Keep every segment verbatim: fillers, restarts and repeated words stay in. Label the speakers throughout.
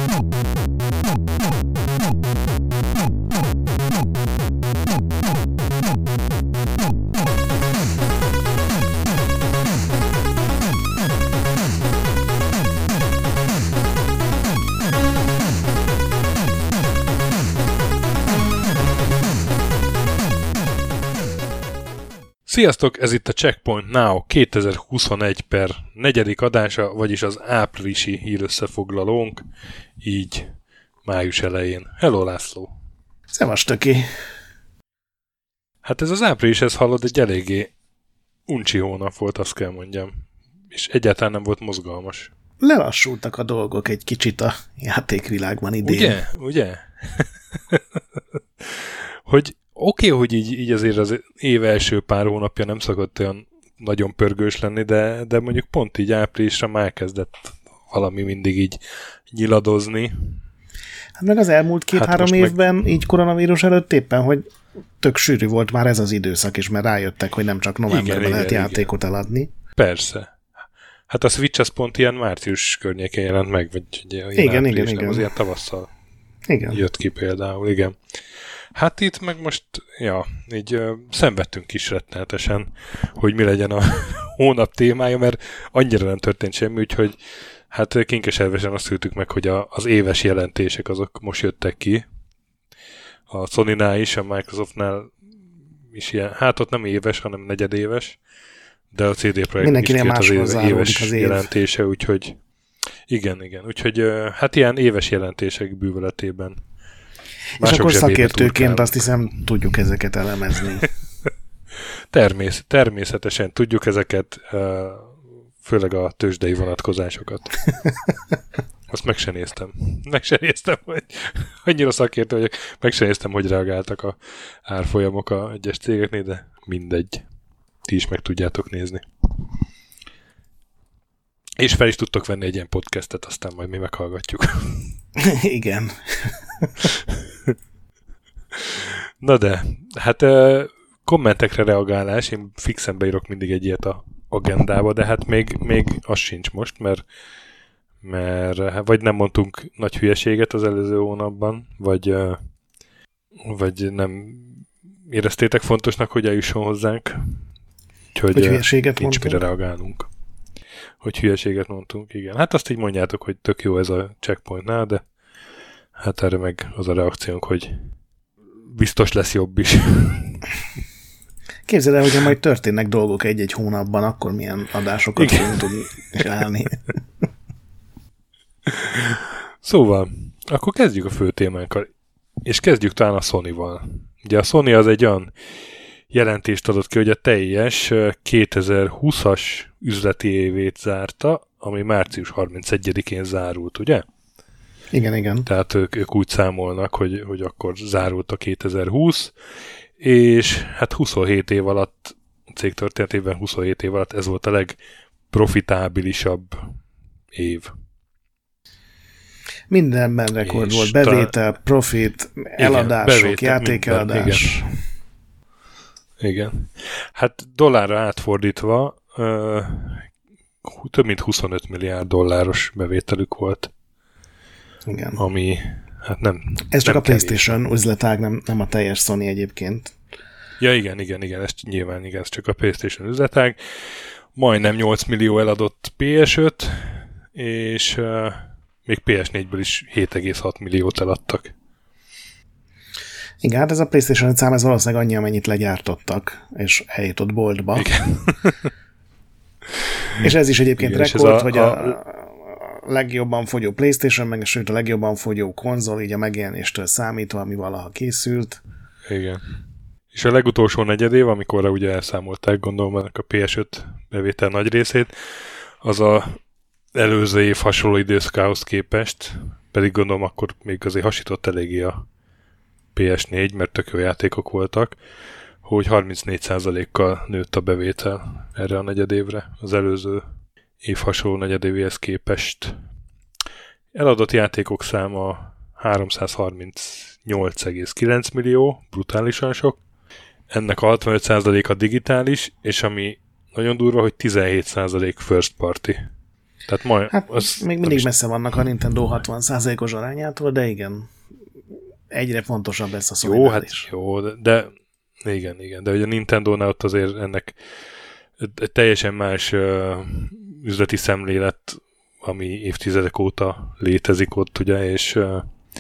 Speaker 1: Sziasztok, ez itt a Checkpoint Now kétezer-huszonegy per negyedik adása, vagyis az áprilisi hírösszefoglalónk, így május elején. Hello, László!
Speaker 2: Szevas, Töki!
Speaker 1: Hát ez az április, ez hallod, egy eléggé uncsi hónap volt, azt kell mondjam. És egyáltalán nem volt mozgalmas.
Speaker 2: Lelassultak a dolgok egy kicsit a játékvilágban idén.
Speaker 1: Ugye? Ugye? Hogy oké, okay, hogy így, így azért az év első pár hónapja nem szokott olyan nagyon pörgős lenni, de, de mondjuk pont így áprilisra már kezdett valami mindig így nyiladozni.
Speaker 2: Hát meg az elmúlt két-három
Speaker 1: hát
Speaker 2: évben,
Speaker 1: meg...
Speaker 2: így koronavírus előtt éppen, hogy tök sűrű volt már ez az időszak is, mert rájöttek, hogy nem csak novemberben igen, lehet igen, játékot igen. eladni.
Speaker 1: Persze. Hát a Switch az pont ilyen március környékén jelent meg, vagy ugye,
Speaker 2: igen, igen, igen.
Speaker 1: Az ilyen tavasszal
Speaker 2: igen.
Speaker 1: jött ki például, igen. Hát itt meg most, ja, így ö, szenvedtünk is rettenetesen, hogy mi legyen a hónap témája, mert annyira nem történt semmi, úgyhogy hát kinkeservesen azt ültük meg, hogy a, az éves jelentések azok most jöttek ki. A Sonynál is, a Microsoftnál is ilyen, hát ott nem éves, hanem negyedéves, de a cé dé Projekt is kijött az, éve, éves az év. jelentése, úgyhogy igen, igen, úgyhogy hát ilyen éves jelentések bűvöletében.
Speaker 2: És akkor szakértőként azt hiszem, tudjuk ezeket elemezni.
Speaker 1: Természet, természetesen tudjuk ezeket, főleg a tőzsdei vonatkozásokat. Azt meg se néztem. Meg se néztem, hogy annyira szakértő vagyok. Meg se néztem, hogy reagáltak a árfolyamok a egyes cégeknél, de mindegy. Ti is meg tudjátok nézni. És fel is tudtok venni egy ilyen podcastet, aztán majd mi meghallgatjuk.
Speaker 2: Igen.
Speaker 1: Na de, hát kommentekre reagálás, én fixen beírok mindig egy ilyet a agendába, de hát még, még az sincs most, mert, mert vagy nem mondtunk nagy hülyeséget az előző hónapban, vagy, vagy nem éreztétek fontosnak, hogy eljusson hozzánk. Úgyhogy
Speaker 2: hogy hülyeséget
Speaker 1: nincs
Speaker 2: mondtunk?
Speaker 1: mire reagálnunk. Hogy hülyeséget mondtunk, igen. Hát azt így mondjátok, hogy tök jó ez a checkpointnál, de hát erre meg az a reakciónk, hogy biztos lesz jobb is.
Speaker 2: Képzeld el, hogyha majd történnek dolgok egy-egy hónapban, akkor milyen adásokat fogunk tudni csinálni.
Speaker 1: Szóval, akkor kezdjük a fő témánkkal, és kezdjük talán a Sonyval. Ugye a Sony az egy olyan jelentést adott ki, hogy a teljes kétezer-húszas üzleti évét zárta, ami március harmincegyedikén zárult, ugye?
Speaker 2: Igen, igen.
Speaker 1: Tehát ők, ők úgy számolnak, hogy, hogy akkor zárult a kétezer-húsz, és hát huszonhét év alatt, a cég történetében huszonhét év alatt ez volt a legprofitábilisabb év.
Speaker 2: Mindenben rekord és volt. Bevétel, ta... profit, eladások, igen, bevétel, játékeladás.
Speaker 1: Minden, igen. igen. Hát dollárra átfordítva uh, több mint huszonöt milliárd dolláros bevételük volt.
Speaker 2: Igen.
Speaker 1: Ami, hát nem...
Speaker 2: Ez csak
Speaker 1: nem
Speaker 2: a PlayStation kevés. Üzletág, nem, nem a teljes Sony egyébként.
Speaker 1: Ja, igen, igen, igen, ez nyilván igen, ez csak a PlayStation üzletág. Majdnem nyolc millió eladott pé es öt, és uh, még pé es négyből is hét egész hat milliót eladtak.
Speaker 2: Igen, hát ez a PlayStation öt szám, ez valószínűleg annyi, amennyit legyártottak, és eljutott boltba.
Speaker 1: Igen.
Speaker 2: És ez is egyébként igen, rekord, a, hogy a, a legjobban fogyó PlayStation, meg sőt a legjobban fogyó konzol, így a megjelenéstől számítva, ami valaha készült.
Speaker 1: Igen. És a legutolsó negyedév, amikor ugye elszámolták, gondolom, ennek a pé es öt bevétel nagy részét, az a előző év hasonló időszakához képest, pedig gondolom akkor még azért hasított eléggé a pé es négy, mert tök jó játékok voltak, hogy harmincnégy százalékkal nőtt a bevétel erre a negyedévre, az előző év hasonló negyedévéhez képest. Eladott játékok száma háromszázharmincnyolc egész kilenc millió, brutálisan sok. Ennek a hatvanöt százalék a digitális, és ami nagyon durva, hogy tizenhét százalék first party. Tehát majd,
Speaker 2: hát az még mindig messze vannak a Nintendo hatvan százalékos arányától, de igen, egyre fontosabb lesz a Sony.
Speaker 1: Jó, hát jó, de, de igen, igen, de ugye a Nintendo-nál ott azért ennek egy teljesen más uh, üzleti szemlélet, ami évtizedek óta létezik ott, ugye, és, uh,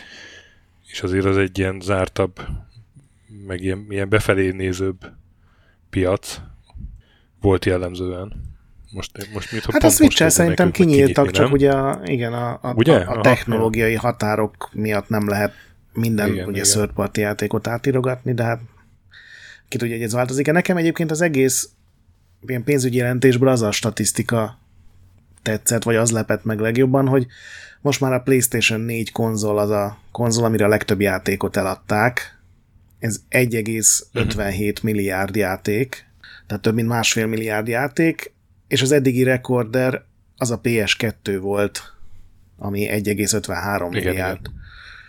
Speaker 1: és azért az egy ilyen zártabb, meg ilyen, ilyen befelé nézőbb piac volt jellemzően. Most, most mit,
Speaker 2: hát a Switch-el szerintem kinyíltak, csak ugye a, igen, a, a, ugye? a, a technológiai Aha, határok miatt nem lehet minden igen, ugye third party játékot átírogatni, de hát ki tudja, hogy ez változik. Nekem egyébként az egész ilyen pénzügyi jelentésből az a statisztika tetszett, vagy az lepett meg legjobban, hogy most már a PlayStation négy konzol az a konzol, amire a legtöbb játékot eladták. Ez egy egész ötvenhét uh-huh. milliárd játék, tehát több mint másfél milliárd játék, és az eddigi rekorder az a pé es kettő volt, ami egy egész ötvenhárom igen, milliárd. Igen.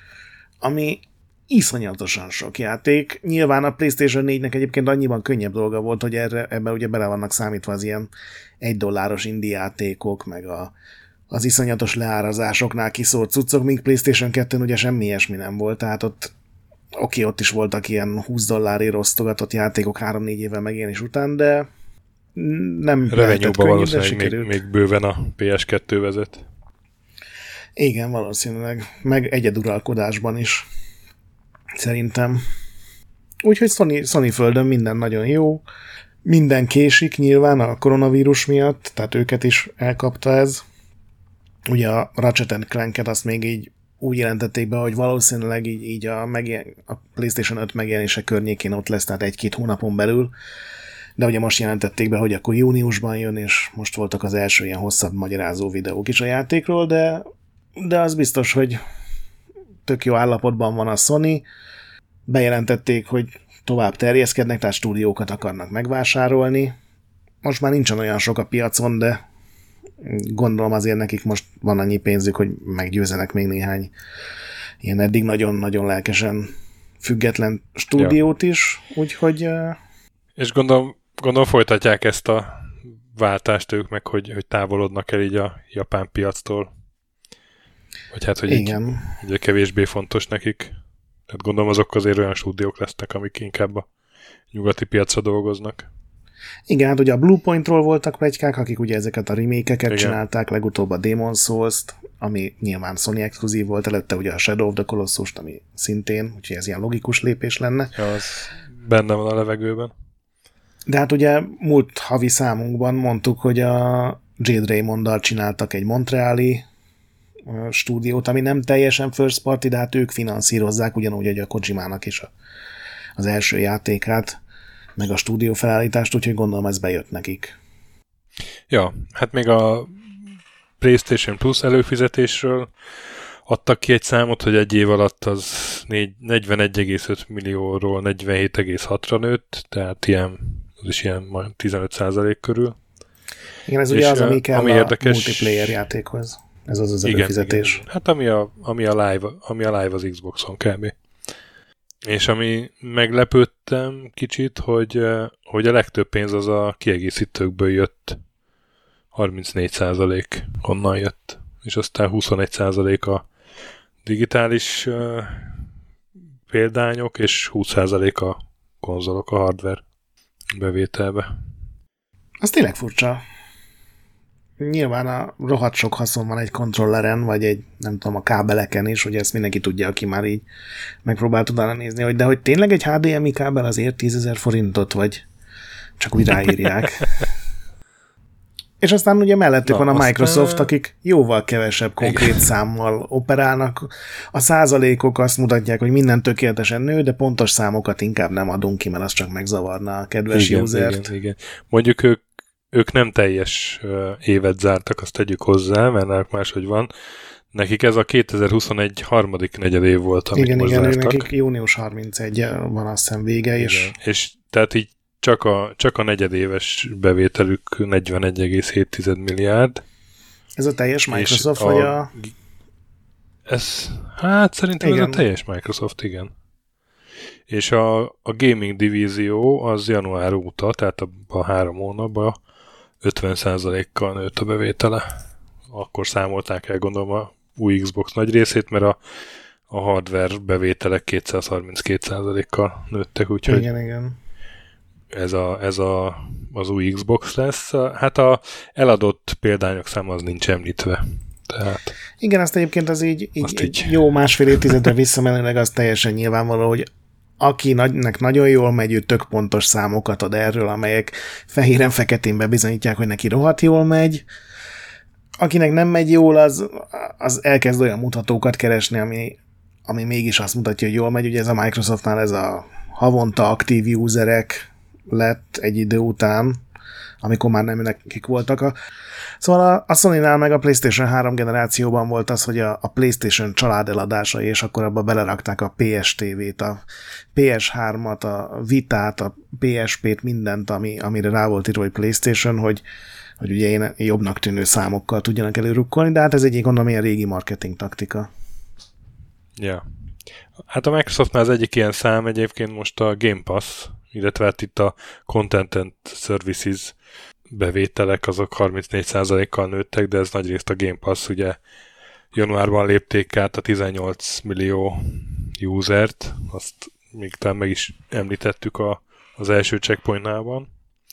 Speaker 2: Ami iszonyatosan sok játék. Nyilván a PlayStation négynek egyébként annyiban könnyebb dolga volt, hogy erre, ebben ugye bele vannak számítva az ilyen egy dolláros indie játékok, meg a, az iszonyatos leárazásoknál kiszólt cuccok, míg PlayStation kettőn ugye semmi ilyesmi nem volt, tehát ott oké, ott is voltak ilyen húsz dollárért osztogatott játékok három-négy évvel megjelenés után, de nem lehetett könnyű, de sikerült.
Speaker 1: Még, még bőven a pé es kettő vezet.
Speaker 2: Igen, valószínűleg. Meg egyeduralkodásban is. Szerintem. Úgyhogy Sony, Sony földön minden nagyon jó. Minden késik nyilván a koronavírus miatt, tehát őket is elkapta ez. Ugye a Ratchet and Clanket azt még így úgy jelentették be, hogy valószínűleg így, így a, megjel- a PlayStation öt megjelenése környékén ott lesz, tehát egy-két hónapon belül. De ugye most jelentették be, hogy akkor júniusban jön, és most voltak az első ilyen hosszabb magyarázó videók is a játékról, de, de az biztos, hogy tök jó állapotban van a Sony. Bejelentették, hogy tovább terjeszkednek, tehát stúdiókat akarnak megvásárolni. Most már nincsen olyan sok a piacon, de gondolom azért nekik most van annyi pénzük, hogy meggyőzenek még néhány ilyen eddig nagyon-nagyon lelkesen független stúdiót ja. is, úgyhogy...
Speaker 1: És gondolom, gondolom folytatják ezt a váltást ők meg, hogy, hogy távolodnak el így a japán piactól. Vagy hát, hogy így, így kevésbé fontos nekik. Tehát gondolom azok azért olyan stúdiók lesznek, amik inkább a nyugati piacra dolgoznak.
Speaker 2: Igen, hát ugye a Bluepointról voltak pletykák, akik ugye ezeket a remake-eket csinálták, legutóbb a Demon's Souls-t, ami nyilván Sony exkluzív volt, előtte ugye a Shadow of the Colossus-t, ami szintén, úgyhogy ez ilyen logikus lépés lenne.
Speaker 1: Ja, az benne van a levegőben.
Speaker 2: De hát ugye múlt havi számunkban mondtuk, hogy a Jade Raymonddal csináltak egy montreali stúdiót, ami nem teljesen first party, de hát ők finanszírozzák, ugyanúgy, hogy a Kojimának is a, az első játékát, meg a stúdió felállítást, úgyhogy gondolom ez bejött nekik.
Speaker 1: Ja, hát még a PlayStation Plus előfizetésről adtak ki egy számot, hogy egy év alatt az negyvenegy egész öt millióról negyvenhét egész hatra nőtt, tehát ilyen, az is ilyen majd tizenöt százalék körül.
Speaker 2: Igen, ez és ugye az, ami kell ami a érdekes... multiplayer játékhoz. Ez az az előfizetés.
Speaker 1: Igen, igen. Hát ami a, ami, a live, ami a live az Xboxon kb. És ami meglepődtem kicsit, hogy, hogy a legtöbb pénz az a kiegészítőkből jött. harmincnégy százalék onnan jött. És aztán huszonegy százalék a digitális uh, példányok, és húsz százalék a konzolok, a hardware bevételbe.
Speaker 2: Az tényleg furcsa. Nyilván a rohadt sok haszon van egy kontrolleren, vagy egy, nem tudom, a kábeleken is, hogy ezt mindenki tudja, aki már így megpróbált utána nézni, hogy de hogy tényleg egy há dé em i kábel azért tízezer forintot, vagy csak úgy ráírják. És aztán ugye mellettük Na, van a Microsoft, aztán... akik jóval kevesebb konkrét Igen. számmal operálnak. A százalékok azt mutatják, hogy minden tökéletesen nő, de pontos számokat inkább nem adunk ki, mert az csak megzavarna a kedves igen, usert.
Speaker 1: Igen, igen. Mondjuk ők, ők nem teljes évet zártak, azt tegyük hozzá, mert náluk máshogy van. Nekik ez a kétezer-huszonegy harmadik negyedév volt, amit
Speaker 2: igen,
Speaker 1: most
Speaker 2: igen,
Speaker 1: zártak.
Speaker 2: Nekik június harmincegy van azt hiszem vége, igen. és...
Speaker 1: És tehát így Csak a, csak a negyedéves bevételük negyvenegy egész hét milliárd.
Speaker 2: Ez a teljes Microsoft, vagy a... a...
Speaker 1: Ez, hát szerintem igen. Ez a teljes Microsoft, igen. És a, a gaming divízió az január óta, tehát a, a három hónapban ötven százalékkal nőtt a bevétele. akkor számolták el, gondolom, a új Xbox nagy részét, mert a, a hardware bevételek kétszázharminckét százalékkal nőttek, úgyhogy
Speaker 2: igen, igen.
Speaker 1: Ez, a, ez a, az új Xbox lesz. Hát a eladott példányok száma az nincs említve. Tehát
Speaker 2: igen, azt egyébként az így, így,
Speaker 1: így...
Speaker 2: így jó másfél évtizedre visszamenőleg az teljesen nyilvánvaló, hogy akinek nagyon jól megy, ő tök pontos számokat ad erről, amelyek fehéren-feketén bebizonyítják, hogy neki rohadt jól megy. Akinek nem megy jól, az, az elkezd olyan mutatókat keresni, ami, ami mégis azt mutatja, hogy jól megy. Ugye ez a Microsoftnál ez a havonta aktív userek lett egy idő után, amikor már nem nekik voltak. A... Szóval a, a Sony-nál meg a PlayStation három generációban volt az, hogy a, a PlayStation család eladása, és akkor abba belerakták a pé es té vét, a pé es hármat, a Vitát, a pé es pét, mindent, ami, amire rá volt írva, hogy PlayStation, hogy, hogy ugye én jobbnak tűnő számokkal tudjanak előrukkolni, de hát ez egy gondolom ilyen régi marketing taktika.
Speaker 1: Ja. Hát a Microsoftnál az egyik ilyen szám egyébként most a Game Pass, illetve hát itt a Content and Services bevételek azok harmincnégy százalékkal nőttek, de ez nagyrészt a Game Pass, ugye januárban lépték át a tizennyolc millió usert, azt még talán meg is említettük a, az első checkpointnában.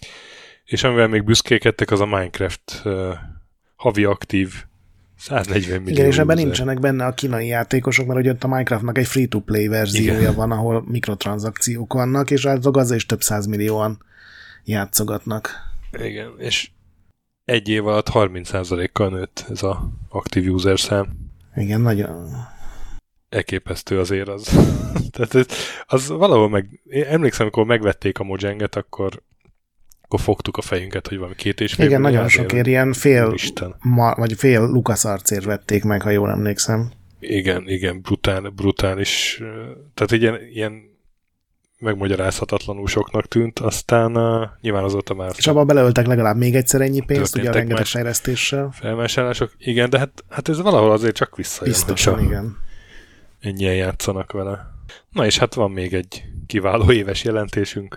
Speaker 1: És amivel még büszkékedtek, az a Minecraft uh, havi aktív száznegyven millió.
Speaker 2: Igen, és ebben nincsenek benne a kínai játékosok, mert ugye ott a Minecraftnak egy free-to-play verziója igen. van, ahol mikrotranszakciók vannak, és általában azzal is több százmillióan játszogatnak.
Speaker 1: Igen, és egy év alatt harminc százalékkal nőtt ez az aktív user szám.
Speaker 2: Igen, nagyon...
Speaker 1: Elképesztő azért az. Tehát ez, az valahol meg... Én emlékszem, amikor megvették a Mojanget, akkor akkor fogtuk a fejünket, hogy valami két és fél.
Speaker 2: Igen, nagyon sokért ilyen fél, ma, vagy fél LucasArtsért vették meg, ha jól emlékszem.
Speaker 1: Igen, igen, brutál, brutális. Tehát ilyen, ilyen megmagyarázhatatlanul soknak tűnt, aztán uh, nyilván azóta már...
Speaker 2: És abban beleöltek legalább még egyszer ennyi pénzt, ugye a rengeteg fejlesztéssel.
Speaker 1: Felvásárlások, igen, de hát, hát ez valahol azért csak visszajön.
Speaker 2: Biztosan, igen.
Speaker 1: Ennyien játszanak vele. Na és hát van még egy kiváló éves jelentésünk,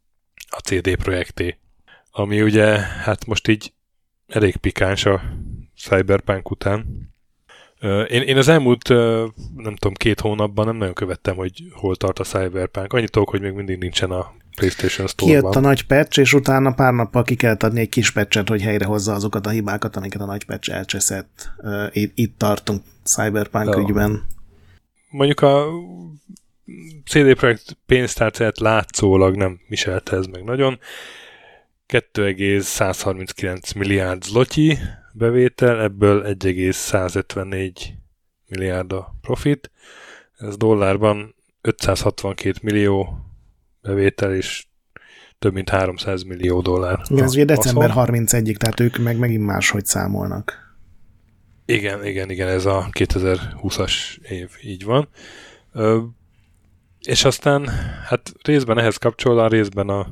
Speaker 1: a cé dé Projekté, ami ugye, hát most így elég pikáns a Cyberpunk után. Én, én az elmúlt, nem tudom, két hónapban nem nagyon követtem, hogy hol tart a Cyberpunk. Annyit tudok, hogy még mindig nincsen a PlayStation Store-ban.
Speaker 2: Kijött a nagy patch, és utána pár nappal ki kellett adni egy kis patchet, hogy helyrehozza azokat a hibákat, amiket a nagy patch elcseszett. Itt, itt tartunk Cyberpunk ja. ügyben.
Speaker 1: Mondjuk a cé dé Projekt pénztárcáját látszólag nem viselte ez meg nagyon. kettő egész százharminckilenc milliárd zloty bevétel, ebből egy egész százötvennégy milliárd a profit. Ez dollárban ötszázhatvankét millió bevétel, és több mint háromszáz millió dollár.
Speaker 2: Igen, ez ugye december harmincegyedikéig, tehát ők meg megint máshogy számolnak.
Speaker 1: Igen, igen, igen, ez a kétezer-húszas év, így van. Ö, és aztán, hát részben ehhez kapcsolódóan, részben a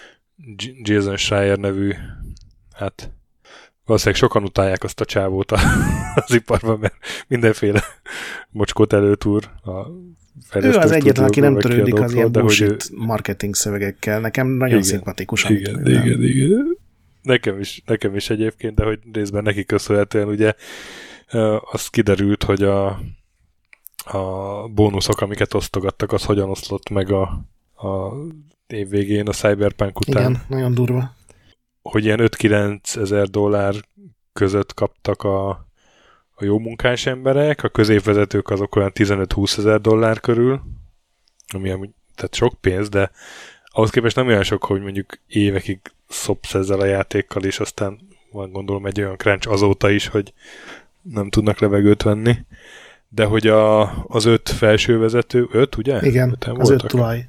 Speaker 1: Jason Schreier nevű, hát valószínűleg sokan utálják azt a csávót az iparban, mert mindenféle mocskot előtúr a
Speaker 2: ő az egyetlen, aki nem törődik az ilyen bullshit ő... marketing szövegekkel. Nekem nagyon igen, szimpatikus.
Speaker 1: Igen, igen, igen, igen. Nekem is, nekem is egyébként, de hogy részben neki köszönhetően ugye az kiderült, hogy a, a bónuszok, amiket osztogattak, az hogyan oszlott meg a, a év végén, a Cyberpunk után.
Speaker 2: Igen, nagyon durva.
Speaker 1: Hogy ilyen öt-kilenc ezer dollár között kaptak a, a jó munkás emberek, a középvezetők azok olyan tizenöt-húsz ezer dollár körül, ami amúgy, tehát sok pénz, de ahhoz képest nem olyan sok, hogy mondjuk évekig szopsz ezzel a játékkal, és aztán van gondolom egy olyan crunch azóta is, hogy nem tudnak levegőt venni. De hogy a, az öt felső vezető, öt, ugye?
Speaker 2: Igen, Öten az voltak? öt tulaj.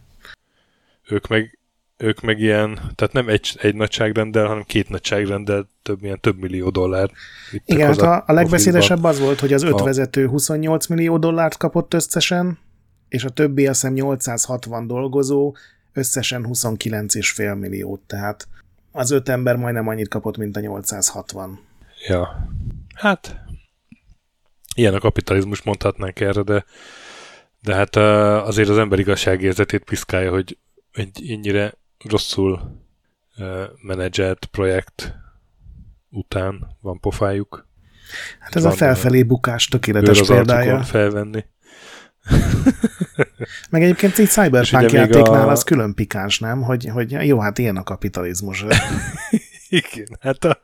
Speaker 1: Ők meg, ők meg ilyen, tehát nem egy, egy nagyságrenddel, hanem két nagyságrenddel több, ilyen több millió dollár.
Speaker 2: Igen, hát a, a legbeszédesebb az volt, hogy az öt a... vezető huszonnyolc millió dollárt kapott összesen, és a többi azt hiszem nyolcszázhatvan dolgozó összesen huszonkilenc egész öt milliót, tehát az öt ember majdnem annyit kapott, mint a nyolcszázhatvan.
Speaker 1: Ja, hát ilyen a kapitalizmus, mondhatnánk erre, de, de hát azért az ember igazságérzetét piszkálja, hogy egy ennyire rosszul menedzselt projekt után van pofájuk.
Speaker 2: Hát ez van a felfelé bukás tökéletes példája.
Speaker 1: Felvenni.
Speaker 2: Meg egyébként egy Cyberpunk játéknál a... az külön pikáns, nem? Hogy, hogy jó, hát ilyen a kapitalizmus.
Speaker 1: Igen, hát, a,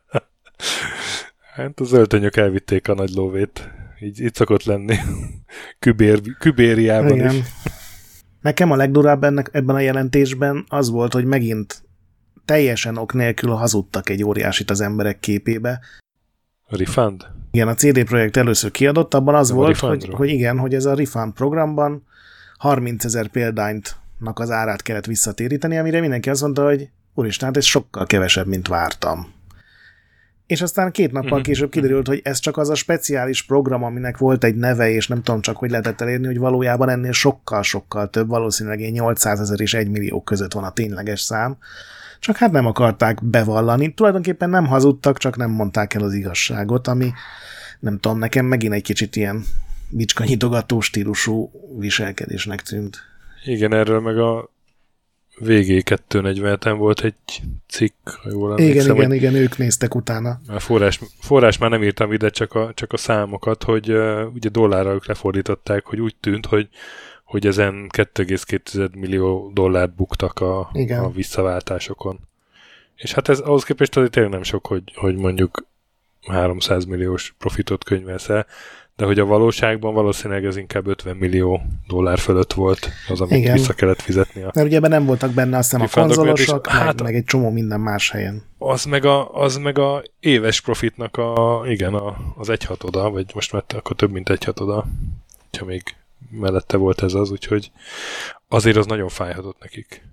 Speaker 1: hát az öltönyök elvitték a nagy lóvét. Így, így szokott lenni. Kübér, Kübériában igen. is.
Speaker 2: Nekem a legdurább ennek, ebben a jelentésben az volt, hogy megint teljesen ok nélkül hazudtak egy óriásit az emberek képébe.
Speaker 1: A Refund?
Speaker 2: Igen, a cé dé Projekt először kiadott, abban az nem volt, hogy, hogy igen, hogy ez a Refund programban harmincezer példánynak az árát kellett visszatéríteni, amire mindenki azt mondta, hogy úristen, hát ez sokkal kevesebb, mint vártam. És aztán két nappal mm-hmm. később kiderült, hogy ez csak az a speciális program, aminek volt egy neve, és nem tudom csak, hogy lehetett elérni, hogy valójában ennél sokkal-sokkal több, valószínűleg ilyen nyolcszázezer és egy millió között van a tényleges szám. Csak hát nem akarták bevallani. Tulajdonképpen nem hazudtak, csak nem mondták el az igazságot, ami nem tudom, nekem megint egy kicsit ilyen bicskanyitogató stílusú viselkedésnek tűnt.
Speaker 1: Igen, erről meg a vé gé kétszáznegyvenen volt egy cikk, ha jól emlékszem.
Speaker 2: Igen, igen, igen, ők néztek utána.
Speaker 1: A forrás, forrás már nem írtam ide, csak a, csak a számokat, hogy uh, ugye dollárra ők lefordították, hogy úgy tűnt, hogy, hogy ezen kettő egész két millió dollárt buktak a, a visszaváltásokon. És hát ez ahhoz képest azért tényleg nem sok, hogy, hogy mondjuk háromszáz milliós profitot könyvelsz el, de hogy a valóságban valószínűleg ez inkább ötven millió dollár fölött volt az, amit igen. vissza kellett fizetni.
Speaker 2: Mert ugye ebben nem voltak benne azt hiszem a konzolosok, meg, hát, meg egy csomó minden más helyen.
Speaker 1: Az meg a, az meg a éves profitnak a, igen, a, az egyhatoda, vagy most már akkor több mint egyhatoda, ha még mellette volt ez az, úgyhogy azért az nagyon fájhatott nekik.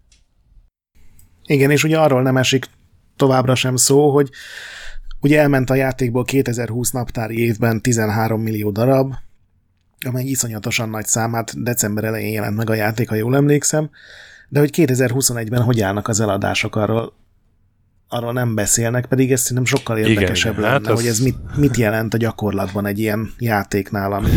Speaker 2: Igen, és ugye arról nem esik továbbra sem szó, hogy ugye elment a játékból kétezer-húsz naptári évben tizenhárom millió darab, amely iszonyatosan nagy szám, hát december elején jelent meg a játék, ha jól emlékszem, de hogy kétezer-huszonegyben hogy állnak az eladások, arról, arról nem beszélnek, pedig ez szerintem sokkal érdekesebb igen, lenne, hát hogy ez mit, mit jelent a gyakorlatban egy ilyen játéknál, ami,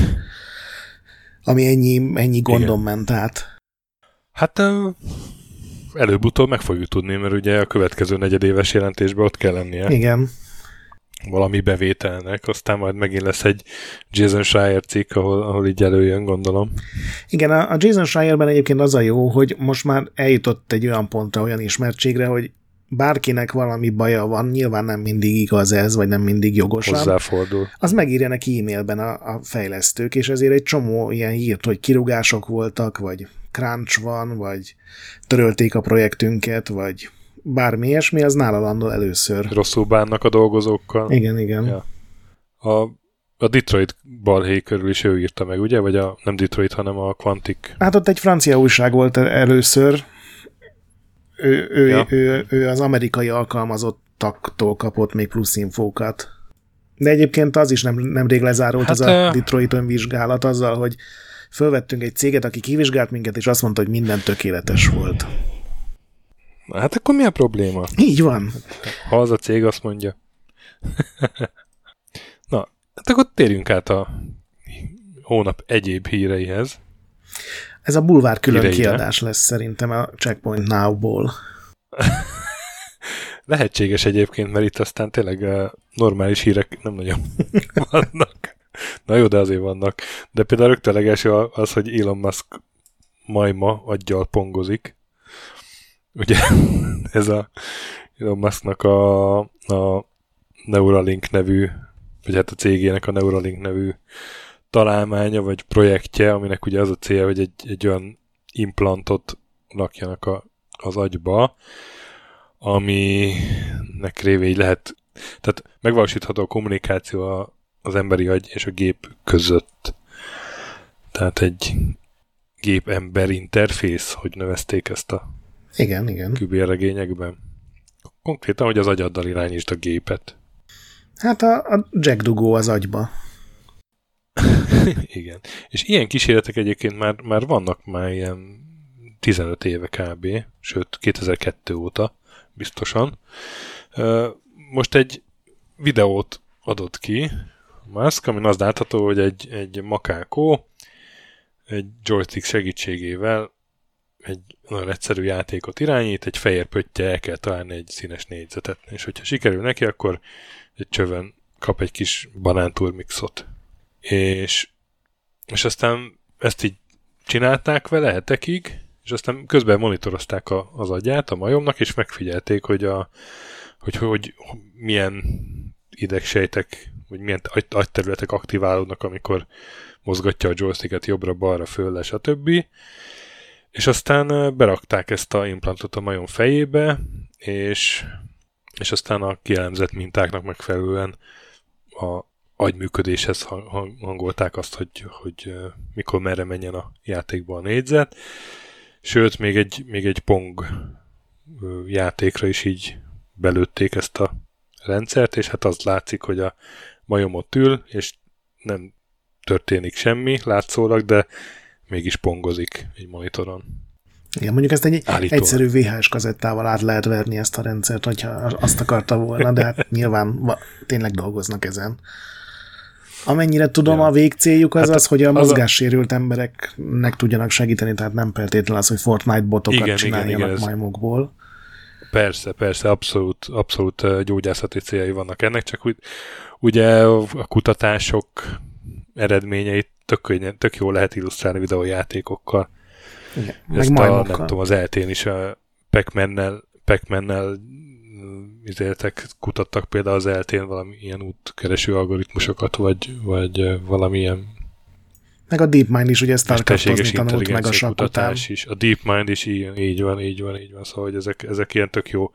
Speaker 2: ami ennyi, ennyi gondon igen. ment át.
Speaker 1: Hát előbb-utóbb meg fogjuk tudni, mert ugye a következő negyedéves jelentésben ott kell lennie.
Speaker 2: Igen.
Speaker 1: Valami bevételnek, aztán majd megint lesz egy Jason Schreier cikk, ahol, ahol így előjön, gondolom.
Speaker 2: Igen, a, a Jason Schreierben egyébként az a jó, hogy most már eljutott egy olyan pontra, olyan ismertségre, hogy bárkinek valami baja van, nyilván nem mindig igaz ez, vagy nem mindig jogosan.
Speaker 1: Hozzáfordul.
Speaker 2: Az megírja neki e-mailben a, a fejlesztők, és ezért egy csomó ilyen hírt, hogy kirúgások voltak, vagy crunch van, vagy törölték a projektünket, vagy bármi ilyesmi, az nála landol először.
Speaker 1: Rosszul bánnak a dolgozókkal.
Speaker 2: Igen, igen.
Speaker 1: Ja. A, a Detroit balhé körül is ő írta meg, ugye? Vagy a, nem Detroit, hanem a Quantic.
Speaker 2: Hát ott egy francia újság volt először. Ő, ő, ja. ő, ő az amerikai alkalmazottaktól kapott még plusz infókat. De egyébként az is nem, nemrég lezárult, hát az a Detroit önvizsgálat azzal, hogy fölvettünk egy céget, aki kivizsgált minket, és azt mondta, hogy minden tökéletes volt.
Speaker 1: Na, hát akkor mi a probléma?
Speaker 2: Így van.
Speaker 1: Ha az a cég azt mondja. Na, hát akkor térjünk át a hónap egyéb híreihez.
Speaker 2: Ez a bulvár külön híreire. Kiadás lesz szerintem a Checkpoint Now-ból.
Speaker 1: Lehetséges egyébként, mert itt aztán tényleg normális hírek nem nagyon vannak. Na jó, de azért vannak. De például rögtön legelső az, hogy Elon Musk majma aggyal pongozik. Ugye ez a Elon Musknak a, a Neuralink nevű, vagy hát a cégének a Neuralink nevű találmánya, vagy projektje, aminek ugye az a célja, hogy egy, egy olyan implantot rakjanak a, az agyba, aminek révén lehet, tehát megvalósítható a kommunikáció a, az emberi agy és a gép között. Tehát egy gép-ember interfész, hogy nevezték ezt a
Speaker 2: igen, igen.
Speaker 1: kübérregényekben. Konkrétan, hogy az agyaddal irányítsd a gépet.
Speaker 2: Hát a, a Jack Dugó az agyba.
Speaker 1: Igen. És ilyen kísérletek egyébként már, már vannak már ilyen tizenöt éve kb. Sőt, kétezer-kettő óta biztosan. Most egy videót adott ki Musk, amin az látható, hogy egy, egy makákó egy joystick segítségével egy nagyon egyszerű játékot irányít, egy fehér pöttye el kell találni egy színes négyzetet, és hogyha sikerül neki, akkor egy csövön kap egy kis banántúrmixot. És, és aztán ezt így csinálták vele hetekig, és aztán közben monitorozták a, az agyát a majomnak, és megfigyelték, hogy, a, hogy, hogy milyen idegsejtek, vagy milyen agy, agyterületek aktiválódnak, amikor mozgatja a joysticket jobbra-balra, fölle, stb. És aztán berakták ezt a implantot a majom fejébe, és, és aztán a kielemzett mintáknak megfelelően a agyműködéshez hangolták azt, hogy, hogy mikor merre menjen a játékba a négyzet. Sőt, még egy, még egy Pong játékra is így belőtték ezt a rendszert, és hát az látszik, hogy a majom ott ül, és nem történik semmi látszólag, de mégis pongozik egy monitoron.
Speaker 2: Igen, mondjuk ezt egy Állítólag. egyszerű vé há es kazettával át lehet verni ezt a rendszert, hogyha azt akarta volna, de hát nyilván tényleg dolgoznak ezen. Amennyire tudom, ja. a végcéljuk az hát az, hogy a mozgássérült a... embereknek tudjanak segíteni, tehát nem feltétlenül az, hogy Fortnite botokat igen, csináljanak igen, igen, majmokból.
Speaker 1: Persze, persze, abszolút, abszolút gyógyászati céljai vannak ennek, csak úgy, ugye a kutatások eredményeit tök, tök jól lehet illusztrálni videójátékokkal.
Speaker 2: Igen,
Speaker 1: ezt meg a, nem tudom, az eltén is a Pac-Man-nel, Pac-Man-nel izéltek, kutattak például az eltén valami ilyen útkereső algoritmusokat, vagy, vagy valamilyen
Speaker 2: meg a DeepMind is, ugye Starcraftozni tanult meg a sakk után.
Speaker 1: Is. A DeepMind is így, így van, így van, így van, szóval hogy ezek, ezek ilyen tök jó.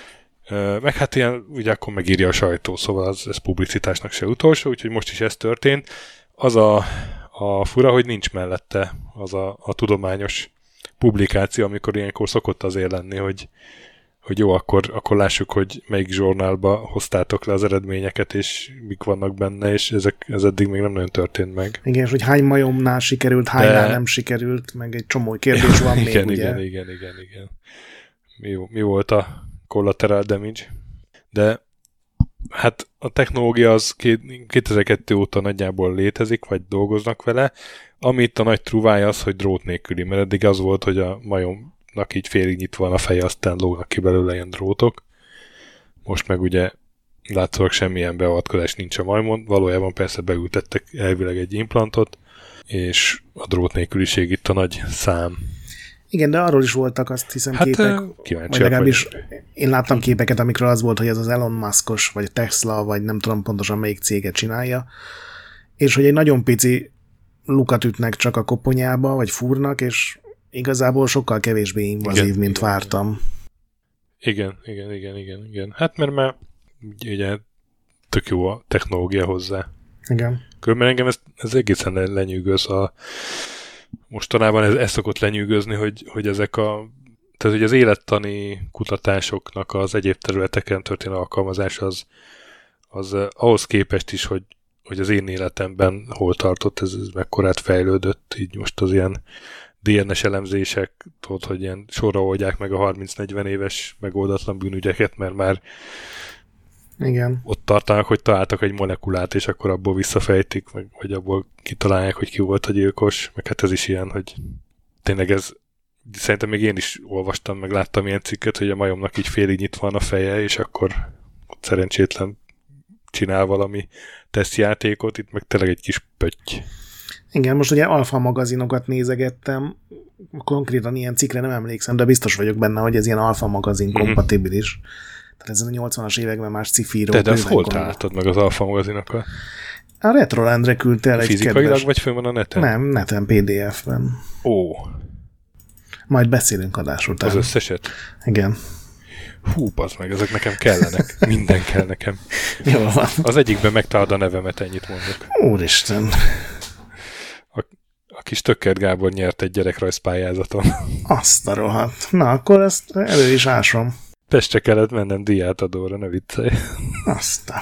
Speaker 1: Meg hát ilyen, ugye akkor megírja a sajtó, szóval az, ez publicitásnak se utolsó, úgyhogy most is ez történt. Az a, a fura, hogy nincs mellette az a, a tudományos publikáció, amikor ilyenkor szokott azért lenni, hogy, hogy jó, akkor, akkor lássuk, hogy melyik zsurnálba hoztátok le az eredményeket, és mik vannak benne, és ezek, ez eddig még nem nagyon történt meg.
Speaker 2: Igen, és hogy hány majomnál sikerült, hánynál De... nem sikerült, meg egy csomó kérdés van még,
Speaker 1: igen,
Speaker 2: ugye?
Speaker 1: Igen, igen, igen, igen. Mi, mi volt a collateral damage? De hát a technológia az kétezer-kettő óta nagyjából létezik, vagy dolgoznak vele. Amit a nagy truvája az, hogy drót nélküli, mert eddig az volt, hogy a majomnak így félig nyitva van a feje, aztán lógnak ki belőle ilyen drótok. Most meg ugye látszólag semmilyen beavatkozás nincs a majmon, valójában persze beültettek elvileg egy implantot, és a drót nélküliség itt a nagy szám.
Speaker 2: Igen, de arról is voltak, azt hiszem,
Speaker 1: hát,
Speaker 2: képek, vagy legalábbis én láttam képeket, amikről az volt, hogy ez az Elon Muskos, vagy Tesla, vagy nem tudom pontosan melyik céget csinálja, és hogy egy nagyon pici lukat ütnek csak a koponyába, vagy fúrnak, és igazából sokkal kevésbé invazív, igen, mint igen, vártam.
Speaker 1: Igen, igen, igen, igen, igen. Hát mert már ugye tök jó a technológia hozzá.
Speaker 2: Igen.
Speaker 1: Különben engem ez, ez egészen lenyűgöz a mostanában ez, ez szokott lenyűgözni, hogy, hogy ezek a tehát, hogy az élettani kutatásoknak az egyéb területeken történő alkalmazás az, az ahhoz képest is, hogy, hogy az én életemben hol tartott, ez, ez mekkorát fejlődött, így most az ilyen dé en es elemzések, tudod, hogy ilyen sorra oldják meg a harminc-negyven éves megoldatlan bűnügyeket, mert már
Speaker 2: igen.
Speaker 1: Ott tartanak, hogy találtak egy molekulát, és akkor abból visszafejtik, meg, vagy abból kitalálják, hogy ki volt a gyilkos, meg hát ez is ilyen, hogy tényleg ez, szerintem még én is olvastam, meg láttam ilyen cikket, hogy a majomnak így félig nyitva van a feje, és akkor szerencsétlen csinál valami tesztjátékot, itt meg tényleg egy kis pötty.
Speaker 2: Igen, most ugye alfa magazinokat nézegettem, konkrétan ilyen cikkre nem emlékszem, de biztos vagyok benne, hogy ez ilyen alfa magazin kompatibilis. Mm-hmm. Tehát ezen a nyolcvanas években más sci-fi-ról.
Speaker 1: De, de azt hol találtad meg az alfa magazinokat?
Speaker 2: A Retrolendre küldte el egy
Speaker 1: fizikailag
Speaker 2: kedves...
Speaker 1: vagy fönn van a neten?
Speaker 2: Nem, neten, pé dé ef-ben.
Speaker 1: Ó.
Speaker 2: Majd beszélünk adás után.
Speaker 1: Az összeset?
Speaker 2: Igen.
Speaker 1: Hú, bazd meg, ezek nekem kellenek. Minden kell nekem.
Speaker 2: Jól van.
Speaker 1: Az egyikben megtalálod a nevemet, ennyit mondok.
Speaker 2: Úristen.
Speaker 1: A, a kis Tökkert Gábor nyert egy gyerekrajzpályázaton.
Speaker 2: Azt a rohadt. Na, akkor ezt elő is ásom.
Speaker 1: Pestre kellett mennem díjátadóra, ne viccelj.
Speaker 2: Aztán.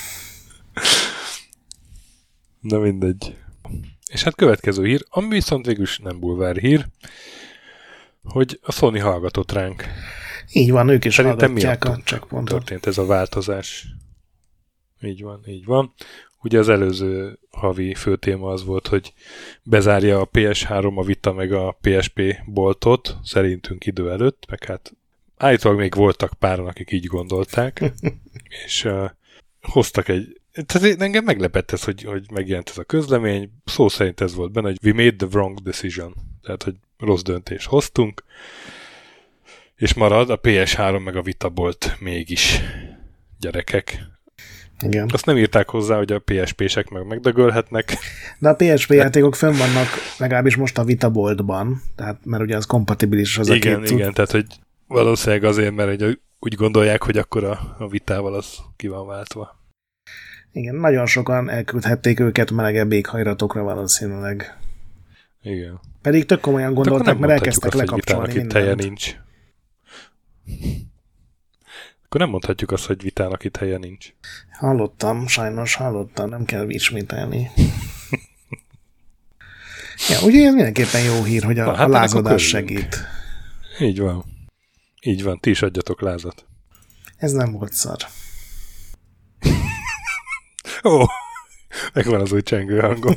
Speaker 1: Na mindegy. És hát következő hír, ami viszont végül is nem bulvár hír, hogy a Sony hallgatott ránk.
Speaker 2: Így van, ők is hallgatják a checkpointot.
Speaker 1: Történt ez a változás. Így van, így van. Ugye az előző havi főtéma az volt, hogy bezárja a pé es három, a Vita meg a pé es pé boltot, szerintünk idő előtt, meg hát állítólag még voltak páran, akik így gondolták, és uh, hoztak egy Tehát engem meglepett ez, hogy, hogy megjelent ez a közlemény, szó szerint ez volt benne, hogy we made the wrong decision, tehát, hogy rossz döntést hoztunk, és marad a pé es három meg a Vitabolt mégis, gyerekek.
Speaker 2: Igen.
Speaker 1: Azt nem írták hozzá, hogy a pé es pé-sek meg megdögölhetnek.
Speaker 2: De a pé es pé játékok fönn vannak legalábbis most a Vitaboltban, tehát mert ugye az kompatibilis az
Speaker 1: igen,
Speaker 2: a két
Speaker 1: Igen, igen, tehát hogy valószínűleg azért, mert hogy úgy gondolják, hogy akkor a, a Vitával az ki van váltva.
Speaker 2: Igen, nagyon sokan elküldhették őket melegebb éghajlatokra valószínűleg.
Speaker 1: Igen.
Speaker 2: Pedig tök komolyan gondolták, mert elkezdtek azt, lekapcsolni
Speaker 1: mindent. Itt helye nincs. Akkor nem mondhatjuk azt, hogy Vitának itt helye nincs.
Speaker 2: Hallottam, sajnos hallottam, nem kell ismételni. Ja, ugye ez mindenképpen jó hír, hogy a, Na, hát a lázadás segít.
Speaker 1: Így van. Így van, ti is adjatok lázat.
Speaker 2: Ez nem volt szar.
Speaker 1: Ó, megvan az új csengő hangom.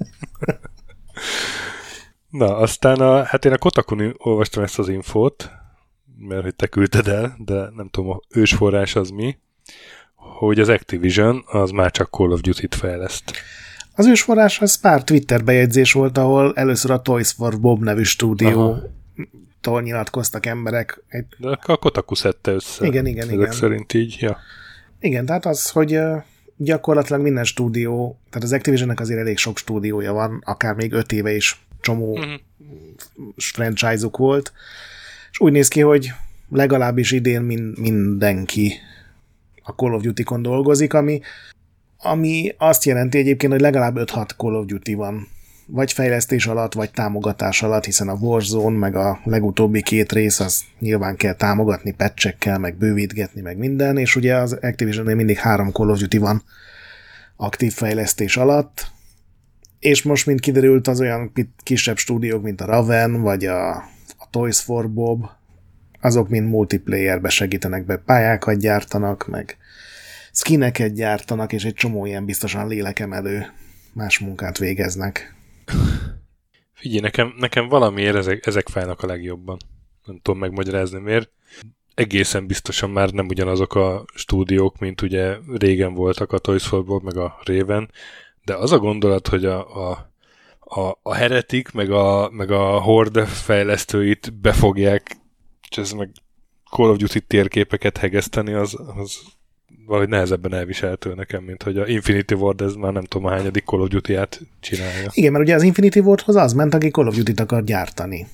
Speaker 1: Na, aztán a, hát én a Kotakun olvastam ezt az infót, mert hogy te küldted el, de nem tudom, a ősforrás az mi, hogy az Activision az már csak Call of Duty-t fejleszt. Az
Speaker 2: ősforrás az pár Twitter bejegyzés volt, ahol először a Toys for Bob nevű stúdiótól nyilatkoztak emberek. Egy...
Speaker 1: De a Kotaku szedte össze.
Speaker 2: Igen, igen,
Speaker 1: Ezek
Speaker 2: igen.
Speaker 1: szerint így, ja.
Speaker 2: Igen, tehát az, hogy gyakorlatilag minden stúdió, tehát az Activisionnek azért elég sok stúdiója van, akár még öt éve is csomó uh-huh. franchise-uk volt, és úgy néz ki, hogy legalábbis idén min- mindenki a Call of Duty-kon dolgozik, ami, ami azt jelenti egyébként, hogy legalább öt-hat Call of Duty van, vagy fejlesztés alatt, vagy támogatás alatt, hiszen a Warzone, meg a legutóbbi két rész, az nyilván kell támogatni patchekkel, meg bővítgetni, meg minden, és ugye az Activisionnél mindig három Call of Duty van aktív fejlesztés alatt, és most, mint kiderült, az olyan kisebb stúdiók, mint a Raven, vagy a, a Toys for Bob, azok mind multiplayerbe segítenek be, pályákat gyártanak, meg skineket gyártanak, és egy csomó ilyen biztosan lélekemelő más munkát végeznek.
Speaker 1: Figyelj, nekem, nekem valamiért ezek, ezek fájnak a legjobban. Nem tudom megmagyarázni miért. Egészen biztosan már nem ugyanazok a stúdiók, mint ugye régen voltak a Toys for Bob, meg a Raven, de az a gondolat, hogy a, a, a, a Heretic, meg a, meg a Horde fejlesztőit befogják, és ez meg Call of Duty térképeket hegeszteni, az, az valahogy nehezebben elviselhető nekem, mint hogy a Infinity Ward, ez már nem tudom, a hányadik Call of Duty-át csinálja.
Speaker 2: Igen, mert ugye az Infinity Wardhoz az ment, aki Call of Duty-t akar gyártani.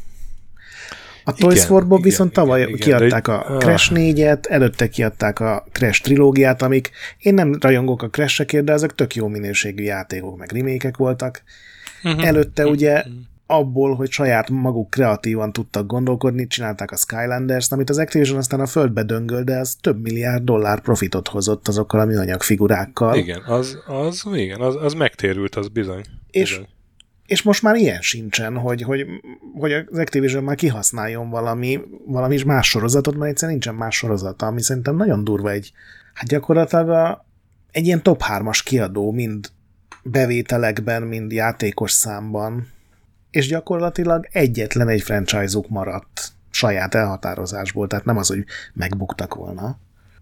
Speaker 2: A Toys igen, for Bob igen, viszont igen, tavaly igen, kiadták de, a Crash négyet, előtte kiadták a Crash trilógiát, amik én nem rajongok a Crash-ekért, de ezek tök jó minőségű játékok, meg remékek voltak. Uh-huh. Előtte ugye abból, hogy saját maguk kreatívan tudtak gondolkodni, csinálták a Skylanders-t, amit az Activision aztán a földbe döngöl, de az több milliárd dollár profitot hozott azokkal a műanyag figurákkal.
Speaker 1: Igen, az, az, igen, az, az megtérült, az bizony.
Speaker 2: És,
Speaker 1: bizony.
Speaker 2: és most már ilyen sincsen, hogy, hogy, hogy az Activision már kihasználjon valami, valami más sorozatot, mert egyszerűen nincsen más sorozata, ami szerintem nagyon durva egy, hát gyakorlatilag a, egy ilyen top hármas kiadó, mind bevételekben, mind játékos számban, és gyakorlatilag egyetlen egy franchise-uk maradt saját elhatározásból, tehát nem az, hogy megbuktak volna.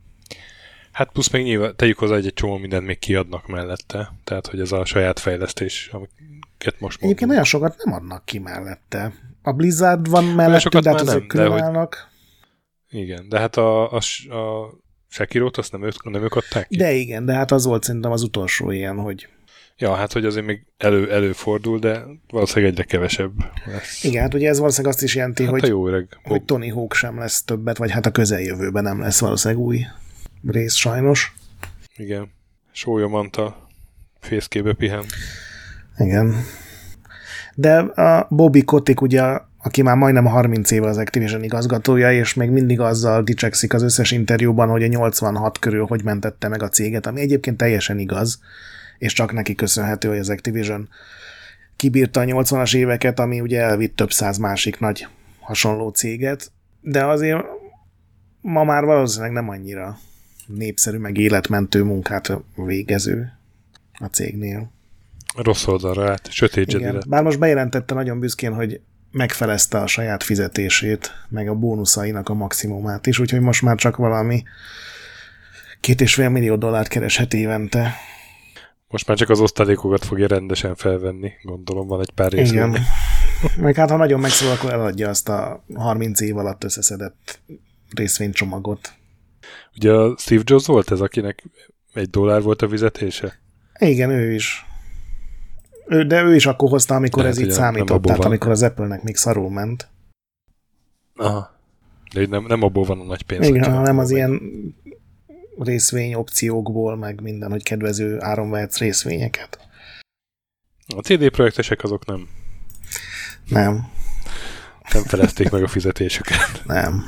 Speaker 1: Hát plusz még nyilván tegyük hozzá, hogy egy csomó mindent még kiadnak mellette, tehát hogy ez a saját fejlesztés, amiket most mondom.
Speaker 2: Egyébként olyan sokat nem adnak ki mellette. A Blizzard van mellette, de hát azok különállnak.
Speaker 1: Igen, de hát a, a, a Sekirot azt nem, ők, nem ők adták ki?
Speaker 2: De igen, de hát az volt szerintem az utolsó ilyen, hogy
Speaker 1: ja, hát hogy azért még elő, előfordul, de valószínűleg egyre kevesebb lesz.
Speaker 2: Igen, hát ugye ez valószínűleg azt is jelenti,
Speaker 1: hát
Speaker 2: hogy,
Speaker 1: jó öreg,
Speaker 2: hogy Tony Hawk sem lesz többet, vagy hát a közeljövőben nem lesz valószínűleg új rész sajnos.
Speaker 1: Igen. Sólyomanta fészkébe pihen.
Speaker 2: Igen. De a Bobby Kotick ugye, aki már majdnem harminc éve az Activision igazgatója, és még mindig azzal dicsekszik az összes interjúban, hogy a nyolcvanhat körül hogy mentette meg a céget, ami egyébként teljesen igaz, és csak neki köszönhető, hogy az Activision kibírta a nyolcvanas éveket, ami ugye elvitt több száz másik nagy hasonló céget, de azért ma már valószínűleg nem annyira népszerű, meg életmentő munkát végező a cégnél.
Speaker 1: Rossz oldalra át, sötét zsedire.
Speaker 2: Bár most bejelentette nagyon büszkén, hogy megfelezte a saját fizetését, meg a bónuszainak a maximumát is, úgyhogy most már csak valami két és fél millió dollárt kereshet évente.
Speaker 1: Most már csak az osztalékokat fogja rendesen felvenni, gondolom, van egy pár részvény.
Speaker 2: Igen. Meg hát, ha nagyon megszól, akkor eladja azt a harminc év alatt összeszedett részvénycsomagot.
Speaker 1: Ugye a Steve Jobs volt ez, akinek egy dollár volt a fizetése?
Speaker 2: Igen, ő is. Ő, de ő is akkor hozta, amikor lehet, ez így számított, tehát amikor az Apple-nek még szarul ment.
Speaker 1: Aha. De nem, nem abból van a nagy pénz.
Speaker 2: Igen, hanem az ilyen részvény opciókból, meg minden, hogy kedvező áron vehetsz részvényeket.
Speaker 1: A cé dé projektesek azok nem.
Speaker 2: Nem.
Speaker 1: Nem felezték meg a fizetésüket.
Speaker 2: Nem.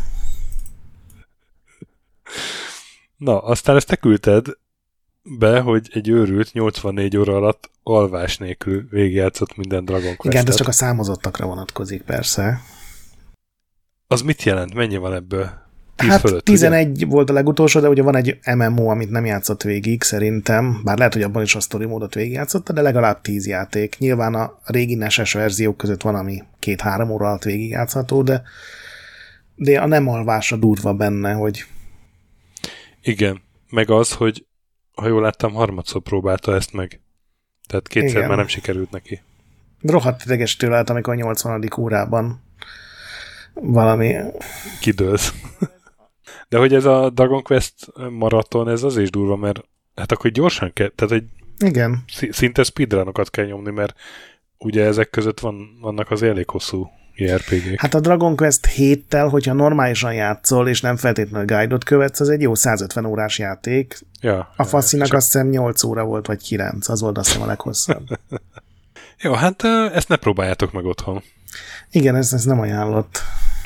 Speaker 1: Na, aztán ezt te küldted be, hogy egy őrült nyolcvannégy óra alatt alvás nélkül végigjátszott minden Dragon Quest-et.
Speaker 2: Igen, de ez csak a számozottakra vonatkozik, persze.
Speaker 1: Az mit jelent? Mennyi van ebből? tíz
Speaker 2: hát
Speaker 1: fölött,
Speaker 2: tizenegy
Speaker 1: ugye?
Speaker 2: Volt a legutolsó, de ugye van egy em em o, amit nem játszott végig, szerintem. Bár lehet, hogy abban is a story módot végigjátszotta, de legalább tíz játék. Nyilván a régi neses verziók között van, ami két-három óra alatt végigjátszható, de, de a nem alvása durva benne, hogy...
Speaker 1: Igen, meg az, hogy ha jól láttam, harmadszor próbálta ezt meg. Tehát kétszer Igen. már nem sikerült neki.
Speaker 2: Rohadt ideges tőle állt, amikor a nyolcvanadik órában valami...
Speaker 1: Kidőlsz. De hogy ez a Dragon Quest maraton, ez az is durva, mert hát akkor gyorsan kell, tehát egy
Speaker 2: Igen.
Speaker 1: szinte speedrunokat kell nyomni, mert ugye ezek között van, vannak az elég hosszú i er pé gék.
Speaker 2: Hát a Dragon Quest héttel, hogyha normálisan játszol, és nem feltétlenül guide-ot követsz, az egy jó százötven órás játék.
Speaker 1: Ja,
Speaker 2: a Faszinak
Speaker 1: ja,
Speaker 2: azt hiszem nyolc óra volt, vagy kilenc, az volt azt hiszem a leghosszabb.
Speaker 1: Jó, hát ezt ne próbáljátok meg otthon.
Speaker 2: Igen, ez, ez nem ajánlott.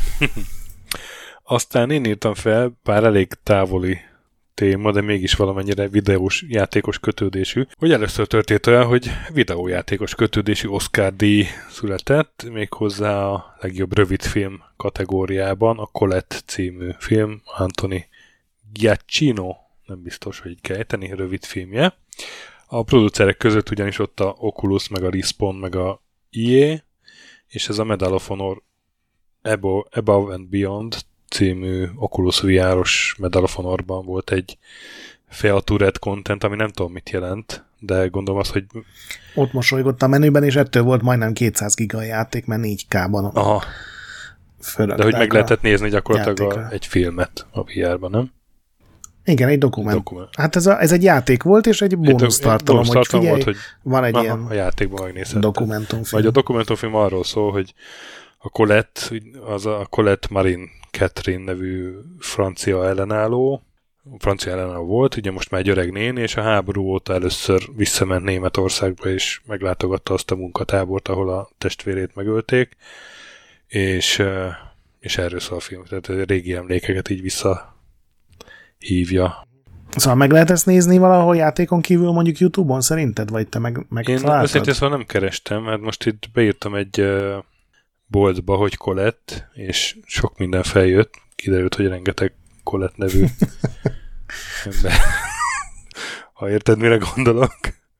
Speaker 1: Aztán én írtam fel, bár elég távoli téma, de mégis valamennyire videós játékos kötődésű, hogy először történt olyan, hogy videójátékos kötődésű Oscar-díj született, méghozzá a legjobb rövidfilm kategóriában, a Colette című film, Anthony Giacchino, nem biztos, hogy így kell ejteni, rövidfilmje. A producerek között ugyanis ott a Oculus, meg a Respawn, meg a i á, és ez a Medal of Honor Above and Beyond című Oculus vé er-os Medal of Honorban volt egy featured content, ami nem tudom mit jelent, de gondolom az, hogy...
Speaker 2: Ott mosolygott a menüben, és ettől volt majdnem kétszáz giga játék, mert négy ká-ban.
Speaker 1: Aha. De hogy meg lehetett nézni gyakorlatilag a, egy filmet a vé er-ben, nem?
Speaker 2: Igen, egy dokument. dokument. Hát ez, a, ez egy játék volt, és egy bónusz tartalom, hogy figyelj, volt, hogy van egy aha, ilyen
Speaker 1: a játékban megnézhettem.
Speaker 2: Dokumentumfilm.
Speaker 1: Vagy a dokumentumfilm arról szól, hogy a Colette, az a Colette Marin Catherine nevű francia ellenálló, francia ellenálló volt, ugye most már egy öreg nén, és a háború óta először visszament Németországba, és meglátogatta azt a munkatábort, ahol a testvérét megölték, és, és erről szól a film, tehát a régi emlékeket így visszahívja.
Speaker 2: Szóval meg lehet ezt nézni valahol játékon kívül, mondjuk YouTube-on szerinted, vagy te meg, meg
Speaker 1: Én őszintén szóval nem kerestem, mert most itt beírtam egy boltba, hogy Colette, és sok minden feljött, kiderült, hogy rengeteg Colette nevű ember. Ha érted, mire gondolok.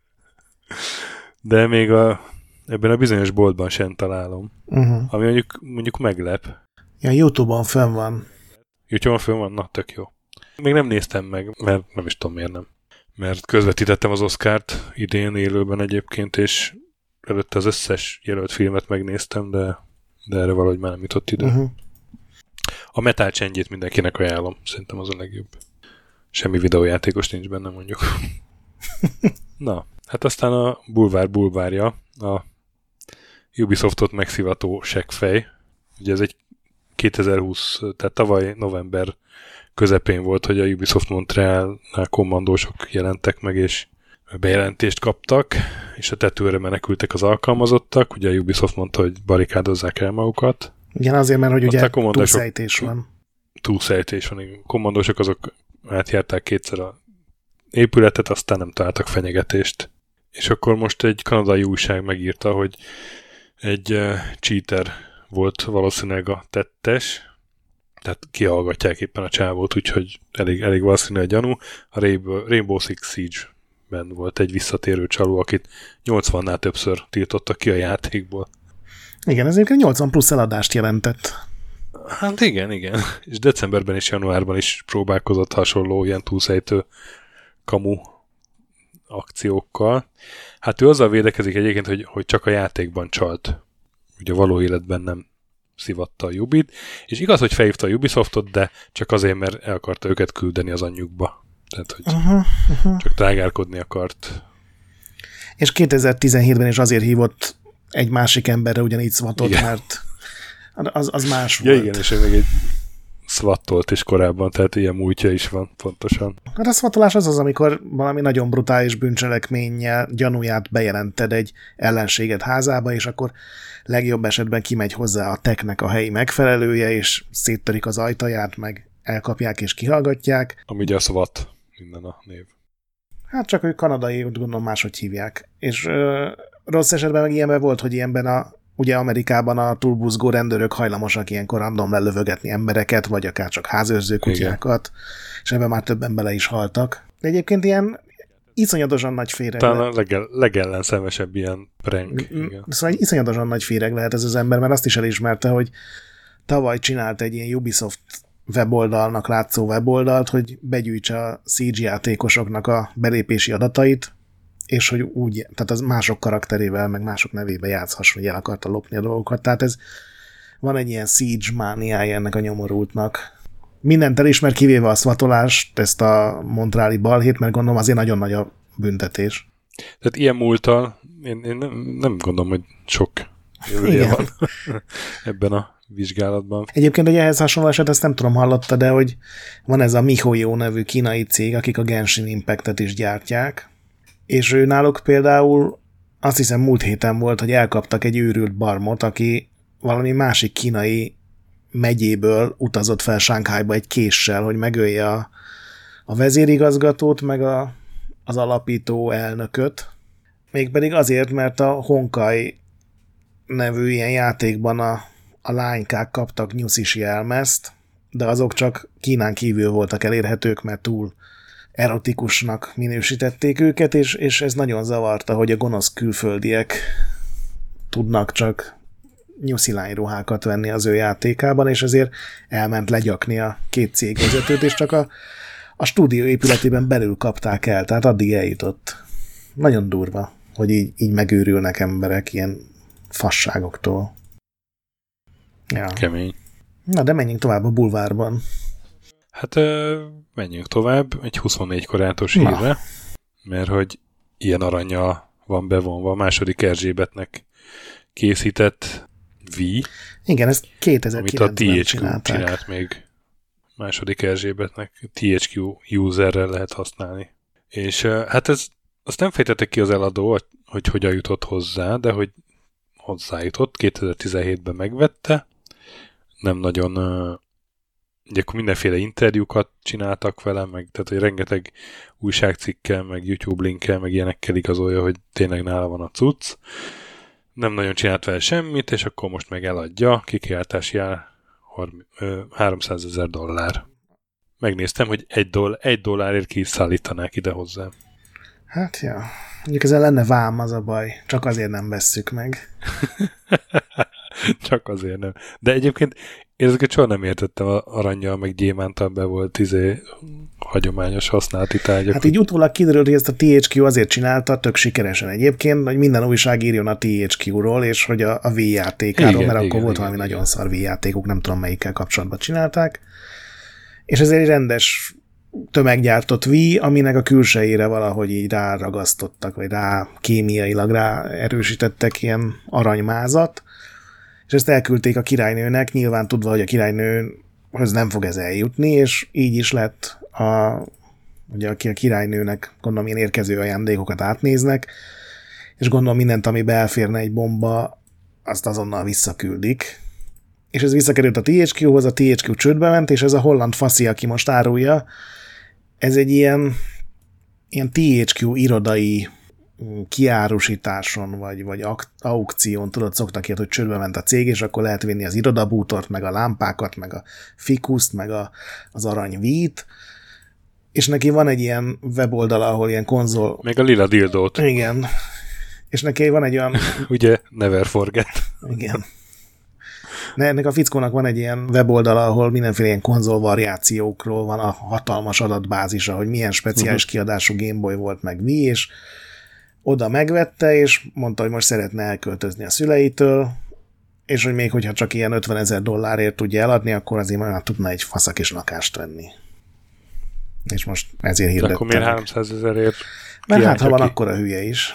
Speaker 1: De még a, ebben a bizonyos boltban sem találom. Uh-huh. Ami mondjuk, mondjuk meglep.
Speaker 2: Ja, YouTube-on fönn van.
Speaker 1: YouTube-on fönn van? Na, tök jó. Még nem néztem meg, mert nem is tudom miért nem. Mert közvetítettem az Oscart idén élőben egyébként, és előtte az összes jelölt filmet megnéztem, de, de erre valahogy már nem jutott idő. Uh-huh. A Metal Change-ét mindenkinek ajánlom. Szerintem az a legjobb. Semmi videójátékos nincs benne, mondjuk. Na, hát aztán a bulvár bulvárja, a Ubisoftot megszivató seggfej. Ugye ez egy kétezer-húsz, tehát tavaly november közepén volt, hogy a Ubisoft Montrealnál kommandósok jelentek meg, és bejelentést kaptak, és a tetőre menekültek az alkalmazottak. Ugye a Ubisoft mondta, hogy barikádozzák el magukat.
Speaker 2: Igen, azért, mert hogy ugye túlszejtés van.
Speaker 1: Túlszejtés van. A kommandósok azok átjárták kétszer a épületet, aztán nem találtak fenyegetést. És akkor most egy kanadai újság megírta, hogy egy uh, cheater volt valószínűleg a tettes, tehát kihallgatják éppen a csávót, úgyhogy elég, elég valószínű a gyanú. A Rainbow, Rainbow Six Siege-ben volt egy visszatérő csaló, akit nyolcvannál többször tiltottak ki a játékból.
Speaker 2: Igen, ez egyébként nyolcvan plusz eladást jelentett.
Speaker 1: Hát igen, igen. És decemberben és januárban is próbálkozott hasonló ilyen túlszejtő kamu akciókkal. Hát ő azzal védekezik egyébként, hogy, hogy csak a játékban csalt. Ugye a való életben nem szivatta a Ubit, és igaz, hogy felhívta a Ubisoftot, de csak azért, mert el akarta őket küldeni az anyjukba. Tehát, hogy uh-huh, uh-huh. csak trágárkodni akart.
Speaker 2: És kétezer-tizenhétben is azért hívott egy másik emberre ugyanígy szvatot, igen. mert az, az más
Speaker 1: ja,
Speaker 2: volt.
Speaker 1: Igen, és ő még egy szvattolt is korábban, tehát ilyen múltja is van pontosan.
Speaker 2: Hát a szvatolás az az, amikor valami nagyon brutális bűncselekménnyel gyanúját bejelented egy ellenséget házába, és akkor legjobb esetben kimegy hozzá a technek a helyi megfelelője, és széttörik az ajtaját, meg elkapják és kihallgatják.
Speaker 1: Ami ugye a SWAT, minden a név.
Speaker 2: Hát csak ők kanadai, úgy gondolom máshogy hívják. És ö, rossz esetben meg ilyenben volt, hogy ilyenben a, ugye Amerikában a túlbuzgó rendőrök hajlamosak ilyenkor random lelövögetni embereket, vagy akár csak házőrző kutyákat, igen. és ebben már többen bele is haltak. De egyébként ilyen iszonyatosan nagy féreg
Speaker 1: Talán lehet. a legel, legellenszenvesebb ilyen prank.
Speaker 2: Igen. Szóval iszonyatosan nagy féreg lehet ez az ember, mert azt is elismerte, hogy tavaly csinált egy ilyen Ubisoft weboldalnak látszó weboldalt, hogy begyűjtse a cé gé játékosoknak a belépési adatait, és hogy úgy, tehát az mások karakterével, meg mások nevébe játszhasson, hogy el akarta lopni a dolgokat. Tehát ez van egy ilyen siege mániája ennek a nyomorultnak. Mindent elismer, kivéve a szvatolást, ezt a montreali balhét, mert gondolom azért nagyon nagy a büntetés.
Speaker 1: Tehát ilyen múlttal én, én nem, nem gondolom, hogy sok jövője van ebben a vizsgálatban.
Speaker 2: Egyébként egy ehhez hasonló eset, ezt nem tudom, hallotta, de hogy van ez a MiHoYo nevű kínai cég, akik a Genshin Impact-et is gyártják, és ő náluk például azt hiszem múlt héten volt, hogy elkaptak egy őrült barmot, aki valami másik kínai megyéből utazott fel Sánkhájba egy késsel, hogy megölje a, a vezérigazgatót, meg a, az alapító elnököt. Mégpedig azért, mert a Honkai nevű ilyen játékban a, a lánykák kaptak nyuszisi jelmezt, de azok csak Kínán kívül voltak elérhetők, mert túl erotikusnak minősítették őket, és, és ez nagyon zavarta, hogy a gonosz külföldiek tudnak csak nyuszilányruhákat venni az ő játékában, és ezért elment legyakni a két cégvezetőt, és csak a, a stúdió épületében belül kapták el, tehát addig eljutott. Nagyon durva, hogy így, így megőrülnek emberek ilyen fasságoktól. Ja.
Speaker 1: Kemény.
Speaker 2: Na, de menjünk tovább a bulvárban.
Speaker 1: Hát menjünk tovább, egy huszonnégy karátos hírre, mert hogy ilyen aranya van bevonva a második Erzsébetnek készített Wii.
Speaker 2: Igen, ezt kétezer-kilencben
Speaker 1: amit a té há kú
Speaker 2: csinálták.
Speaker 1: csinált még második Erzsébetnek, té há kú userrel lehet használni. És hát ez, azt nem fejtette ki az eladó, hogy hogyan jutott hozzá, de hogy hozzájutott, kétezer-tizenhétben megvette, nem nagyon, ugye akkor mindenféle interjúkat csináltak vele, meg, tehát hogy rengeteg újságcikkel, meg YouTube linkkel, meg ilyenekkel igazolja, hogy tényleg nála van a cucc. Nem nagyon csinált vele semmit, és akkor most meg eladja, kikiáltási ár háromszázezer dollár. Megnéztem, hogy egy, doll- egy dollárért ki is szállítanák ide hozzá.
Speaker 2: Hát ja, mondjuk ezzel lenne vám, az a baj. Csak azért nem vesszük meg.
Speaker 1: Csak azért nem. De egyébként én ezeket soha nem értettem, arannyal meg gyémántal be volt izé hagyományos használati tárgyak.
Speaker 2: Hát így utólag kiderült, hogy ezt a té há kú azért csinálta, tök sikeresen egyébként, hogy minden újság írjon a té há kúról, és hogy a, a Wii játékáról, igen, mert igen, akkor igen, volt igen, valami igen. nagyon szar Wii játékok, nem tudom melyikkel kapcsolatban csinálták. És ez egy rendes tömeggyártott Wii, aminek a külsejére valahogy így ráragasztottak, vagy rá kémiailag rá erősítettek ilyen aranymázat, és ezt elküldték a királynőnek, nyilván tudva, hogy a királynőhöz nem fog ez eljutni, és így is lett, a, ugye aki a királynőnek gondolom ilyen érkező ajándékokat átnéznek, és gondolom mindent, ami belférne egy bomba, azt azonnal visszaküldik. És ez visszakerült a té há kúhoz, a té há kú csődbe ment, és ez a holland faszi, aki most árulja, ez egy ilyen, ilyen té há kú irodai kiárusításon, vagy, vagy aukción, tudod, szoktak ilyet, hogy csődbe ment a cég, és akkor lehet vinni az irodabútort, meg a lámpákat, meg a fikuszt, meg a, az arany Wii-t, és neki van egy ilyen weboldala, ahol ilyen konzol...
Speaker 1: Meg a lila dildót.
Speaker 2: Igen. És neki van egy olyan...
Speaker 1: Ugye, never forget.
Speaker 2: Igen. De ennek a fickónak van egy ilyen weboldala, ahol mindenféle ilyen konzol variációkról van a hatalmas adatbázisa, hogy milyen speciális uh-huh. kiadású Game Boy volt meg Wii, és oda megvette, és mondta, hogy most szeretne elköltözni a szüleitől, és hogy még hogyha csak ilyen ötvenezer dollárért tudja eladni, akkor azért már tudna egy faszakis lakást venni. És most ezért hirdettem.
Speaker 1: De akkor miért háromszázezerért?
Speaker 2: Mert hát, ha van, akkor a hülye is.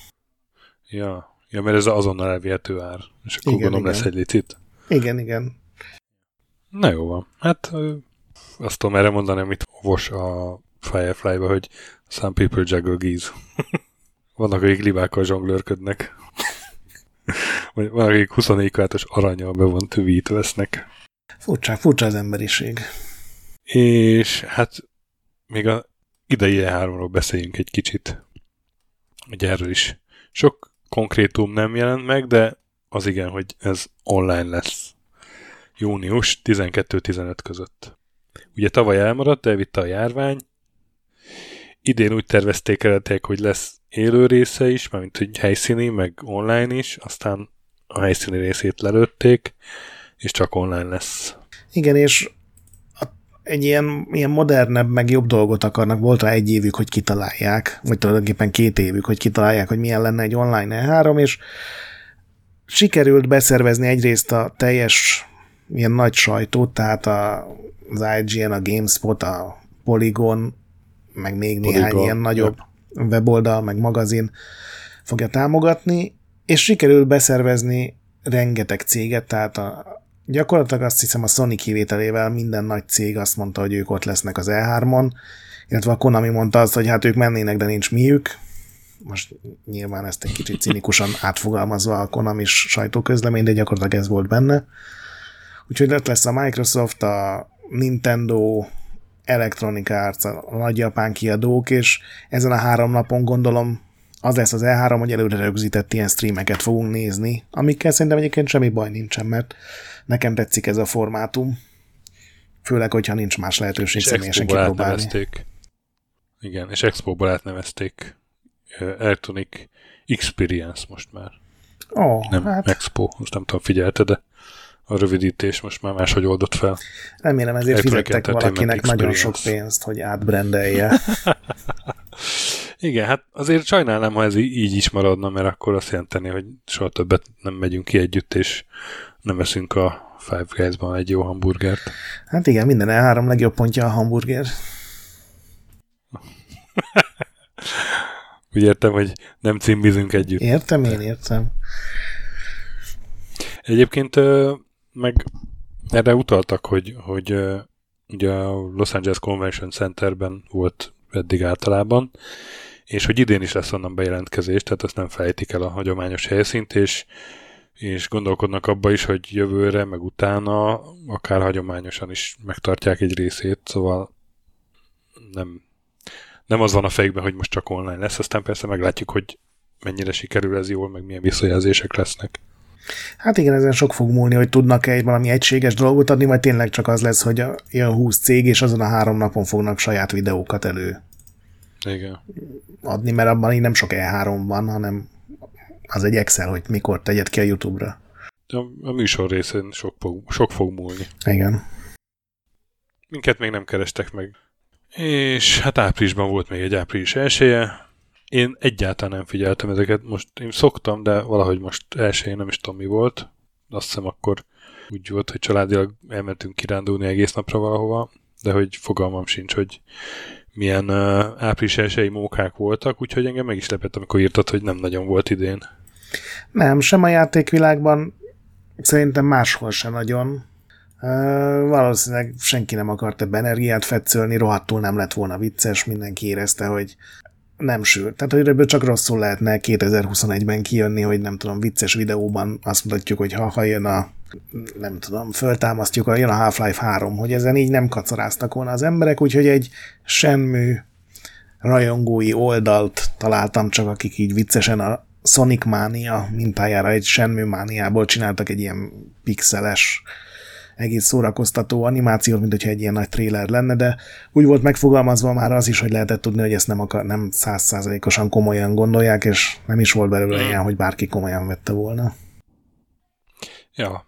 Speaker 1: Ja. ja, mert ez azonnal elvihető ár. És akkor igen, gondolom igen. lesz egy licit.
Speaker 2: Igen, igen.
Speaker 1: Na jó van. Hát azt tudom erre mondani, amit Vos a Firefly-ba, hogy some people juggle geese. Vannak, akik libákkal zsonglőrködnek. Van, akik huszonnégy karátos aranyjal bevont Wii-t vesznek.
Speaker 2: Furcsa, furcsa az emberiség.
Speaker 1: És hát még a idei E háromról beszéljünk egy kicsit. Ugye erről is sok konkrétum nem jelent meg, de az igen, hogy ez online lesz. Június tizenkettő-tizenöt között. Ugye tavaly elmaradt, elvitte a járvány. Idén úgy tervezték eredetileg, hogy lesz élő része is, mármint hogy helyszíni, meg online is, aztán a helyszíni részét lelőtték, és csak online lesz.
Speaker 2: Igen, és egy ilyen, ilyen modernebb, meg jobb dolgot akarnak. Volt rá egy évük, hogy kitalálják, vagy tulajdonképpen két évük, hogy kitalálják, hogy milyen lenne egy online E három, és sikerült beszervezni egyrészt a teljes ilyen nagy sajtót, tehát a, az I G N, a GameSpot, a Polygon, meg még néhány Polygon, ilyen nagyobb ja. weboldal, meg magazin fogja támogatni, és sikerült beszervezni rengeteg céget, tehát a, gyakorlatilag azt hiszem a Sony kivételével minden nagy cég azt mondta, hogy ők ott lesznek az E hármon, illetve a Konami mondta azt, hogy hát ők mennének, de nincs miük. Most nyilván ezt egy kicsit cinikusan átfogalmazva a Konami-s sajtóközlemény, de gyakorlatilag ez volt benne. Úgyhogy ott lesz a Microsoft, a Nintendo, Electronic Arts, a nagy japán kiadók, és ezen a három napon gondolom az lesz az E három, hogy előre rögzített ilyen streameket fogunk nézni, amikkel szerintem egyébként semmi baj nincsen, mert nekem tetszik ez a formátum, főleg, hogyha nincs más lehetőség személyesen kipróbálni.
Speaker 1: Igen, és Expo-ból átnevezték Electronic Experience most már.
Speaker 2: Oh,
Speaker 1: nem
Speaker 2: hát...
Speaker 1: Expo, most nem tudom, figyelte, de a rövidítés most már máshogy oldott fel.
Speaker 2: Remélem ezért fizettek valakinek nagyon sok pénzt, hogy átbrendelje.
Speaker 1: Igen, hát azért sajnálom, ha ez így is maradna, mert akkor azt jelenteni, hogy soha többet nem megyünk ki együtt, és nem veszünk a Five Guys-ban egy jó hamburgert.
Speaker 2: Hát igen, minden E három legjobb pontja a hamburger.
Speaker 1: Úgy értem, hogy nem címbizünk együtt.
Speaker 2: Értem, én értem.
Speaker 1: Egyébként meg erre utaltak, hogy, hogy ugye a Los Angeles Convention Centerben volt eddig általában, és hogy idén is lesz onnan bejelentkezés, tehát azt nem felejtik el a hagyományos helyszínt, és, és gondolkodnak abba is, hogy jövőre, meg utána akár hagyományosan is megtartják egy részét, szóval nem, nem az van a fejükben, hogy most csak online lesz, aztán persze meglátjuk, hogy mennyire sikerül ez jól, meg milyen visszajelzések lesznek.
Speaker 2: Hát igen, ezen sok fog múlni, hogy tudnak-e egy valami egységes dolgot adni, vagy tényleg csak az lesz, hogy jön húsz cég, és azon a három napon fognak saját videókat elő
Speaker 1: igen.
Speaker 2: adni, mert abban így nem sok E három van, hanem az egy Excel, hogy mikor tegyed ki a YouTube-ra.
Speaker 1: A, a műsor részén sok fog, sok fog múlni.
Speaker 2: Igen.
Speaker 1: Minket még nem kerestek meg. És hát áprilisban volt még egy április elsője. Én egyáltalán nem figyeltem ezeket. Most én szoktam, de valahogy most elsőjén nem is tudom mi volt. Azt hiszem akkor úgy volt, hogy családilag elmentünk kirándulni egész napra valahova, de hogy fogalmam sincs, hogy milyen uh, április elsői mókák voltak, úgyhogy engem meg is lepett, amikor írtad, hogy nem nagyon volt idén.
Speaker 2: Nem, sem a játékvilágban, szerintem máshol sem nagyon. Uh, valószínűleg senki nem akart ebben energiát fetszölni, rohadtul nem lett volna vicces, mindenki érezte, hogy nem sűr. Tehát, hogy ebből csak rosszul lehetne kétezer-huszonegyben kijönni, hogy nem tudom, vicces videóban azt mutatjuk, hogy ha, ha jön a nem tudom, föltámasztjuk, jön a Half-Life három, hogy ezen így nem kacaráztak volna az emberek, úgyhogy egy semmű rajongói oldalt találtam csak, akik így viccesen a Sonic Mania mintájára egy semmű mániából csináltak egy ilyen pixeles, egész szórakoztató animációt, mint hogyha egy ilyen nagy tréler lenne, de úgy volt megfogalmazva már az is, hogy lehetett tudni, hogy ezt nem akar, nem száz százalékosan komolyan gondolják, és nem is volt belőle ilyen, hogy bárki komolyan vette volna.
Speaker 1: Ja,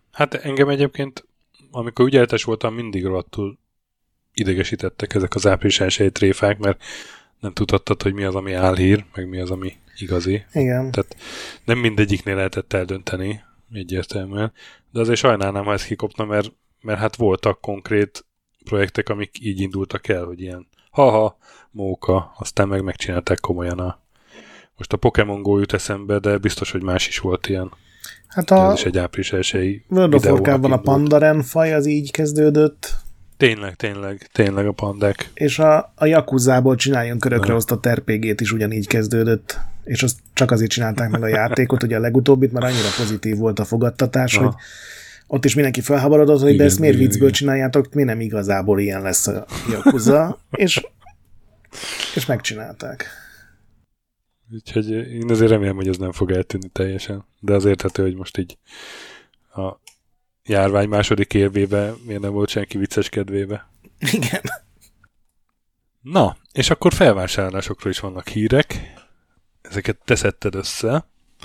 Speaker 1: Hát engem egyébként, amikor ügyeletes voltam, mindig rohadtul idegesítettek ezek az április elsői tréfák, mert nem tudhattad, hogy mi az, ami álhír, meg mi az, ami igazi.
Speaker 2: Igen.
Speaker 1: Tehát nem mindegyiknél lehetett eldönteni egyértelműen, de azért sajnálnám, ha ez kikopna, mert, mert hát voltak konkrét projektek, amik így indultak el, hogy ilyen haha, móka, aztán meg megcsinálták komolyan a... Most a Pokémon Go jut eszembe, de biztos, hogy más is volt ilyen.
Speaker 2: Hát a...
Speaker 1: Ez is egy április elsői
Speaker 2: World of Warcraftban a Pandaren faj az így kezdődött.
Speaker 1: Tényleg, tényleg, tényleg a pandák.
Speaker 2: És a, a Yakuzából csináljon körökre osztott er pé gét is ugyanígy kezdődött. És azt csak azért csinálták meg a játékot, ugye a legutóbbit, mert annyira pozitív volt a fogadtatás, Aha. hogy ott is mindenki felháborodott, hogy igen, de ezt miért igen, viccből igen. csináljátok, mi nem igazából ilyen lesz a Yakuza, és, és megcsinálták.
Speaker 1: Úgyhogy én azért remélem, hogy ez nem fog eltűnni teljesen, de az érthető, hogy most így a járvány második évében miért nem volt senki vicces kedvébe.
Speaker 2: Igen.
Speaker 1: Na, és akkor felvásárlásokról is vannak hírek. Ezeket te szedted össze.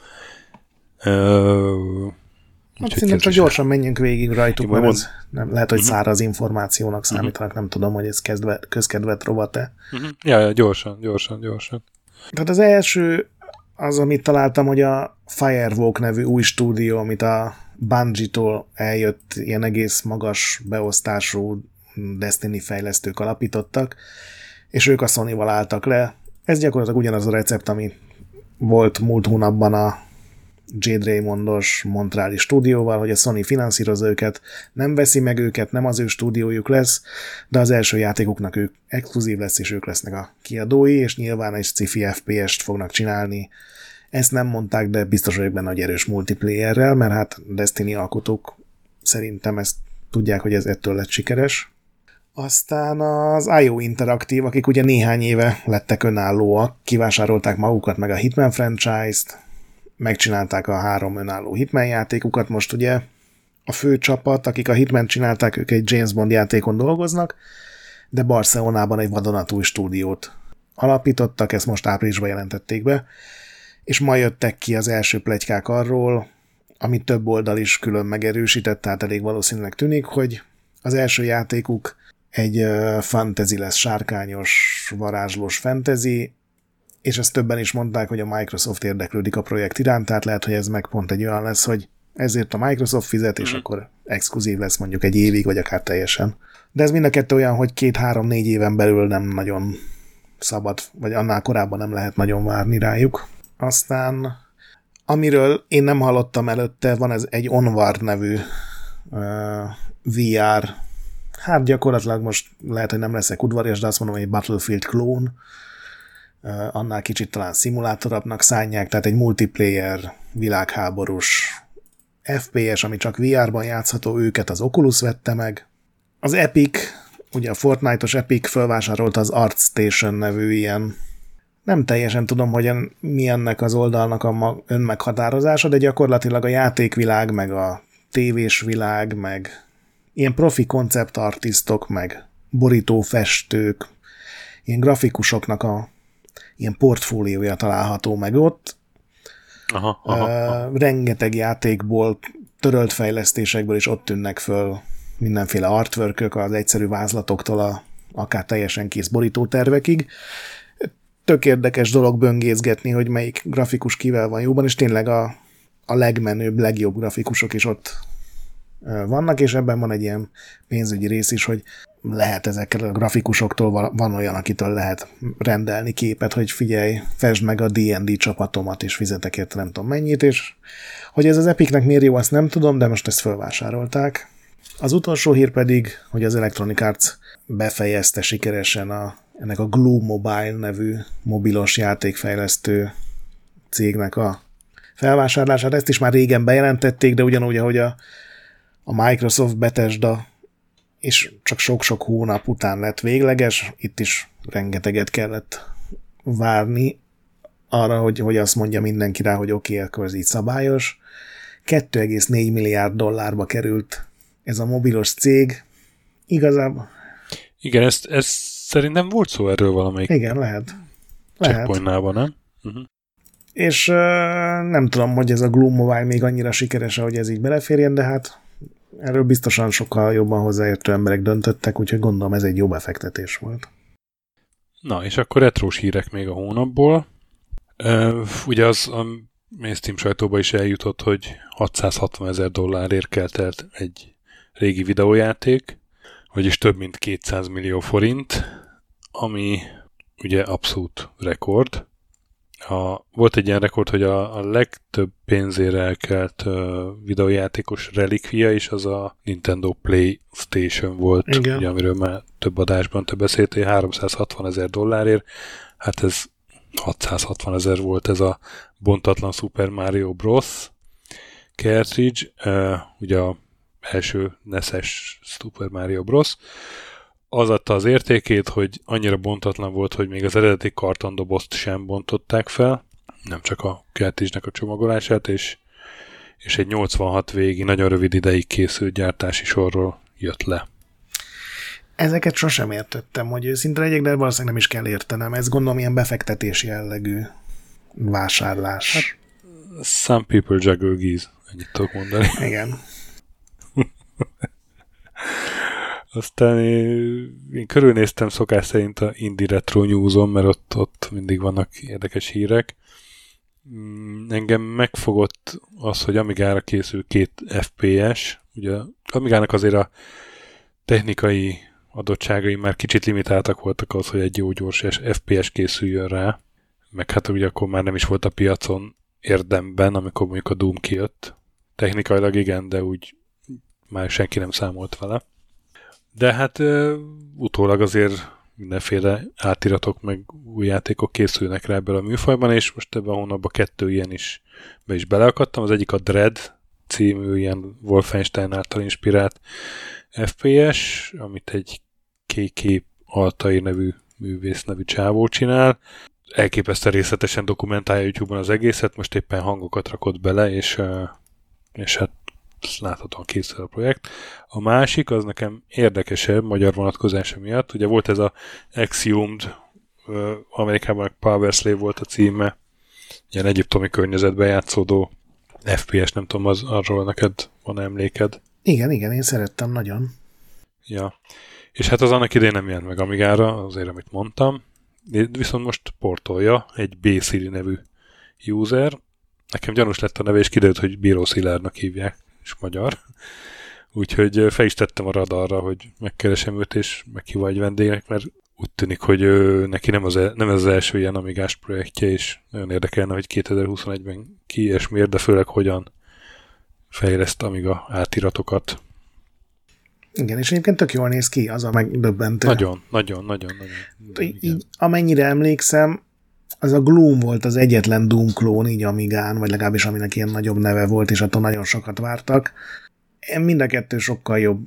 Speaker 1: Uh,
Speaker 2: hát szerintem csak gyorsan menjünk végig rajtuk, mert ez nem, lehet, hogy uh-huh. száraz információnak számítanak, uh-huh. nem tudom, hogy ez kezdve, közkedvet rovat-e.
Speaker 1: Uh-huh. Ja, ja, gyorsan, gyorsan, gyorsan.
Speaker 2: Tehát az első az, amit találtam, hogy a Firewalk nevű új stúdió, amit a Bungie-tól eljött, ilyen egész magas beosztású Destiny fejlesztők alapítottak, és ők a Sony-val álltak le. Ez gyakorlatilag ugyanaz a recept, ami volt múlt hónapban a Jade Raymondos Montreali stúdióval, hogy a Sony finanszírozza őket, nem veszi meg őket, nem az ő stúdiójuk lesz, de az első játékuknak ők exkluzív lesz, és ők lesznek a kiadói, és nyilván egy sci-fi ef pé est fognak csinálni. Ezt nem mondták, de biztos vagyok benne, hogy erős multiplayerrel, mert hát Destiny alkotók szerintem ezt tudják, hogy ez ettől lett sikeres. Aztán az i o Interactive, akik ugye néhány éve lettek önállóak, kivásárolták magukat meg a Hitman franchise-t, megcsinálták a három önálló Hitman játékukat, most ugye a fő csapat, akik a Hitman csinálták, ők egy James Bond játékon dolgoznak, de Barcelonában egy vadonatúj stúdiót alapítottak, ezt most áprilisban jelentették be, és ma jöttek ki az első pletykák arról, amit több oldal is külön megerősített, tehát elég valószínűleg tűnik, hogy az első játékuk egy uh, fantasy lesz, sárkányos, varázslós fantasy, és ezt többen is mondták, hogy a Microsoft érdeklődik a projekt iránt, tehát lehet, hogy ez meg pont egy olyan lesz, hogy ezért a Microsoft fizet, és mm-hmm. akkor exkluzív lesz mondjuk egy évig, vagy akár teljesen. De ez mind a kettő olyan, hogy két-három-négy éven belül nem nagyon szabad, vagy annál korábban nem lehet nagyon várni rájuk. Aztán, amiről én nem hallottam előtte, van ez egy Onward nevű uh, vé er, hát gyakorlatilag most lehet, hogy nem leszek udvarias, de azt mondom, hogy egy Battlefield klón, uh, annál kicsit talán szimulátorabbnak szánják, tehát egy multiplayer, világháborús ef pé es, ami csak vé er-ban játszható, őket az Oculus vette meg. Az Epic, ugye a Fortnite-os Epic felvásárolta az ArtStation nevű ilyen, nem teljesen tudom, hogy mi ennek az oldalnak a önmeghatározása, de gyakorlatilag a játékvilág, meg a tévés világ, meg ilyen profi konceptartisztok, meg borítófestők, ilyen grafikusoknak a ilyen portfóliója található meg ott.
Speaker 1: Aha, aha, aha.
Speaker 2: Uh, rengeteg játékból, törölt fejlesztésekből is ott tűnnek föl mindenféle artworkök, az egyszerű vázlatoktól a akár teljesen kész borítótervekig. Tök érdekes dolog böngészgetni, hogy melyik grafikus kivel van jóban, és tényleg a, a legmenőbb, legjobb grafikusok is ott vannak, és ebben van egy ilyen pénzügyi rész is, hogy lehet ezekkel a grafikusoktól, van olyan, akitől lehet rendelni képet, hogy figyelj, fesd meg a dé end dé csapatomat, és fizetek érte nem tudom mennyit, és hogy ez az Epicnek miért jó, azt nem tudom, de most ezt felvásárolták. Az utolsó hír pedig, hogy az Electronic Arts befejezte sikeresen a, ennek a Glue Mobile nevű mobilos játékfejlesztő cégnek a felvásárlását. Ezt is már régen bejelentették, de ugyanúgy, ahogy a, a Microsoft Bethesda, és csak sok-sok hónap után lett végleges, itt is rengeteget kellett várni arra, hogy, hogy azt mondja mindenki rá, hogy oké, okay, akkor ez így szabályos. kettő egész négy milliárd dollárba került ez a mobilos cég. Igazából...
Speaker 1: Igen, ez, ez szerintem volt szó erről valamelyik.
Speaker 2: Igen, lehet. lehet.
Speaker 1: Checkpointnában, nem? Uh-huh.
Speaker 2: És uh, nem tudom, hogy ez a Gloom Mobile még annyira sikeres, hogy ez így beleférjen, de hát erről biztosan sokkal jobban hozzáértő emberek döntöttek, úgyhogy gondolom ez egy jó befektetés volt.
Speaker 1: Na, és akkor retrós hírek még a hónapból. Uh, ugye az a mainstream sajtóba is eljutott, hogy hatszázhatvanezer dollárért kelt el egy régi videójáték, vagyis több mint kétszáz millió forint, ami ugye abszolút rekord. A, volt egy ilyen rekord, hogy a, a legtöbb pénzére elkelt uh, videójátékos relikvia is az a Nintendo PlayStation volt, ugye, amiről már több adásban több beszéltél, háromszázhatvanezer dollárért. Hát ez hatszázhatvanezer volt ez a bontatlan Super Mario Bros. Cartridge, uh, ugye a első neszes Super Mario Bros. Az adta az értékét, hogy annyira bontatlan volt, hogy még az eredeti kartondobozt sem bontották fel, nem csak a cartridge-nek a csomagolását, és, és egy nyolcvanhat végi, nagyon rövid ideig készült gyártási sorról jött le.
Speaker 2: Ezeket sosem értettem, hogy őszinte legyek, de valószínűleg nem is kell értenem. Ez gondolom ilyen befektetési jellegű vásárlás. Hát,
Speaker 1: some people juggle geese, ennyit tudok mondani.
Speaker 2: Igen.
Speaker 1: Aztán én, én körülnéztem szokás szerint a Indie Retro News-on, mert ott, ott mindig vannak érdekes hírek. Engem megfogott az, hogy Amigára készül két ef pé es. Ugye Amigának azért a technikai adottságai már kicsit limitáltak voltak az, hogy egy jó gyors ef pé es készüljön rá. Meg hát ugye akkor már nem is volt a piacon érdemben, amikor mondjuk a Doom kijött. Technikailag igen, de úgy már senki nem számolt vele. De hát uh, utólag azért mindenféle átiratok meg új játékok készülnek rá ebből a műfajban, és most ebben a hónapban kettő ilyen is be is beleakadtam. Az egyik a Dread című ilyen Wolfenstein által inspirált ef pé es, amit egy ká ká Altair nevű művész nevű csávó csinál. Elképesztően részletesen dokumentálja YouTube-on az egészet, most éppen hangokat rakott bele, és, uh, és hát láthatóan készül a projekt. A másik, az nekem érdekesebb magyar vonatkozása miatt. Ugye volt ez a Exhumed, Amerikában Power Slave volt a címe, ilyen egyiptomi környezetben játszódó ef pé es, nem tudom, az, arról neked van emléked?
Speaker 2: Igen, igen, én szerettem nagyon.
Speaker 1: Ja, és hát az annak idején nem jelent meg Amigára, azért, amit mondtam, viszont most portolja egy B-Siri nevű user. Nekem gyanús lett a neve, és kiderült, hogy Bíró Szilárdnak hívják, és magyar. Úgyhogy fel is tettem a radarra, hogy megkeresem őt, és meghívva egy vendégnek, mert úgy tűnik, hogy neki nem, az, nem ez az első ilyen Amigás projektje, és nagyon érdekelne, hogy kétezer-huszonegyben ki és miért, de főleg hogyan fejleszt Amiga átiratokat.
Speaker 2: Igen, és egyébként tök jól néz ki, az a megdöbbentő.
Speaker 1: Nagyon, nagyon, nagyon. nagyon
Speaker 2: így, amennyire emlékszem, az a Gloom volt az egyetlen Doom klón így Amigán, vagy legalábbis aminek ilyen nagyobb neve volt, és attól nagyon sokat vártak. Mind a kettő sokkal jobb,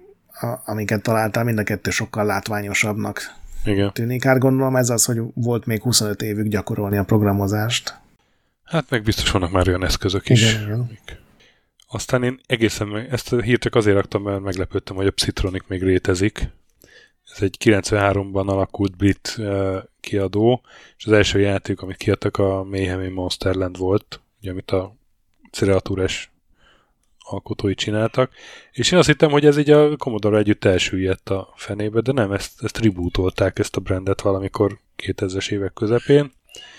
Speaker 2: amiket találtál, mind a kettő sokkal látványosabbnak
Speaker 1: Igen.
Speaker 2: tűnik. Hát gondolom ez az, hogy volt még huszonöt évük gyakorolni a programozást.
Speaker 1: Hát meg biztos vannak már olyan eszközök is.
Speaker 2: Igen, igen.
Speaker 1: Aztán én egészen meg, ezt a hírt csak azért raktam, mert meglepődtem, hogy a Psytronic még létezik. Ez egy kilencvenháromban alakult brit uh, kiadó, és az első játék, amit kiadtak, a Mayhem in Monsterland volt, ugye, amit a Creatures alkotói csináltak, és én azt hittem, hogy ez így a Commodore együtt elsüllyedt a fenébe, de nem, ezt, ezt rebootolták, ezt a brandet valamikor kétezres évek közepén,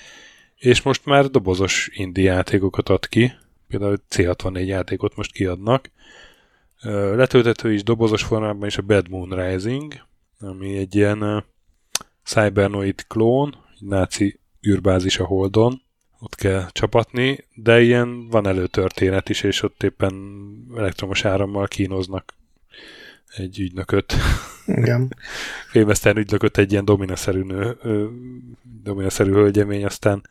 Speaker 1: és most már dobozos indie játékokat ad ki, például cé hatvannégy játékot most kiadnak. Letölthető is dobozos formában is a Bad Moon Rising, ami egy ilyen uh, cybernoid klón, egy náci űrbázis a Holdon, ott kell csapatni, de ilyen van előtörténet is, és ott éppen elektromos árammal kínoznak egy ügynököt.
Speaker 2: Igen.
Speaker 1: Félmeztelen ügynököt egy ilyen dominaszerű nő, dominaszerű hölgyemény, aztán,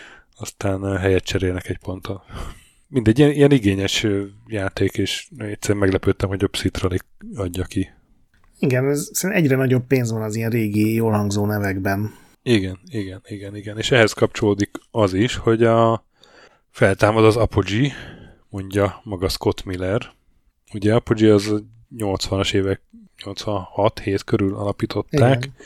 Speaker 1: aztán helyet cserélnek egy ponton. Mindegy, ilyen, ilyen igényes játék, és egyszerűen meglepődtem, hogy a Psytronic adja ki.
Speaker 2: Igen, ez, egyre nagyobb pénz van az ilyen régi, jól hangzó nevekben.
Speaker 1: Igen, igen, igen, igen. És ehhez kapcsolódik az is, hogy a feltámad az Apogee, mondja maga Scott Miller. Ugye Apogee az nyolcvanas évek, nyolcvanhat hét körül alapították, igen.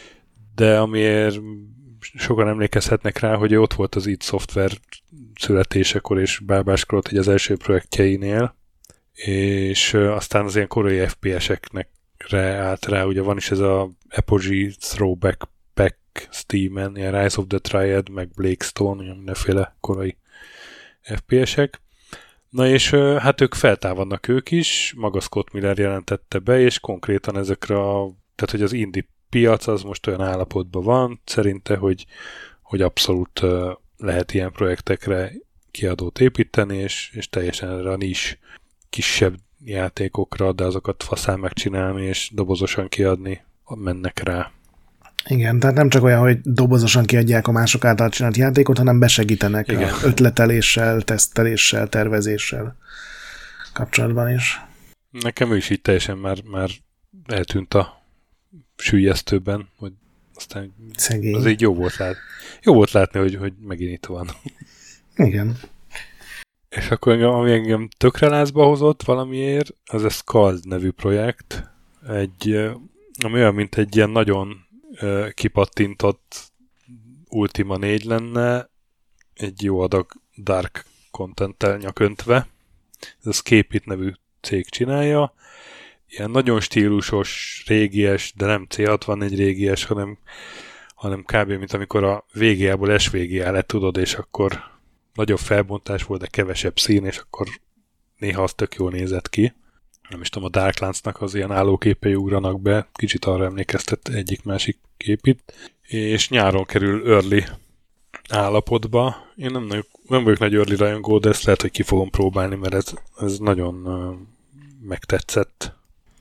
Speaker 1: De amiért sokan emlékezhetnek rá, hogy ott volt az id Software születésekor és bábáskodott egy az első projektjeinél, és aztán az ilyen korai ef pé eseknek állt rá, ugye van is ez a Apogee Throwback Pack Steam-en, ilyen Rise of the Triad, meg Blakestone, ilyen mindenféle korai ef pé esek. Na és hát ők feltámadnak ők is, maga Scott Miller jelentette be, és konkrétan ezekre a, tehát hogy az indie piac az most olyan állapotban van, szerinte, hogy, hogy abszolút lehet ilyen projektekre kiadót építeni, és, és teljesen erre a nis kisebb játékokra, de azokat faszán megcsinálni, és dobozosan kiadni, mennek rá.
Speaker 2: Igen, tehát nem csak olyan, hogy dobozosan kiadják a mások által csinált játékot, hanem besegítenek Igen. a ötleteléssel, teszteléssel, tervezéssel kapcsolatban is.
Speaker 1: Nekem ő is így teljesen már, már eltűnt a süllyesztőben, hogy aztán Szegény. Az így jó volt látni. Jó volt látni, hogy, hogy megint itt van.
Speaker 2: Igen.
Speaker 1: És akkor engem, ami engem tökre lázba hozott valamiért, az a Scald nevű projekt, egy, ami olyan, mint egy ilyen nagyon uh, kipattintott Ultima négy lenne, egy jó adag dark content-tel nyaköntve. Ez a Scapeit nevű cég csinálja. Ilyen nagyon stílusos, régies, de nem cé hatvannégy régies, hanem, hanem kb. Mint amikor a vé gé á-ból es vé gé á lett, tudod, és akkor nagyobb felbontás volt, de kevesebb szín, és akkor néha az tök jól nézett ki. Nem is tudom, a Darklands-nak az ilyen állóképei ugranak be, kicsit arra emlékeztet egyik-másik képit, és nyáron kerül early állapotba. Én nem, nagyon, nem vagyok nagy early rajongó, de ezt lehet, hogy ki fogom próbálni, mert ez, ez nagyon uh, megtetszett.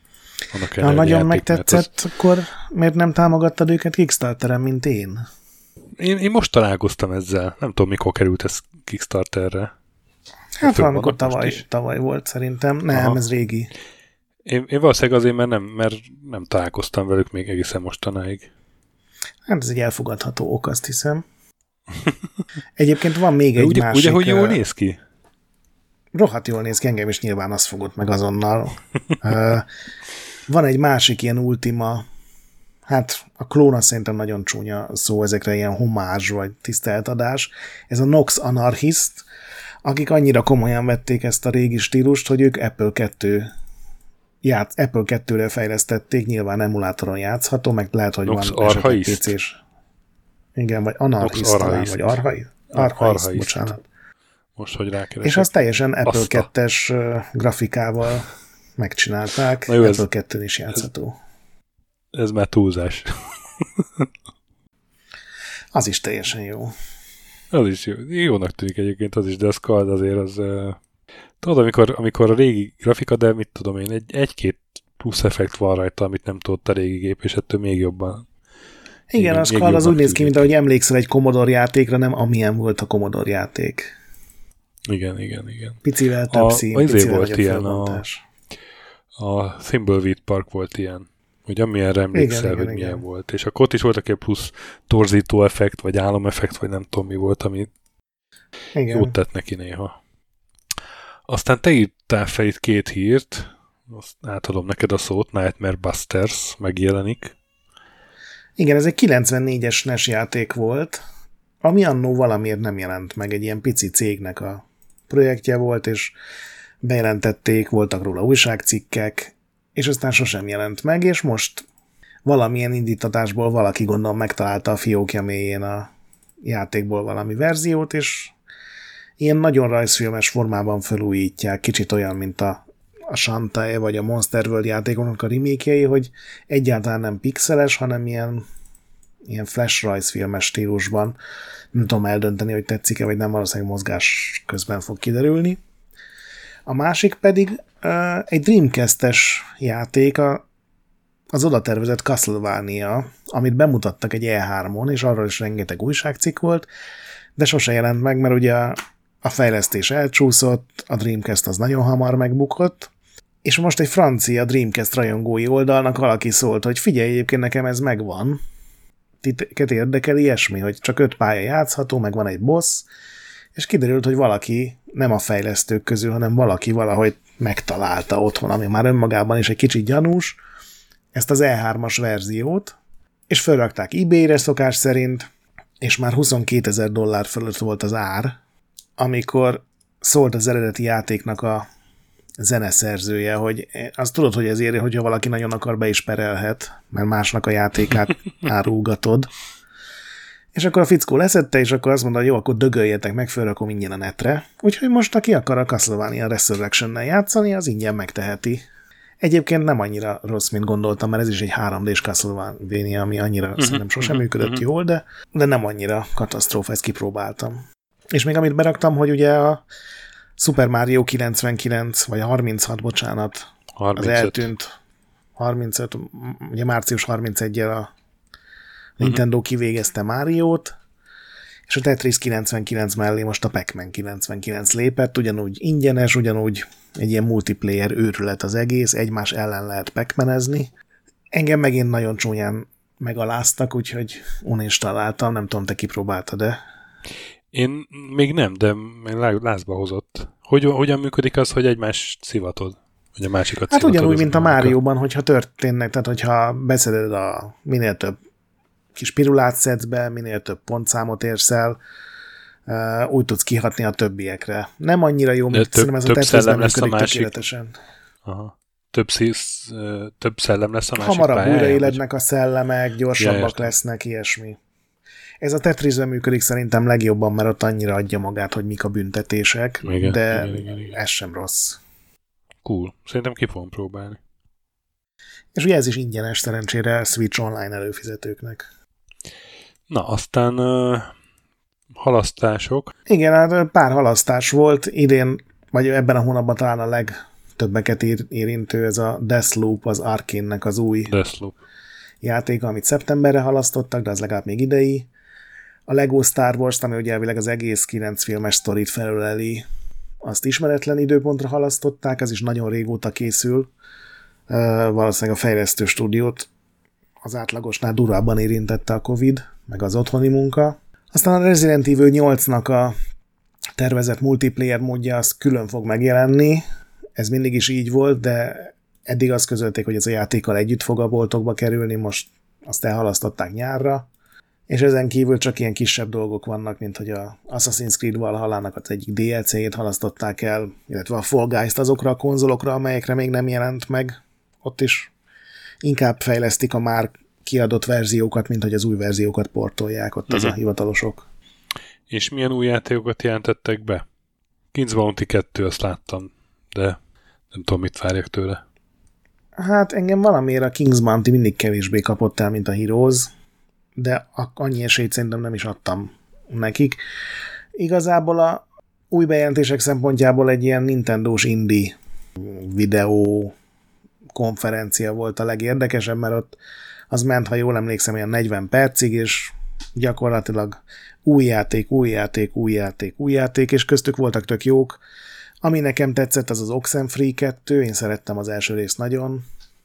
Speaker 2: Ha nagyon megtetszett, az... akkor miért nem támogattad őket Kickstarteren, mint én?
Speaker 1: Én, én most találkoztam ezzel. Nem tudom, mikor került ez Kickstarterre.
Speaker 2: Hát valamikor tavaly, tavaly volt szerintem. Nem, Aha. ez régi.
Speaker 1: Én, én valószínűleg azért, mert nem, mert nem találkoztam velük még egészen mostanáig.
Speaker 2: Hát ez egy elfogadható ok, azt hiszem. Egyébként van még egy
Speaker 1: ugye,
Speaker 2: másik...
Speaker 1: Ugye, hogy jól néz ki?
Speaker 2: Rohadt jól néz ki, engem is nyilván az fogott meg azonnal. Van egy másik ilyen Ultima, hát a klóna szerintem nagyon csúnya szó, ezekre ilyen homázs vagy tiszteltadás. Ez a Nox Anarchist, akik annyira komolyan vették ezt a régi stílust, hogy ők Apple kettő ját, Apple kettőre fejlesztették, nyilván emulátoron játszható, meg lehet, hogy
Speaker 1: Nox
Speaker 2: van esetleg pé cés. Igen, vagy Anarchist talán, vagy Archaist. Archaist, bocsánat.
Speaker 1: Most, hogy rákeresek.
Speaker 2: És azt teljesen Apple kettes grafikával megcsinálták, jó, Apple kettőn is játszható.
Speaker 1: Ez, ez már túlzás.
Speaker 2: Az is teljesen jó.
Speaker 1: Az is jó. Jónak tűnik egyébként az is, de a Scald azért az... Uh, tudod, amikor, amikor a régi grafika, de mit tudom én, egy, egy-két plusz effekt van rajta, amit nem tudott a régi gép, és ettől még jobban.
Speaker 2: Igen, még, a Scald az úgy néz ki, mint ahogy emlékszel egy Commodore játékra, nem amilyen volt a Commodore játék.
Speaker 1: Igen, igen, igen.
Speaker 2: Picivel több a, szín, picivel
Speaker 1: volt ilyen a, a Thimbleweed Park volt ilyen, hogy amilyenre emlékszel, igen, hogy igen, milyen igen. volt. És akkor ott is voltak egy plusz torzító effekt, vagy álomeffekt, vagy nem tudom mi volt, ami igen. jót tett neki néha. Aztán te írtál fel itt két hírt, azt átadom neked a szót, Nightmare Busters megjelenik.
Speaker 2: Igen, ez egy kilencvennégyes nes játék volt, ami annó valamiért nem jelent meg, egy ilyen pici cégnek a projektje volt, és bejelentették, voltak róla újságcikkek, és aztán sosem jelent meg, és most valamilyen indítatásból valaki gondolom megtalálta a fiókja mélyén a játékból valami verziót, és ilyen nagyon rajzfilmes formában felújítják, kicsit olyan, mint a, a Shantae vagy a Monster World játékoknak a remake-jei, hogy egyáltalán nem pixeles, hanem ilyen, ilyen flash rajzfilmes stílusban. Nem tudom eldönteni, hogy tetszik-e, vagy nem, valószínűleg mozgás közben fog kiderülni. A másik pedig uh, egy Dreamcast-es játék, a, az oda tervezett Castlevania, amit bemutattak egy E hármon, és arról is rengeteg újságcikk volt, de sose jelent meg, mert ugye a, a fejlesztés elcsúszott, a Dreamcast az nagyon hamar megbukott, és most egy francia Dreamcast rajongói oldalnak valaki szólt, hogy figyelj, egyébként nekem ez megvan, titeket érdekel ilyesmi, hogy csak öt pálya játszható, meg van egy boss, és kiderült, hogy valaki nem a fejlesztők közül, hanem valaki valahogy megtalálta otthon, ami már önmagában is egy kicsit gyanús, ezt az E hármas verziót, és felrakták eBay-re szokás szerint, és már huszonkétezer dollár fölött volt az ár, amikor szólt az eredeti játéknak a zeneszerzője, hogy azt tudod, hogy ezért, hogyha valaki nagyon akar, be is perelhet, mert másnak a játékát árulgatod. És akkor a fickó leszette, és akkor azt mondta, jó, akkor dögöljetek meg, fölrakom ingyen a netre. Úgyhogy most, aki akar a Castlevania Resurrection-nel játszani, az ingyen megteheti. Egyébként nem annyira rossz, mint gondoltam, mert ez is egy három dés Castlevania, ami annyira uh-huh, szerintem sosem uh-huh, működött uh-huh. jól, de, de nem annyira katasztrófa, ezt kipróbáltam. És még amit beraktam, hogy ugye a Super Mario kilencvenkilenc, vagy harminchat, bocsánat, harmincöt. Az eltűnt harmincöt, ugye március harmincegyedikével a Nintendo uh-huh. kivégezte Máriót, és a Tetris kilencvenkilenc mellé most a Pac-Man kilencvenkilenc lépett, ugyanúgy ingyenes, ugyanúgy egy ilyen multiplayer őrület az egész, egymás ellen lehet pac-manezni. Engem megint nagyon csúnyán megaláztak, úgyhogy uninstaláltam, nem tudom, te kipróbáltad-e?
Speaker 1: Én még nem, de lázba hozott. Hogy, hogyan működik az, hogy egymást szivatod? Vagy a másikat
Speaker 2: hát
Speaker 1: szivatod?
Speaker 2: ugyanúgy, mint a Márióban, hogyha történnek, tehát hogyha beszeded a minél több kis pirulát szedsz be, minél több pontszámot érsz el, uh, úgy tudsz kihatni a többiekre. Nem annyira jó, mint
Speaker 1: több,
Speaker 2: ez a Tetrisben működik tökéletesen.
Speaker 1: Aha. Több, szísz, uh, több szellem lesz a másik
Speaker 2: Hamarabb
Speaker 1: pályáján? Hamarabb
Speaker 2: újraélednek a szellemek, gyorsabbak ja, lesznek, ilyesmi. Ez a Tetrisben működik szerintem legjobban, mert ott annyira adja magát, hogy mik a büntetések, igen, de igen, igen, igen. ez sem rossz.
Speaker 1: Cool. Szerintem ki fogom próbálni.
Speaker 2: És ugye ez is ingyenes szerencsére Switch Online előfizetőknek.
Speaker 1: Na, aztán uh, halasztások.
Speaker 2: Igen, hát pár halasztás volt. Idén, vagy ebben a hónapban talán a legtöbbeket ér, érintő, ez a Deathloop, az Arkane-nek az új
Speaker 1: Deathloop
Speaker 2: játéka, amit szeptemberre halasztottak, de az legalább még idei. A Lego Star Wars, ami ugye elvileg az egész kilenc filmes sztorit felöleli, azt ismeretlen időpontra halasztották, ez is nagyon régóta készül. Uh, valószínűleg a fejlesztő stúdiót az átlagosnál durvábban érintette a Covid, meg az otthoni munka. Aztán a Resident Evil nyolcnak a tervezett multiplayer módja az külön fog megjelenni. Ez mindig is így volt, de eddig azt közölték, hogy ez a játékkal együtt fog a boltokba kerülni, most azt elhalasztották nyárra. És ezen kívül csak ilyen kisebb dolgok vannak, mint hogy a Assassin's Creed Valhallának az egyik dé el cé-jét halasztották el, illetve a Fall Guys-t azokra a konzolokra, amelyekre még nem jelent meg. Ott is inkább fejlesztik a már kiadott verziókat, mint hogy az új verziókat portolják ott uh-huh. az a hivatalosok.
Speaker 1: És milyen új játékokat jelentettek be? King's Bounty kettő, azt láttam, de nem tudom, mit várjak tőle.
Speaker 2: Hát engem valamiért a King's Bounty mindig kevésbé kapott el, mint a Heroes, de annyi esélyt szerintem nem is adtam nekik. Igazából a új bejelentések szempontjából egy ilyen Nintendós indie videó konferencia volt a legérdekesebb, mert ott az ment, ha jól emlékszem, olyan negyven percig, és gyakorlatilag új játék, új játék, új játék, új játék, és köztük voltak tök jók. Ami nekem tetszett, az az Oxenfree kettő, én szerettem az első részt nagyon.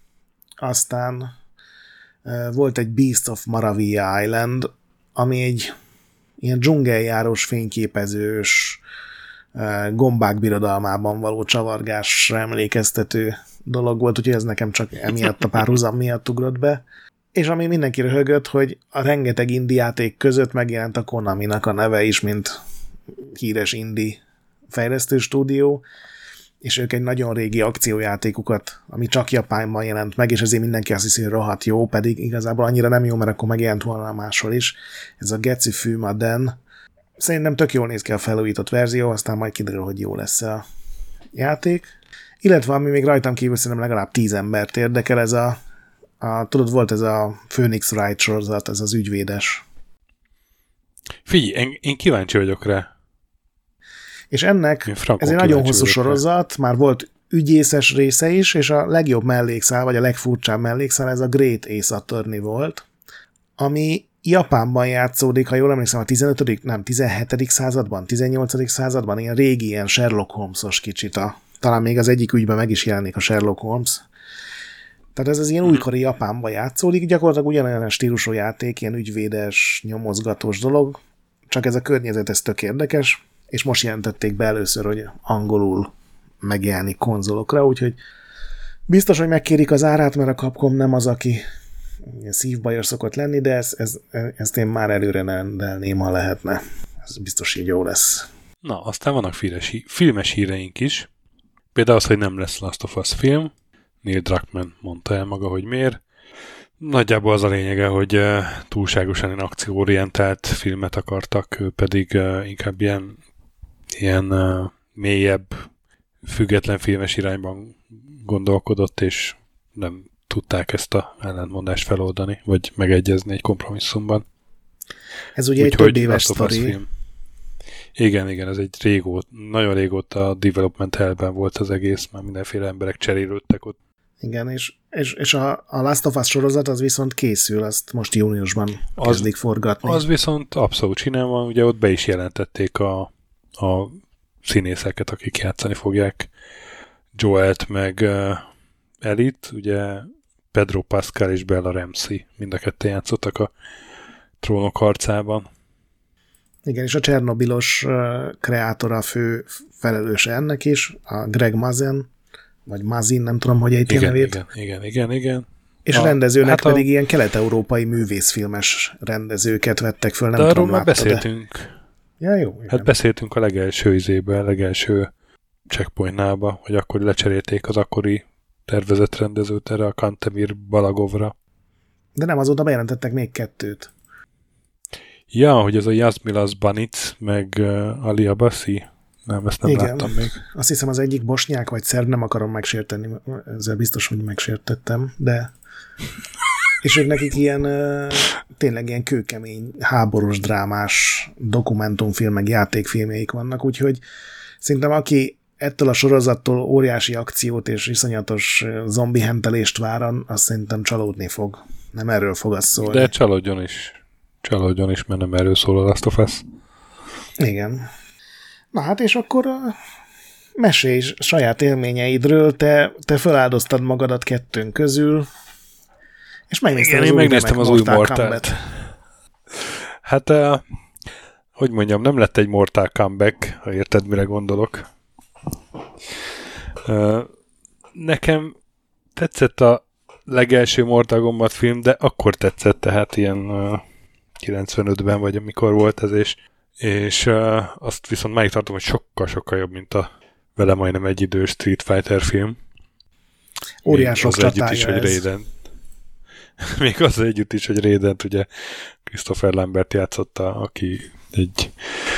Speaker 2: Aztán uh, volt egy Beast of Maravilla Island, ami egy ilyen dzsungeljárós, fényképezős, uh, gombák birodalmában való csavargásra emlékeztető dolog volt, úgyhogy ez nekem csak emiatt a párhuzam miatt ugrott be. És ami mindenki röhögött, hogy a rengeteg indie játék között megjelent a Konaminak a neve is, mint híres indie fejlesztő stúdió, és ők egy nagyon régi akciójátékukat, ami csak Japánban jelent meg, és ezért mindenki azt hiszi, hogy rohadt jó, pedig igazából annyira nem jó, mert akkor megjelent volna máshol is. Ez a Getsu Maden. Szerintem tök jól néz ki a felújított verzió, aztán majd kiderül, hogy jó lesz a játék. Illetve ami még rajtam kívül szerintem legalább tíz embert érdekel, ez a, a tudod, volt ez a Phoenix Wright sorozat, ez az ügyvédes.
Speaker 1: Figyelj, én, én kíváncsi vagyok rá.
Speaker 2: És ennek, ez egy nagyon hosszú sorozat, már volt ügyészes része is, és a legjobb mellékszál, vagy a legfurcsább mellékszál, ez a Great Ace Attorney volt, ami Japánban játszódik, ha jól emlékszem, a tizenötödik nem, tizenhetedik században, tizennyolcadik században, ilyen régi, ilyen Sherlock Holmes-os kicsit a talán még az egyik ügyben meg is jelenik a Sherlock Holmes. Tehát ez az ilyen újkori Japánban játszódik, gyakorlatilag ugyanolyan stílusú játék, ilyen ügyvédes, nyomozgatós dolog, csak ez a környezet, ez tök érdekes, és most jelentették be először, hogy angolul megjelenik konzolokra, úgyhogy biztos, hogy megkérik az árát, mert a Capcom nem az, aki szívbajos szokott lenni, de ez, ez, ezt én már előre rendelném, ha lehetne. Ez biztos így jó lesz.
Speaker 1: Na, aztán vannak filmes, filmes híreink is. Például az, hogy nem lesz Last of Us film. Neil Druckmann mondta el maga, hogy miért. Nagyjából az a lényege, hogy uh, túlságosan ilyen akcióorientált filmet akartak, ő pedig uh, inkább ilyen, ilyen uh, mélyebb, független filmes irányban gondolkodott, és nem tudták ezt a ellentmondást feloldani, vagy megegyezni egy kompromisszumban.
Speaker 2: Ez ugye úgy, egy több éves sztori.
Speaker 1: Igen, igen, ez egy régóta, nagyon régóta a Development Hell-ben volt az egész, már mindenféle emberek cserélődtek ott.
Speaker 2: Igen, és, és, és a, a Last of Us sorozat az viszont készül, azt most júniusban az, kezdik forgatni.
Speaker 1: Az viszont abszolút csinálva van, ugye ott be is jelentették a, a színészeket, akik játszani fogják Joelt meg uh, Ellie-t, ugye Pedro Pascal és Bella Ramsey, mind a ketten játszottak a Trónok harcában.
Speaker 2: Igen, és a Csernobilos uh, kreátora fő felelőse ennek is, a Greg Mazin, vagy Mazin, nem tudom, hogy ejti a nevét.
Speaker 1: Igen, igen, igen, igen.
Speaker 2: És a, a rendezőnek hát pedig a... ilyen kelet-európai művészfilmes rendezőket vettek föl, nem
Speaker 1: de
Speaker 2: tudom,
Speaker 1: arról már beszéltünk.
Speaker 2: De... Ja, jó.
Speaker 1: Hát
Speaker 2: igen.
Speaker 1: beszéltünk a legelső izében, a legelső checkpointnába, hogy akkor lecserélték az akkori tervezett rendezőt erre a Kantemir Balagovra.
Speaker 2: De nem, azóta bejelentettek még kettőt.
Speaker 1: Ja, hogy ez a Jasmilas Banic, meg uh, Ali Abassi. Nem, ezt nem
Speaker 2: igen.
Speaker 1: láttam még.
Speaker 2: Azt hiszem az egyik bosnyák vagy szerb, nem akarom megsérteni, ezzel biztos, hogy megsértettem, de és ők nekik ilyen tényleg ilyen kőkemény, háborús, drámás dokumentumfilm, meg játékfilmjeik vannak, úgyhogy szerintem aki ettől a sorozattól óriási akciót és iszonyatos zombi hentelést váran, azt szerintem csalódni fog. Nem erről fog az szólni.
Speaker 1: De csalódjon is. Csalódjon is, mert nem erről szól a Last of Us.
Speaker 2: Igen. Na hát, és akkor mesélj saját élményeidről, te, te feláldoztad magadat kettőn közül, és megnéztem az,
Speaker 1: én
Speaker 2: új
Speaker 1: megnéztem az új Mortalt. Hát, uh, hogy mondjam, nem lett egy Mortal Comeback, ha érted, mire gondolok. Uh, nekem tetszett a legelső Mortal Kombat film, de akkor tetszett, tehát ilyen uh, kilencvenötben, vagy amikor volt ez, és és uh, azt viszont már tartom, hogy sokkal-sokkal jobb, mint a vele majdnem egy idős Street Fighter film.
Speaker 2: Óriások csatája
Speaker 1: is, hogy Raiden. Még az együtt is, hogy Raident ugye Christopher Lambert játszotta, aki egy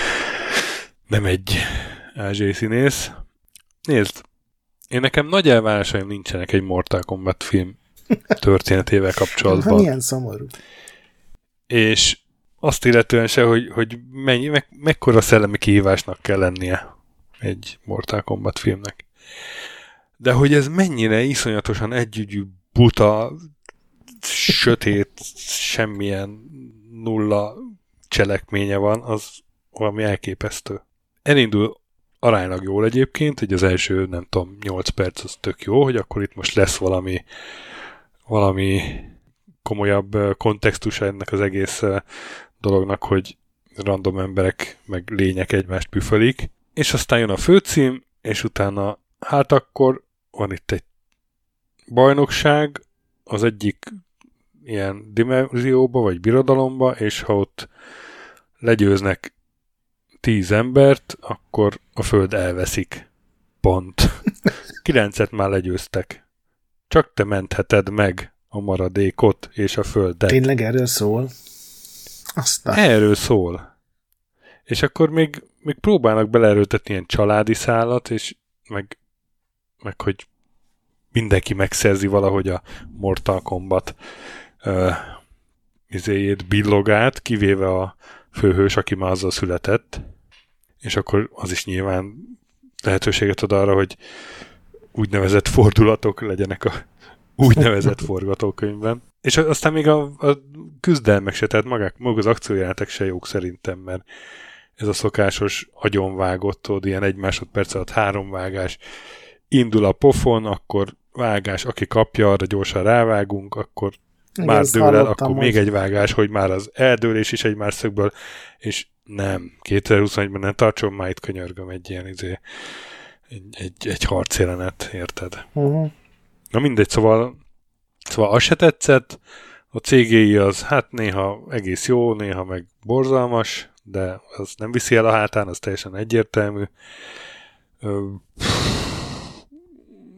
Speaker 1: nem egy ázsiai színész. Nézd, én nekem nagy elvárásaim nincsenek egy Mortal Kombat film történetével kapcsolatban.
Speaker 2: Ha milyen szomorú.
Speaker 1: És azt illetően se, hogy, hogy mennyi, me, mekkora szellemi kihívásnak kell lennie egy Mortal Kombat filmnek. De hogy ez mennyire iszonyatosan együgyű, buta, sötét, semmilyen nulla cselekménye van, az valami elképesztő. Elindul aránylag jól egyébként, hogy az első, nem tudom, nyolc perc az tök jó, hogy akkor itt most lesz valami valami komolyabb kontextusa ennek az egész dolognak, hogy random emberek meg lények egymást püfölik, és aztán jön a főcím, és utána hát akkor van itt egy bajnokság az egyik ilyen dimenzióba, vagy birodalomba, és ha ott legyőznek tíz embert, akkor a föld elveszik. Pont. Kilencet már legyőztek. Csak te mentheted meg a maradékot és a földet.
Speaker 2: Tényleg erről szól? Aztán.
Speaker 1: Erről szól. És akkor még, még próbálnak beleerőltetni ilyen családi szálat, és meg, meg hogy mindenki megszerzi valahogy a Mortal Kombat uh, izéjét, billogát, kivéve a főhős, aki már azzal született. És akkor az is nyilván lehetőséget ad arra, hogy úgynevezett fordulatok legyenek a úgynevezett forgatókönyvben. És aztán még a, a küzdelmek se, tehát magák, maguk az akciójáték se jók szerintem, mert ez a szokásos agyonvágott, tudod, ilyen egy másodperc alatt három vágás, indul a pofon, akkor vágás, aki kapja, arra gyorsan rávágunk, akkor igen, már dől el, akkor most. Még egy vágás, hogy már az eldőlés is egy más szögből, és nem, kétezer-huszonegyben nem tartson már itt, könyörgöm, egy ilyen izé, egy, egy, egy harcjelenet, érted? Uh-huh. Na mindegy, szóval, szóval az se tetszett, a cé gé í az hát néha egész jó, néha meg borzalmas, de az nem viszi el a hátán, az teljesen egyértelmű.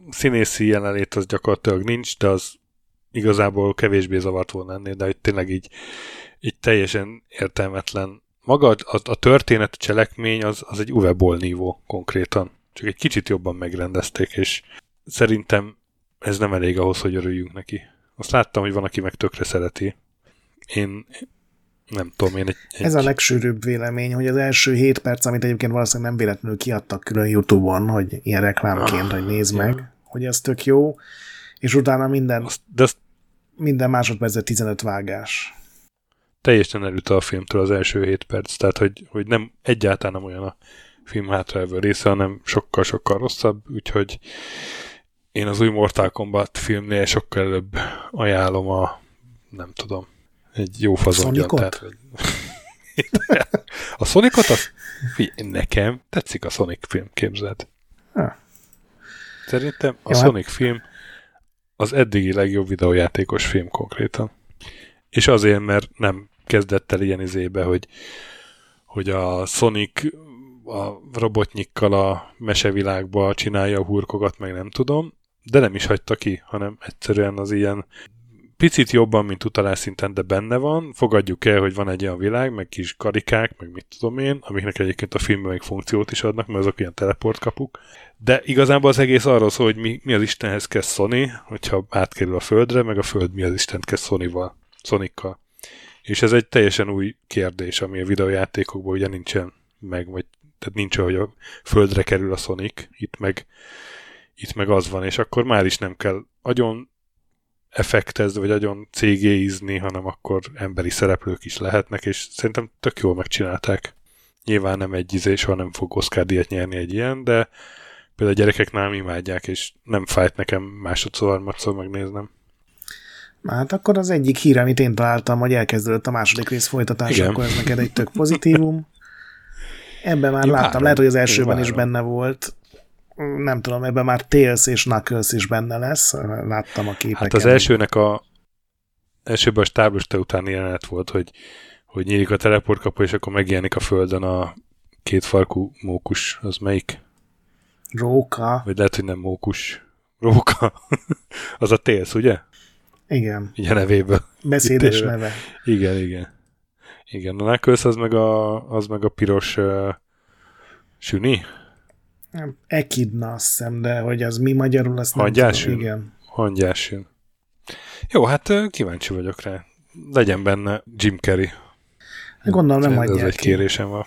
Speaker 1: színészi jelenlét az gyakorlatilag nincs, de az igazából kevésbé zavart volna ennél, de hogy tényleg így, így teljesen értelmetlen. Maga a, a történet, a cselekmény az, az egy Uwe Boll nívó konkrétan. Csak egy kicsit jobban megrendezték, és szerintem ez nem elég ahhoz, hogy örüljünk neki. Azt láttam, hogy van, aki meg tökre szereti. Én nem tudom, én egy... egy...
Speaker 2: Ez a legsűrűbb vélemény, hogy az első hét perc, amit egyébként valószínűleg nem véletlenül kiadtak külön YouTube-on, hogy ilyen reklámként, ah, hogy nézd ja. meg, hogy ez tök jó, és utána minden, azt, de azt... minden másodpercet tizenöt vágás.
Speaker 1: Teljesen elütte a filmtől az első hét perc, tehát hogy, hogy nem egyáltalán nem olyan a film hátraelvő része, hanem sokkal-sokkal rosszabb, úgyhogy én az új Mortal Kombat filmnél sokkal előbb ajánlom a, nem tudom, egy jó fazongyat. A Sonicot? Az, figyelj, nekem tetszik a Sonic film, képzeld. Ha. Szerintem a jó, Sonic hát... film az eddigi legjobb videójátékos film konkrétan. És azért, mert nem kezdett el ilyen izébe, hogy, hogy a Sonic a robotnyikkal a mesevilágba csinálja a hurkogat, meg nem tudom, de nem is hagyta ki, hanem egyszerűen az ilyen picit jobban, mint utalás szinten, de benne van. Fogadjuk el, hogy van egy olyan világ, meg kis karikák, meg mit tudom én, amiknek egyébként a filmben még funkciót is adnak, mert azok ilyen teleportkapuk. De igazából az egész arról szól, hogy mi, mi az Istenhez kezd Sony, hogyha átkerül a Földre, meg a Föld mi az Istent kezd Sonyval, Sonikkal. És ez egy teljesen új kérdés, ami a videójátékokban ugye nincsen meg, vagy tehát nincs, hogy a Földre kerül a Sonic, itt meg, itt meg az van, és akkor már is nem kell agyon effektezni, vagy agyon cé gé-izni, hanem akkor emberi szereplők is lehetnek, és szerintem tök jól megcsinálták. Nyilván nem egy ízés, soha nem fog Oscar-díjat nyerni egy ilyen, de például a gyerekek nálam imádják, és nem fájt nekem másodszor, harmadszor megnéznem.
Speaker 2: Hát akkor az egyik hír, amit én találtam, hogy elkezdődött a második rész folytatása, akkor ez neked egy tök pozitívum. Ebben már én láttam, várom. Lehet, hogy az elsőben is benne volt. Nem tudom, ebben már Tails és Knuckles is benne lesz. Láttam a képeken.
Speaker 1: Hát az elsőnek a elsőben a stáblista utáni jelenet volt, hogy, hogy nyílik a teleportkapu, és akkor megjelenik a földön a két farkú mókus. Az melyik?
Speaker 2: Róka.
Speaker 1: Vagy lehet, hogy nem mókus. Róka. Az a Tails, ugye?
Speaker 2: Igen.
Speaker 1: Így a nevéből.
Speaker 2: Beszédes neve.
Speaker 1: Igen, igen. Igen, a Knuckles az meg a, az meg a piros uh, süni?
Speaker 2: Echidna, azt hiszem, de hogy az mi magyarul, azt nem
Speaker 1: Hangyásűn?
Speaker 2: tudom. Igen.
Speaker 1: Hangyásűn. Jó, hát kíváncsi vagyok rá. Legyen benne Jim Carrey.
Speaker 2: Gondolom nem hagyják.
Speaker 1: Ez egy kérésem van.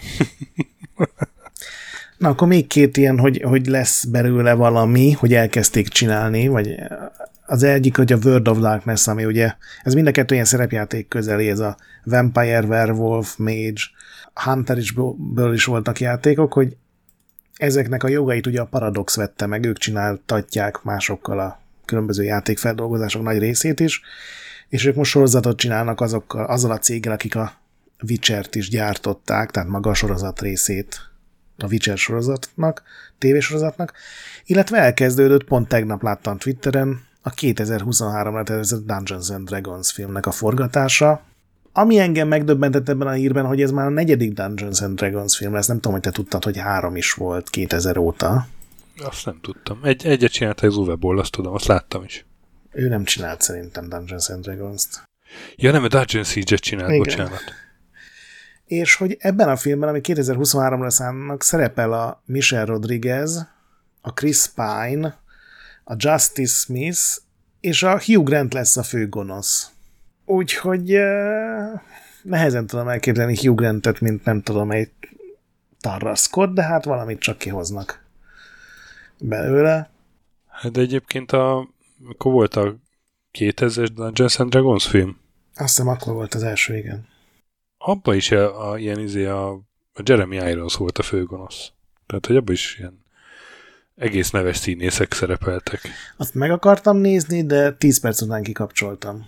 Speaker 2: Na, akkor még két ilyen, hogy, hogy lesz belőle valami, hogy elkezdték csinálni, vagy az egyik, hogy a World of Darkness, ami ugye, ez mind a kettő ilyen szerepjáték közeli, ez a Vampire, Werewolf, Mage, Hunter is ből is voltak játékok, hogy ezeknek a jogait ugye a Paradox vette meg, ők csináltatják másokkal a különböző játékfeldolgozások nagy részét is, és ők most sorozatot csinálnak azokkal, azzal a céggel, akik a Witcher-t is gyártották, tehát maga a sorozat részét a Witcher sorozatnak, tévésorozatnak, illetve elkezdődött, pont tegnap láttam Twitteren, a kétezer-huszonháromra tervezett Dungeons and Dragons filmnek a forgatása, ami engem megdöbbentett ebben a hírben, hogy ez már a negyedik Dungeons and Dragons film lesz. Nem tudom, hogy te tudtad, hogy három is volt kétezer óta.
Speaker 1: Azt nem tudtam. Egy, egyet csinálta az Uwe Boll, azt tudom, azt láttam is.
Speaker 2: Ő nem csinált szerintem Dungeons and Dragons-t.
Speaker 1: Ja, nem, a Dungeon Siege-et csinált, igen. Bocsánat.
Speaker 2: És hogy ebben a filmben, ami kétezer-huszonháromra számnak, szerepel a Michelle Rodriguez, a Chris Pine, a Justice Smith, és a Hugh Grant lesz a fő gonosz. Úgyhogy uh, nehezen tudom elképzelni Hugh Grantet, mint nem tudom, egy tarraszkod, de hát valamit csak kihoznak belőle.
Speaker 1: Hát de egyébként a, akkor volt a kétezres Dungeons and Dragons film?
Speaker 2: Azt hiszem, akkor volt az első, igen.
Speaker 1: Abba is a, a, ilyen izé a, a Jeremy Irons volt a főgonosz. Tehát, hogy abba is ilyen egész neves színészek szerepeltek.
Speaker 2: Azt meg akartam nézni, de tíz perc után kikapcsoltam.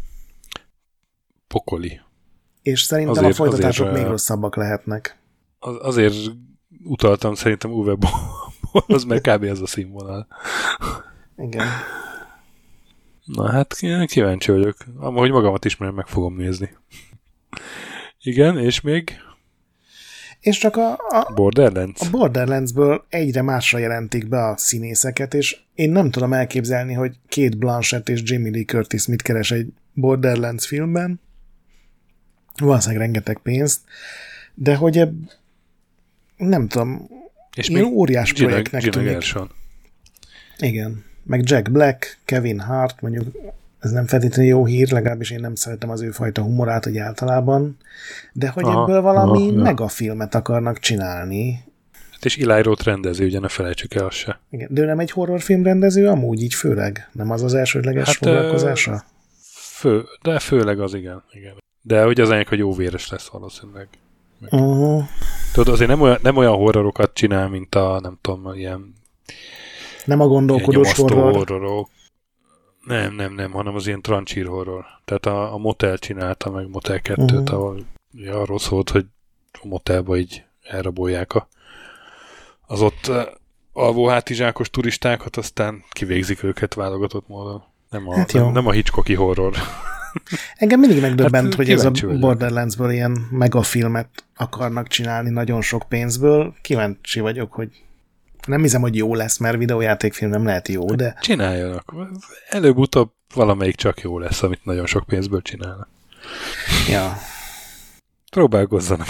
Speaker 1: Pokoli.
Speaker 2: És szerintem azért, a folytatások azért, még rosszabbak lehetnek.
Speaker 1: Az, azért utaltam szerintem Uwe Bollhoz, mert kb. Ez a színvonal.
Speaker 2: Igen.
Speaker 1: Na hát kíváncsi vagyok. Ahogy magamat ismerem, meg fogom nézni. Igen, és még?
Speaker 2: És csak a, a,
Speaker 1: Borderlands.
Speaker 2: a Borderlandsből egyre másra jelentik be a színészeket, és én nem tudom elképzelni, hogy Kate Blanchett és Jamie Lee Curtis mit keres egy Borderlands filmben. Valószínűleg rengeteg pénzt, de hogy ebb, nem tudom, és ilyen óriás Gina, projektnek
Speaker 1: Gina
Speaker 2: tűnik.
Speaker 1: Gershon.
Speaker 2: Igen. Meg Jack Black, Kevin Hart, mondjuk ez nem feltétlenül jó hír, legalábbis én nem szeretem az ő fajta humorát, hogy általában, de hogy aha, ebből valami aha, megafilmet akarnak csinálni.
Speaker 1: Hát és Eli Roth rendező, ugye ne felejtsük el azt se.
Speaker 2: Igen, de ő nem egy horrorfilm rendező amúgy, így főleg? Nem az az elsődleges hát, foglalkozása?
Speaker 1: Fő, de főleg az, igen. igen. De ugye az enyek, hogy jó véres lesz valószínűleg.
Speaker 2: Uh-huh.
Speaker 1: Tudod, azért nem olyan, nem olyan horrorokat csinál, mint a, nem tudom, ilyen
Speaker 2: nem a gondolkodós horror.
Speaker 1: horrorok. Nem, nem, nem, hanem az ilyen trancsír horror. Tehát a, a Motel csinálta, meg Motel kettőt, uh-huh. ahol arról szólt, hogy a motelba így elrabolják a, az ott uh, alvó hátizsákos turistákat, aztán kivégzik őket válogatott módon. Nem a, hát nem, nem a Hitchcocki horror.
Speaker 2: Engem mindig megdöbbent, hát, hogy ez a Borderlandsből ilyen megafilmet akarnak csinálni nagyon sok pénzből. Kíváncsi vagyok, hogy nem hiszem, hogy jó lesz, mert videójátékfilm nem lehet jó, de...
Speaker 1: Csináljanak. Előbb-utóbb valamelyik csak jó lesz, amit nagyon sok pénzből csinálnak.
Speaker 2: Ja.
Speaker 1: Próbálkozzanak.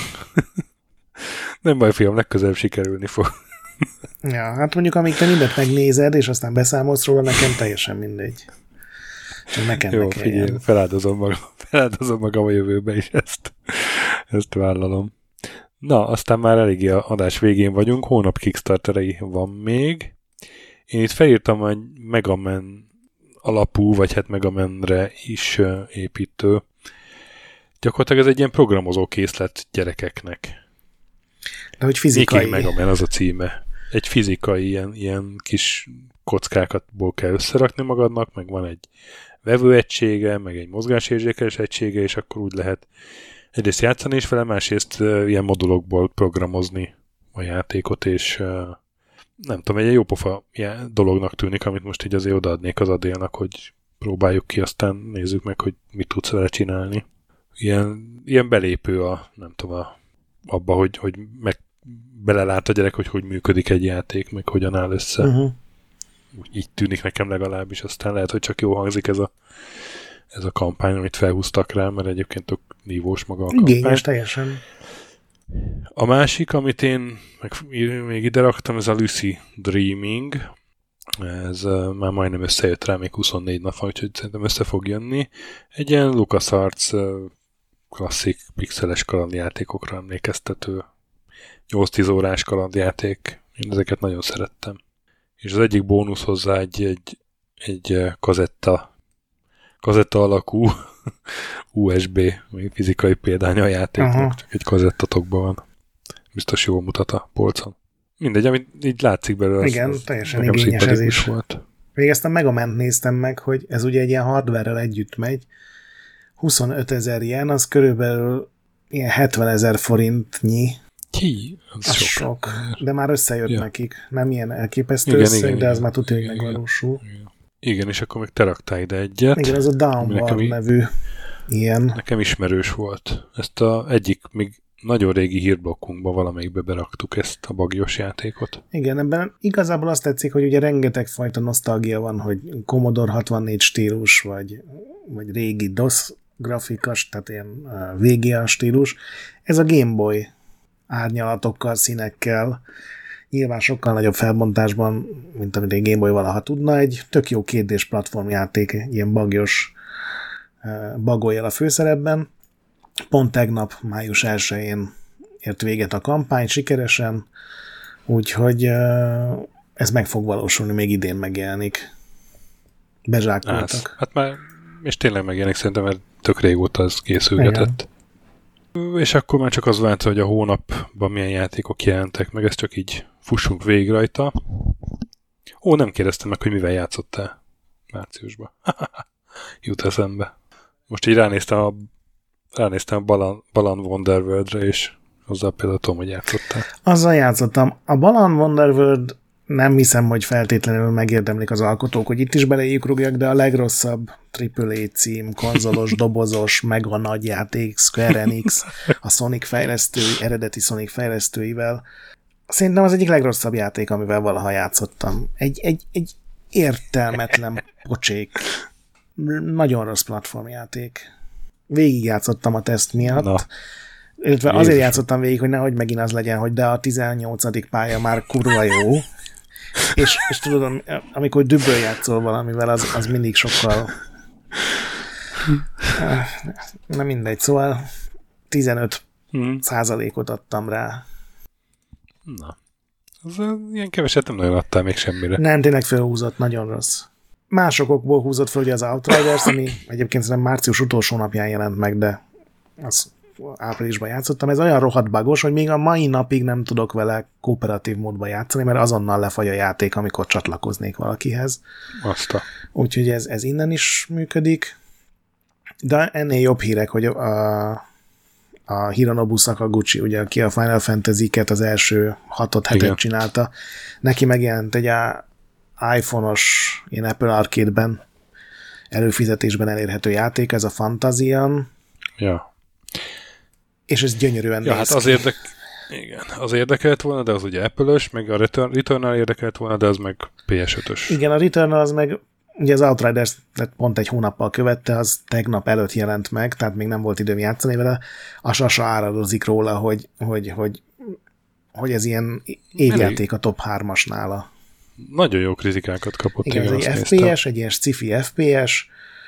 Speaker 1: Nem baj, fiam, legközelebb sikerülni fog.
Speaker 2: Ja, hát mondjuk amíg te mindent megnézed, és aztán beszámolsz róla, nekem teljesen mindegy. Csak nekem
Speaker 1: jó, figyelj, feláldozom magam, feláldozom magam a jövőbe is ezt. Ezt vállalom. Na, aztán már eléggé a adás végén vagyunk, hónap Kickstarterei van még. Én itt felírtam, hogy Mega Man alapú, vagy hát Mega Man-re is építő. Gyakorlatilag ez egy ilyen programozó készlet gyerekeknek.
Speaker 2: De hogy fizikai.
Speaker 1: Making Mega Man az a címe. Egy fizikai ilyen, ilyen kis kockákatból kell összerakni magadnak, meg van egy vevőegysége, meg egy mozgásérzékelés egysége, és akkor úgy lehet egyrészt játszani is vele, másrészt uh, ilyen modulokból programozni a játékot, és uh, nem tudom, egy jópofa dolognak tűnik, amit most így azért odaadnék az Adélnak, hogy próbáljuk ki, aztán nézzük meg, hogy mit tudsz vele csinálni. Ilyen, ilyen belépő a, nem tudom, a, abba, hogy, hogy meg belelát a gyerek, hogy hogy működik egy játék, meg hogyan áll össze. Uh-huh. Így tűnik nekem legalábbis, aztán lehet, hogy csak jó hangzik ez a ez a kampány, amit felhúztak rá, mert egyébként tök nívós maga a kampány.
Speaker 2: Igényes, teljesen.
Speaker 1: A másik, amit én meg még ide raktam, ez a Lucy Dreaming. Ez uh, már majdnem összejött rá, még huszonnégy nap van, úgyhogy szerintem össze fog jönni. Egy ilyen LucasArts uh, klasszik pixeles kalandjátékokra emlékeztető nyolc-tíz órás kalandjáték. Én ezeket nagyon szerettem. És az egyik bónusz hozzá egy, egy, egy kazetta kazetta alakú u es bé, fizikai példánya a játéknak, aha. Csak egy kazettatokban van. Biztos jól mutat a polcon. Mindegy, amit így látszik belőle.
Speaker 2: Igen,
Speaker 1: az,
Speaker 2: teljesen igényes ez is. Volt. Még ezt a Mega Man-t néztem meg, hogy ez ugye egy ilyen hardware-rel együtt megy. huszonötezer ilyen, az körülbelül ilyen hetvenezer forintnyi.
Speaker 1: Ki? Az,
Speaker 2: az sok. sok. De már összejött ja. nekik. Nem ilyen elképesztő igen, összeg, igen, de az igen, már tudja, hogy megvalósul.
Speaker 1: Igen. Igen, és akkor még te raktál ide egyet.
Speaker 2: Igen, ez a Downward nevű ilyen.
Speaker 1: Nekem ismerős volt. Ezt a egyik még nagyon régi hírblokkunkban valamelyikbe beraktuk ezt a bagyos játékot.
Speaker 2: Igen, ebben igazából azt tetszik, hogy ugye rengeteg fajta nosztalgia van, hogy Commodore hatvannégy stílus, vagy, vagy régi DOS grafikas, tehát ilyen vé gé á stílus. Ez a Game Boy árnyalatokkal, színekkel, nyilván sokkal nagyobb felbontásban, mint amit egy Game Boy valaha tudna, egy tök jó kétdés platformjáték, ilyen bagyos bagolyjal a főszerepben. Pont tegnap, május elsején ért véget a kampány sikeresen, úgyhogy ez meg fog valósulni, még idén megjelenik. Bezsákoltak.
Speaker 1: Hát már, és tényleg megjelenik szerintem, mert tök régóta ez készülgetett. Igen. És akkor már csak az vált, hogy a hónapban milyen játékok jelentek, meg ezt csak így fussunk végig rajta. Ó, nem kérdeztem meg, hogy mivel játszottál márciusban. Jut eszembe. Most így ránéztem a, ránéztem a Balan, Balan Wonderworld-re, és azzal például tudom, hogy játszottál.
Speaker 2: Azzal játszottam. A Balan Wonderworld nem hiszem, hogy feltétlenül megérdemlik az alkotók, hogy itt is belejéjük rúgjak, de a legrosszabb triple A cím, konzolos, dobozos, mega nagy játék, Square Enix, a Sonic fejlesztői, eredeti Sonic fejlesztőivel. Szerintem az egyik legrosszabb játék, amivel valaha játszottam. Egy, egy, egy értelmetlen pocsék. Nagyon rossz platformjáték. Végig játszottam a teszt miatt. Na. Illetve azért Jézus. játszottam végig, hogy nehogy megint az legyen, hogy de a tizennyolcadik pálya már kurva jó. és, és tudod, amikor dübből játszol valamivel, az, az mindig sokkal... Na mindegy, szóval tizenöt hmm. százalékot adtam rá.
Speaker 1: Na. Az ilyen keveset nem nagyon adtál még semmire.
Speaker 2: Nem, tényleg felhúzott, nagyon rossz. Másokból húzott fel ugye az Outriders, ami egyébként szerintem március utolsó napján jelent meg, de az áprilisban játszottam. Ez olyan rohadt bugos, hogy még a mai napig nem tudok vele kooperatív módban játszani, mert azonnal lefagy a játék, amikor csatlakoznék valakihez.
Speaker 1: Azta.
Speaker 2: Úgyhogy ez, ez innen is működik. De ennél jobb hírek, hogy a, a Hironobu Sakaguchi, ugye, aki a Final Fantasy-ket az első hatot hetet csinálta, neki megjelent egy a iPhone-os, ilyen Apple Arcade-ben előfizetésben elérhető játék, ez a Fantasian.
Speaker 1: Ja.
Speaker 2: És ez gyönyörűen
Speaker 1: ja,
Speaker 2: néz
Speaker 1: hát
Speaker 2: ki.
Speaker 1: az érdek... Igen, az érdekelt volna, de az ugye Apple-ös, meg a Return, Returnal érdekelt volna, de az meg pé es ötös.
Speaker 2: Igen, a Returnal az meg, ugye az Outriders pont egy hónappal követte, az tegnap előtt jelent meg, tehát még nem volt időm játszani vele. A sasa áradozik róla, hogy, hogy, hogy, hogy ez ilyen évjáték a top hármas nála.
Speaker 1: Nagyon jó kritikákat kapott.
Speaker 2: Igen, igen, ez egy ef pé es, egy ilyen sci-fi ef pé es,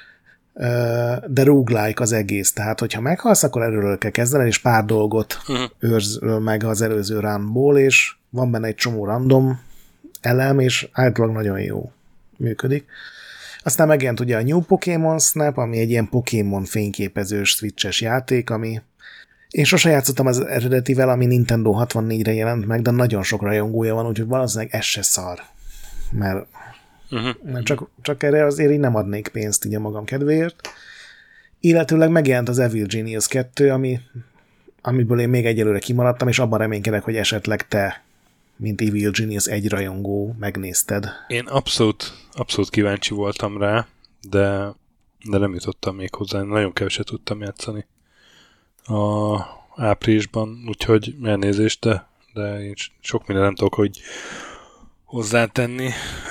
Speaker 2: de roguelike az egész. Tehát, hogyha meghalsz, akkor erről kell kezdeni, és pár dolgot uh-huh. őrzöl meg az előző runból, és van benne egy csomó random elem, és általában nagyon jó működik. Aztán megjelent ugye a New Pokémon Snap, ami egy ilyen Pokémon fényképezős switches játék, ami én sose játszottam az eredetivel, ami Nintendo hatvannégyre jelent meg, de nagyon sok rajongója van, úgyhogy valószínűleg ez se szar. Mert Uh-huh. Mert csak, csak erre azért így nem adnék pénzt így a magam kedvéért. Illetőleg megjelent az Evil Genius kettő, ami, amiből én még egyelőre kimaradtam, és abban reménykedek, hogy esetleg te, mint Evil Genius egy rajongó, megnézted.
Speaker 1: Én abszolút, abszolút kíváncsi voltam rá, de, de nem jutottam még hozzá. Nagyon keveset tudtam játszani a áprilisban, úgyhogy elnézést, de, de én sok minden nem tudok, hogy hozzátenni,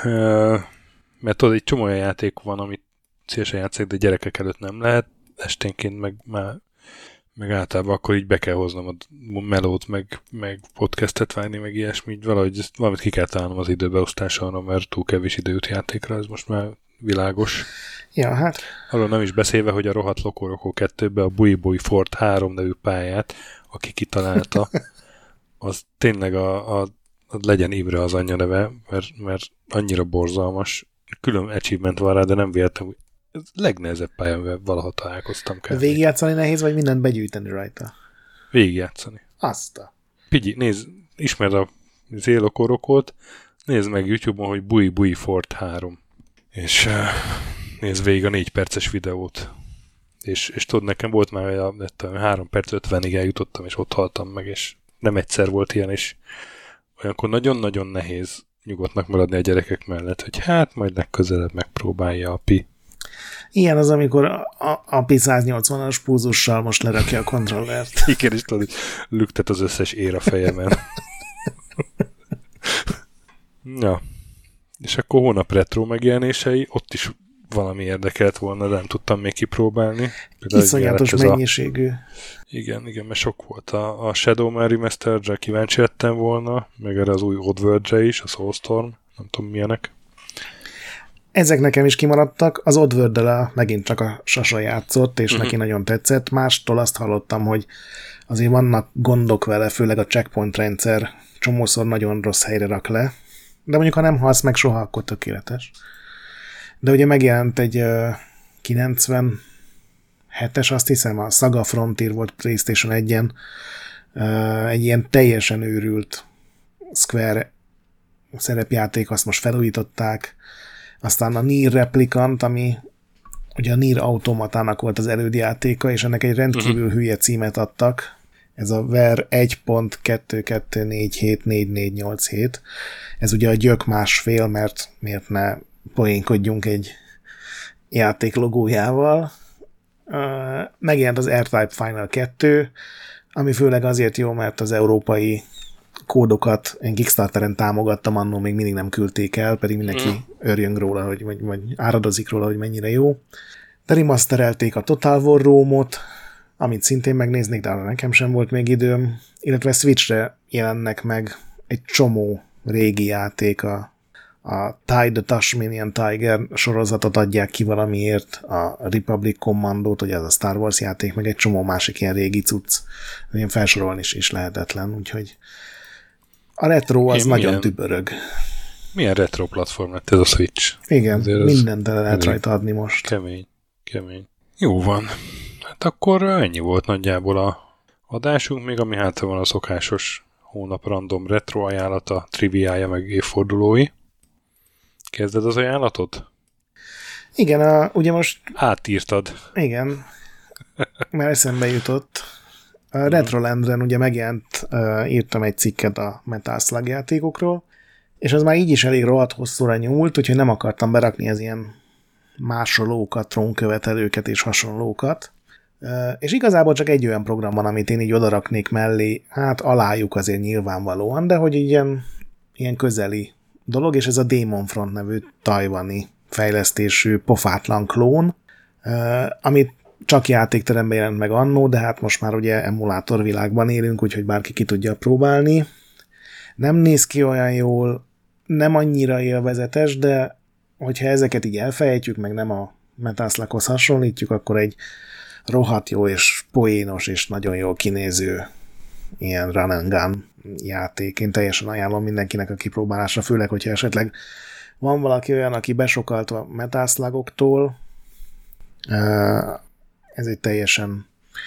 Speaker 1: mert tudod, egy csomó olyan játék van, amit szívesen játszik, de gyerekek előtt nem lehet, esténként meg, már, meg általában akkor így be kell hoznom a melót, meg, meg podcastet vágni, meg ilyesmi, így valahogy valamit ki kell találnom az időbeosztásra, mert túl kevés idő jut játékra, ez most már világos.
Speaker 2: Ja, hát.
Speaker 1: Arról nem is beszélve, hogy a rohadt Loco Roco kettőbe a Bui Bui Fort három nevű pályát, aki kitalálta, az tényleg a, a legyen Imre az anyja neve, mert, mert annyira borzalmas. Külön achievement van rá, de nem véletlenül. Ez legnehezebb pálya, amivel valaha találkoztam kell.
Speaker 2: Végigjátszani nehéz, vagy mindent begyűjteni rajta?
Speaker 1: Végigjátszani.
Speaker 2: Azt a.
Speaker 1: Pigyi, nézd, ismerd a Zélokorokot, nézd meg YouTube-on, hogy Bui Bui Fort három. És uh, nézd végig a négy perces videót. És, és tudod, nekem volt már a, a három perc ötvenig eljutottam, és ott haltam meg, és nem egyszer volt ilyen, és olyankor nagyon-nagyon nehéz nyugodtnak maradni a gyerekek mellett, hogy hát majd legközelebb megpróbálja a pi.
Speaker 2: Ilyen az, amikor a, a, a pi száznyolcvanas púzussal most lerakja a kontrollert.
Speaker 1: Igen, és tudod, lüktet az összes ér a fejemen. Ja. És akkor hónap retro megjelenései, ott is valami érdekelt volna, de nem tudtam még kipróbálni.
Speaker 2: Iszonyatos mennyiségű.
Speaker 1: A... Igen, igen, mert sok volt. A, a Shadowman Remastered-re kíváncsi lettem volna, meg erre az új Oddworld-re is, a Soulstorm, nem tudom milyenek.
Speaker 2: Ezek nekem is kimaradtak. Az Oddworld-del megint csak a Sasa játszott, és uh-huh. neki nagyon tetszett. Mástól azt hallottam, hogy azért vannak gondok vele, főleg a checkpoint rendszer csomószor nagyon rossz helyre rak le. De mondjuk, ha nem halsz meg soha, akkor tökéletes. De ugye megjelent egy uh, kilencvenhetes, azt hiszem, a Saga Frontier volt PlayStation egyen, uh, egy ilyen teljesen őrült Square szerepjáték, azt most felújították. Aztán a Nier Replicant, ami ugye a Nier Automatának volt az elődjátéka, és ennek egy rendkívül uh-huh. hülye címet adtak. Ez a ver egy pont kettő kettő négy hét négy négy nyolc hét. Ez ugye a gyök másfél, mert miért ne poénkodjunk egy játék logójával. Megjelent az R-Type Final kettő, ami főleg azért jó, mert az európai kódokat én Kickstarteren támogattam, annól még mindig nem küldték el, pedig mindenki mm. örjön róla, hogy, vagy, vagy áradozik róla, hogy mennyire jó. De remasterelték a Total War Rome-ot, amit szintén megnéznék, de arra nekem sem volt még időm, illetve Switchre jelennek meg egy csomó régi játék, a, a Tide the Tasmanian Tiger sorozatot adják ki valamiért, a Republic Commandót, ugye az a Star Wars játék, meg egy csomó másik ilyen régi cucc, ilyen felsorolni is, is lehetetlen, úgyhogy a retro az Én nagyon milyen, tübörög.
Speaker 1: Milyen retro platform lett ez a Switch?
Speaker 2: Igen, mindent el lehet rajta adni most.
Speaker 1: Kemény, kemény. Jó van. Hát akkor ennyi volt nagyjából a adásunk, még ami hátra van a szokásos hónap random retro ajánlata, triviája, meg évfordulói. Kezded az ajánlatot?
Speaker 2: Igen, a, ugye most...
Speaker 1: Átírtad.
Speaker 2: Igen, mert eszembe jutott. A Retrolanden ugye megjelent, uh, írtam egy cikket a Metal Slug játékokról, és az már így is elég rohadt hosszúra nyúlt, úgyhogy nem akartam berakni az ilyen másolókat, trónkövetelőket és hasonlókat. Uh, és igazából csak egy olyan program van, amit én így odaraknék mellé, hát alájuk azért nyilvánvalóan, de hogy ilyen, ilyen közeli dolog, és ez a Demon Front nevű tajvani fejlesztésű pofátlan klón, uh, amit csak játékteremben jelent meg annó, de hát most már ugye emulátorvilágban élünk, úgyhogy bárki ki tudja próbálni. Nem néz ki olyan jól, nem annyira élvezetes, de hogyha ezeket így elfejtjük, meg nem a Metal Slughoz hasonlítjuk, akkor egy rohadt jó és poénos és nagyon jól kinéző ilyen run and gun játék. Én teljesen ajánlom mindenkinek a kipróbálásra, főleg, hogyha esetleg van valaki olyan, aki besokalt a Metal Slugoktól. Ez egy teljesen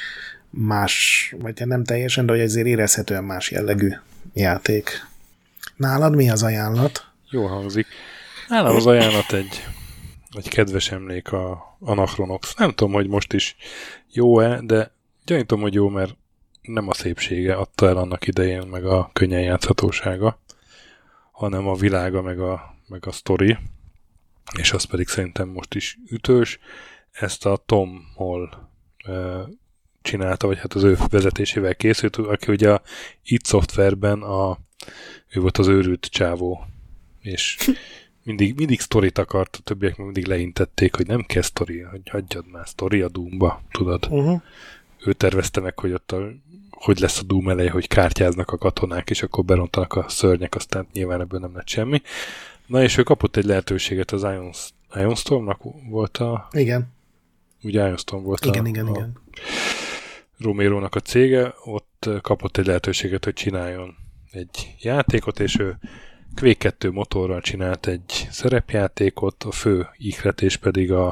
Speaker 2: más, vagy nem teljesen, de hogy azért érezhetően más jellegű játék. Nálad mi az ajánlat?
Speaker 1: Jó hangzik. Nálam az ajánlat egy, egy kedves emlék a Anachronox. Nem tudom, hogy most is jó-e, de gyanítom, hogy jó, mert nem a szépsége adta el annak idején, meg a könnyen játszhatósága, hanem a világa, meg a, meg a sztori, és az pedig szerintem most is ütős. Ezt a Tom Hall uh, csinálta, vagy hát az ő vezetésével készült, aki ugye a id Softwareben a, ő volt az őrült csávó, és mindig, mindig sztorit akart, a többiek mindig leintették, hogy nem kell sztori, hogy hagyjad már sztori a Doomba, tudod. Uh-huh. Ő tervezte meg, hogy ott a, hogy lesz a Doom eleje, hogy kártyáznak a katonák, és akkor berontanak a szörnyek, aztán nyilván ebből nem lett semmi. Na és ő kapott egy lehetőséget, az Ion, Ion Stormnak volt a...
Speaker 2: Igen.
Speaker 1: Ugye Ionstorm volt
Speaker 2: igen,
Speaker 1: a,
Speaker 2: igen,
Speaker 1: a
Speaker 2: igen.
Speaker 1: Romero-nak a cége, ott kapott egy lehetőséget, hogy csináljon egy játékot, és ő Quake kettő motorral csinált egy szerepjátékot, a fő ihletés pedig a,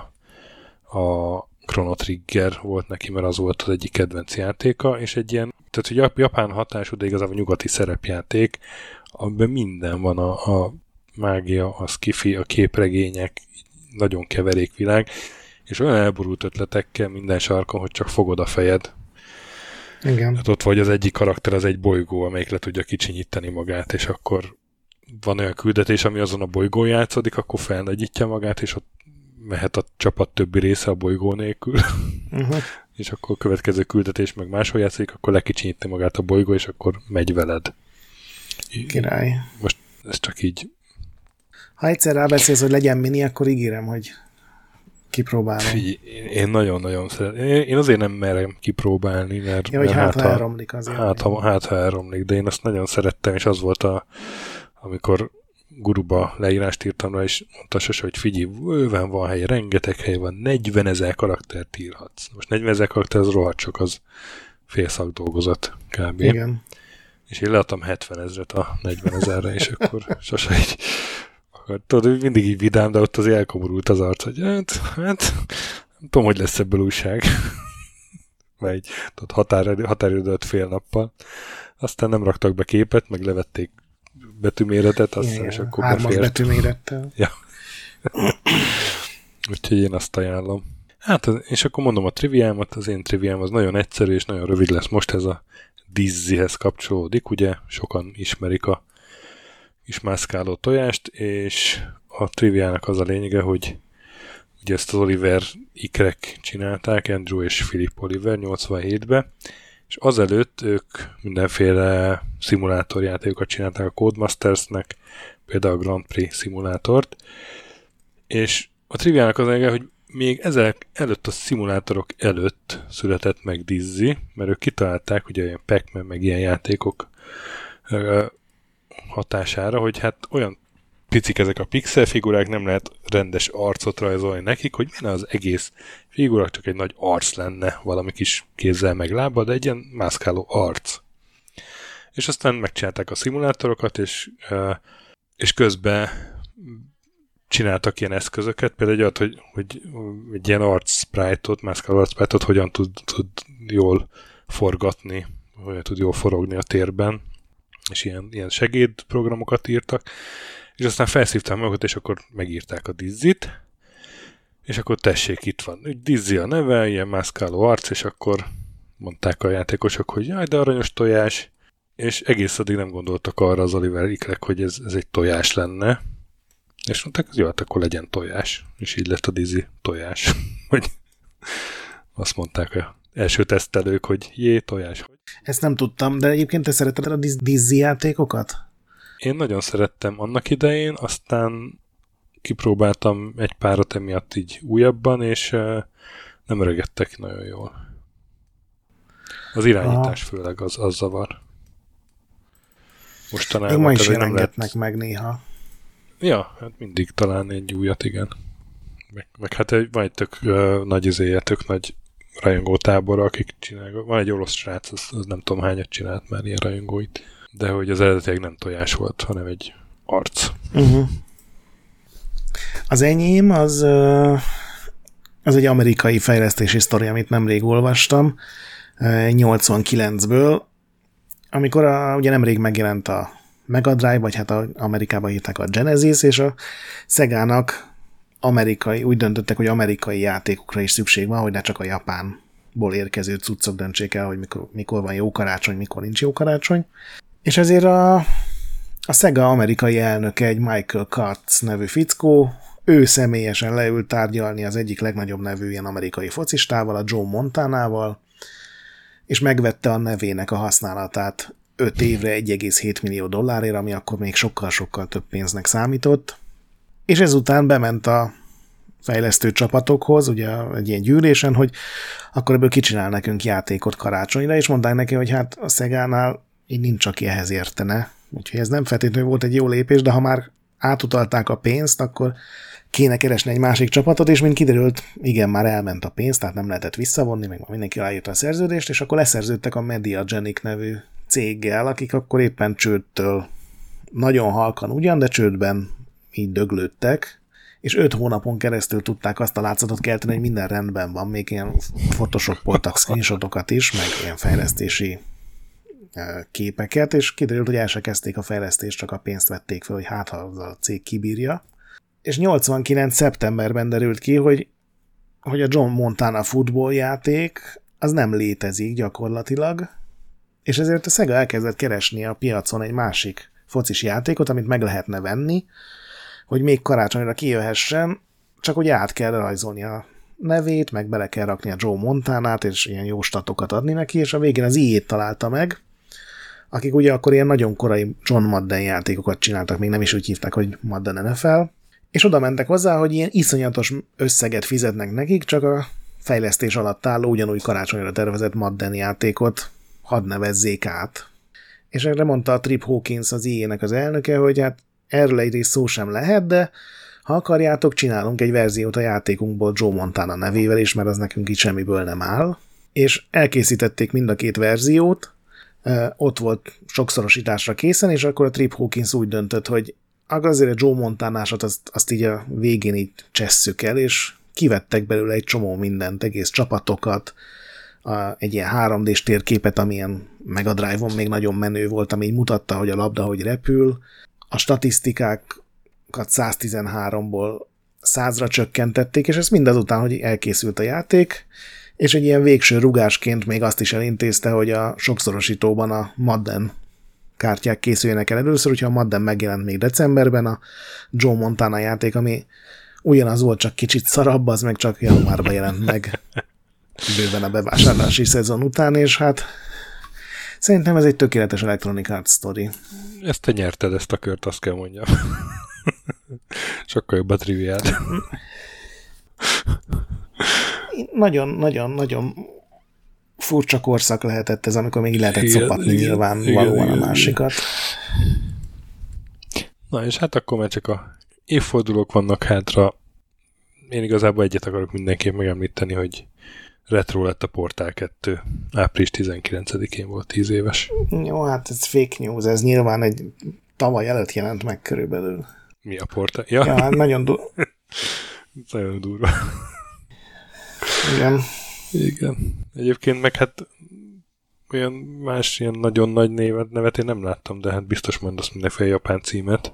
Speaker 1: a Chrono Trigger volt neki, mert az volt az egyik kedvenc játéka, és egy ilyen, tehát hogy japán hatású, de igazából nyugati szerepjáték, amiben minden van, a, a mágia, a skifi, a képregények, nagyon keverék világ, és olyan elborult ötletekkel minden sarkon, hogy csak fogod a fejed.
Speaker 2: Igen.
Speaker 1: Hát ott vagy az egyik karakter, az egy bolygó, amelyik le tudja kicsinyíteni magát, és akkor van olyan küldetés, ami azon a bolygón játszódik, akkor felnagyítja magát, és ott mehet a csapat többi része a bolygó nélkül. Uh-huh. És akkor a következő küldetés meg máshol játszik, akkor lekicsinyíti magát a bolygó, és akkor megy veled.
Speaker 2: Király.
Speaker 1: Most ez csak így...
Speaker 2: Ha egyszer rábeszélsz, hogy legyen mini, akkor ígérem, hogy kipróbálom.
Speaker 1: Figyelj, én nagyon-nagyon szeretem. Én azért nem merem kipróbálni, mert...
Speaker 2: Ja, hogy
Speaker 1: mert
Speaker 2: hát, ha elromlik azért.
Speaker 1: Hát, ha, hát, ha elromlik, de én azt nagyon szerettem, és az volt a... amikor Guruba leírást írtam rá, és mondta sose, hogy figyelj, bőven van hely, rengeteg hely van, negyvenezer karaktert írhatsz. Most negyvenezer karakter, az rohadt sok, az fél szakdolgozat kb.
Speaker 2: Igen.
Speaker 1: És én leadtam hetvenezret a negyvenezerre, és akkor sose így... Tudod, mindig így vidám, de ott azért elkomorult az arc, hogy hát, hát nem tudom, hogy lesz ebből újság. Mert így, tudod, határ, határidőt fél nappal. Aztán nem raktak be képet, meg levették betűméretet, aztán,
Speaker 2: igen,
Speaker 1: és akkor
Speaker 2: hármas
Speaker 1: befért.
Speaker 2: betűmérettel.
Speaker 1: Ja. Úgyhogy én azt ajánlom. Hát, és akkor mondom a triviámat, az én triviám az nagyon egyszerű és nagyon rövid lesz most, ez a, Dizzyhez kapcsolódik, ugye sokan ismerik a kis mászkáló tojást, és a triviának az a lényege, hogy ugye ezt az Oliver ikrek csinálták, Andrew és Philip Oliver nyolcvanhétben, és azelőtt ők mindenféle szimulátorjátékokat csinálták a Codemastersnek, például a Grand Prix szimulátort, és a triviának az a lényege, hogy még ezek előtt a szimulátorok előtt született meg Dizzy, mert ők kitalálták ugye ilyen Pac-Man meg ilyen játékok hatására, hogy hát olyan picik ezek a pixel figurák, nem lehet rendes arcot rajzolni nekik, hogy milyen az egész figura, csak egy nagy arc lenne, valami kis kézzel meg lábbal, de egy ilyen mászkáló arc. És aztán megcsinálták a szimulátorokat, és, és közben csináltak ilyen eszközöket, például egy olyat, hogy, hogy egy ilyen arc sprite-ot, mászkáló arc sprite-ot hogyan tud, tud jól forgatni, hogyan tud jól forogni a térben, és ilyen, ilyen segédprogramokat írtak, és aztán felszívták magukat, és akkor megírták a Dizzyt, és akkor tessék, itt van. Úgy Dizzy a neve, ilyen mászkáló arc, és akkor mondták a játékosok, hogy jaj, de aranyos tojás, és egész addig nem gondoltak arra az Oliver ikrek, hogy ez, ez egy tojás lenne, és mondták, hogy jó, hát akkor legyen tojás, és így lett a Dizzy tojás. Hogy azt mondták a első tesztelők, hogy jé, tojás.
Speaker 2: Ezt nem tudtam, de egyébként te szereted a Dizzy játékokat?
Speaker 1: Én nagyon szerettem annak idején, aztán kipróbáltam egy párat emiatt így újabban, és nem öregedtek nagyon jól. Az irányítás Aha. főleg az, az zavar.
Speaker 2: Mostanában... Én ma is jelengetnek lehet... meg néha.
Speaker 1: Ja, hát mindig talán egy újat, igen. Meg, meg hát egy, van egy tök uh, nagy izéje, tök nagy rajongótábor, akik csinálják. Van egy orosz srác, az, az nem tudom hányat csinált már ilyen rajongóit. De hogy az eredetileg nem tojás volt, hanem egy arc.
Speaker 2: Uh-huh. Az enyém az, az egy amerikai fejlesztési sztori, amit nemrég olvastam, nyolcvankilencből, amikor a, ugye nemrég megjelent a Mega Drive, vagy hát a, Amerikában hívták a Genesis, és a Segának amerikai, úgy döntöttek, hogy amerikai játékokra is szükség van, hogy ne csak a Japánból érkező cuccok döntsék el, hogy mikor, mikor van jó karácsony, mikor nincs jó karácsony. És ezért a, a Sega amerikai elnöke, egy Michael Katz nevű fickó, ő személyesen leült tárgyalni az egyik legnagyobb nevű ilyen amerikai focistával, a Joe Montanával, és megvette a nevének a használatát öt évre egy egész hét millió dollárért, ami akkor még sokkal-sokkal több pénznek számított. És ezután bement a fejlesztő csapatokhoz, ugye egy ilyen gyűlésen, hogy akkor ebből kicsinál nekünk játékot karácsonyra, és mondták neki, hogy hát a Szegánál így nincs, aki ehhez értene. Úgyhogy ez nem feltétlenül volt egy jó lépés, de ha már átutalták a pénzt, akkor kéne keresni egy másik csapatot, és mint kiderült, igen, már elment a pénz, tehát nem lehetett visszavonni, meg mindenki aláírta a szerződést, és akkor leszerződtek a Mediagenic nevű céggel, akik akkor éppen csődtől nagyon halkan ugyan, de csődben így döglődtek, és öt hónapon keresztül tudták azt a látszatot kelteni, hogy minden rendben van, még ilyen photoshopoltak screenshotokat is, meg ilyen fejlesztési képeket, és kiderült, hogy el se kezdték a fejlesztést, csak a pénzt vették fel, hogy hát ha a cég kibírja. És nyolcvankilenc szeptemberben derült ki, hogy, hogy a John Montana futball játék az nem létezik gyakorlatilag, és ezért a Sega elkezdett keresni a piacon egy másik focis játékot, amit meg lehetne venni, hogy még karácsonyra kijöhessen, csak hogy át kell rajzolni a nevét, meg bele kell rakni a Joe Montanát, és ilyen jó statokat adni neki, és a végén az í á-t találta meg, akik ugye akkor ilyen nagyon korai John Madden játékokat csináltak, még nem is úgy hívták, hogy Madden en ef el, és oda mentek hozzá, hogy ilyen iszonyatos összeget fizetnek nekik, csak a fejlesztés alatt álló, ugyanúgy karácsonyra tervezett Madden játékot hadd nevezzék át. És erre mondta a Trip Hawkins, az í á-nek az elnöke, hogy hát erről egyrészt szó sem lehet, de ha akarjátok, csinálunk egy verziót a játékunkból Joe Montana nevével is, mert az nekünk így semmiből nem áll. És elkészítették mind a két verziót, ott volt sokszorosításra készen, és akkor a Trip Hawkins úgy döntött, hogy azért a Joe Montanásat azt, azt így a végén így csesszük el, és kivettek belőle egy csomó mindent, egész csapatokat, a, egy ilyen három dés térképet, amilyen Mega Drive-on még nagyon menő volt, ami így mutatta, hogy a labda hogy repül, a statisztikákat száztizenháromból százra csökkentették, és ez mindazután, hogy elkészült a játék, És egy ilyen végső rugásként még azt is elintézte, hogy a sokszorosítóban a Madden kártyák készüljenek el először, hogyha a Madden megjelent még decemberben, a Joe Montana játék, ami ugyanaz volt, csak kicsit szarabb, az meg csak januárban jelent meg bőven a bevásárlási szezon után, és hát szerintem ez egy tökéletes Electronic Arts sztori.
Speaker 1: Ezt te nyerted, ezt a kört, azt kell mondjam. Sokkal jobb a triviád.
Speaker 2: Nagyon-nagyon-nagyon furcsa korszak lehetett ez, amikor még lehetett igen, szopatni igen, nyilván igen, valóan igen, a másikat.
Speaker 1: Igen. Na és hát akkor már csak a évfordulók vannak hátra. Én igazából egyet akarok mindenképp megemlíteni, hogy retro lett a Portál kettő. április tizenkilencedikén volt tíz éves.
Speaker 2: Jó, hát ez fake news, ez nyilván egy tavaly előtt jelent meg körülbelül.
Speaker 1: Mi a Portál? Ja,
Speaker 2: ja hát nagyon durva.
Speaker 1: nagyon durva.
Speaker 2: Igen.
Speaker 1: Igen. Egyébként meg hát olyan más ilyen nagyon nagy névet, nevet én nem láttam, de hát biztos mondasz mindenféle japán címet.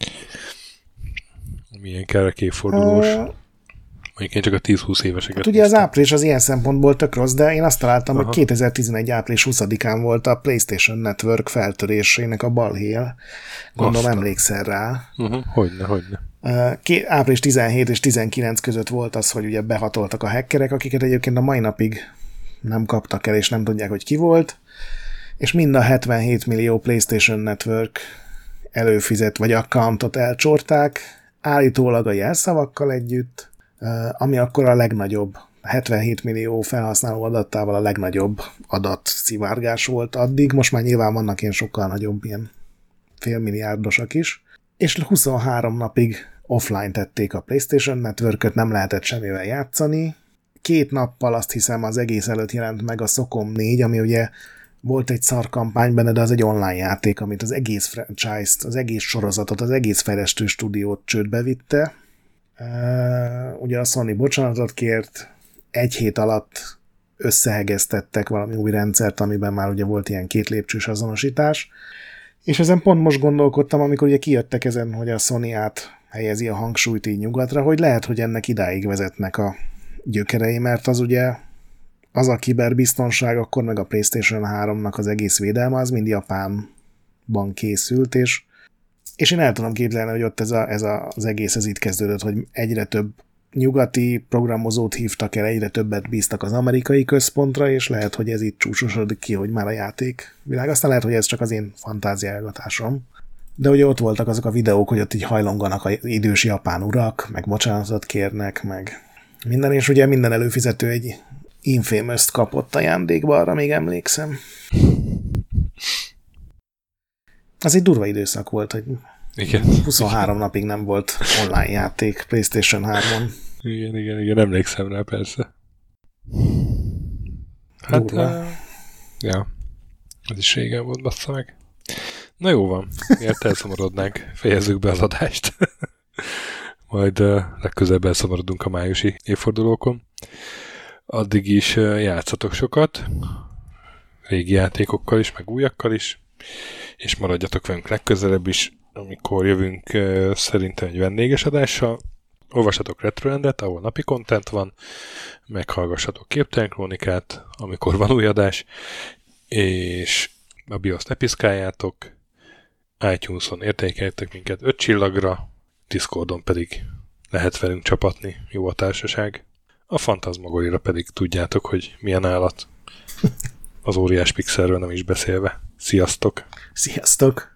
Speaker 1: Milyen kerek évfordulós. Uh, Mondjuk én csak a tíz-húsz éveseket.
Speaker 2: Hát ugye az április az ilyen szempontból tök rossz, de én azt találtam, aha, hogy kétezer-tizenegy április huszadikán volt a PlayStation Network feltörésének a balhéja. Gondolom aztán emlékszel rá.
Speaker 1: Uh-huh. Hogyne, hogyne.
Speaker 2: Ké- április tizenhét és tizenkilenc között volt az, hogy ugye behatoltak a hackerek, akiket egyébként a mai napig nem kaptak el, és nem tudják, hogy ki volt, és mind a hetvenhét millió PlayStation Network előfizet vagy accountot elcsorták, állítólag a jelszavakkal együtt, ami akkor a legnagyobb, hetvenhét millió felhasználó adattával a legnagyobb adatszivárgás volt addig, most már nyilván vannak ilyen sokkal nagyobb, ilyen félmilliárdosak is, és huszonhárom napig offline tették a PlayStation Networköt, nem lehetett semmivel játszani. Két nappal azt hiszem az egész előtt jelent meg a Socom négy, ami ugye volt egy szar kampány benne, de az egy online játék, amit az egész franchise-t, az egész sorozatot, az egész fejlesztő stúdiót csődbe vitte. Uh, ugye a Sony bocsánatot kért, egy hét alatt összehegeztettek valami új rendszert, amiben már ugye volt ilyen két lépcsős azonosítás. És ezen pont most gondolkodtam, amikor ugye kijöttek ezen, hogy a Sony át helyezi a hangsúlyt így nyugatra, hogy lehet, hogy ennek idáig vezetnek a gyökerei, mert az ugye az a kiberbiztonság, akkor meg a PlayStation háromnak az egész védelme, az mind Japánban készült, és, és én el tudom képzelni, hogy ott ez, a, ez a, az egész ez itt kezdődött, hogy egyre több nyugati programozót hívtak el, egyre többet bíztak az amerikai központra, és lehet, hogy ez itt csúcsosodik ki, hogy már a játék világ. Aztán lehet, hogy ez csak az én fantáziálgatásom. De ugye ott voltak azok a videók, hogy ott így hajlonganak az idős japán urak, meg bocsánatot kérnek, meg minden, és ugye minden előfizető egy Infamous-t kapott ajándékba, arra még emlékszem. Az egy durva időszak volt, hogy
Speaker 1: igen.
Speaker 2: huszonhárom napig nem volt online játék PlayStation hármon.
Speaker 1: Igen, igen, igen, emlékszem rá, persze. Hát, uh, ja, ez is régen volt, bassza meg. Na jó van, miért elszomorodnánk, fejezzük be az adást. Majd uh, legközelebb elszomorodunk a májusi évfordulókon. Addig is uh, játszatok sokat, régi játékokkal is, meg újakkal is, és maradjatok velünk legközelebb is, amikor jövünk uh, szerintem egy vendéges adással. Olvassatok Retrolandet, ahol napi content van, meghallgassatok Képtelen Krónikát, amikor van új adás, és a BIOS-t ne piszkáljátok, iTunes-on értékeljetek minket öt csillagra, Discordon pedig lehet velünk csapatni, jó a társaság. A Fantasmagorira pedig tudjátok, hogy milyen állat. Az óriás pixelről nem is beszélve. Sziasztok!
Speaker 2: Sziasztok!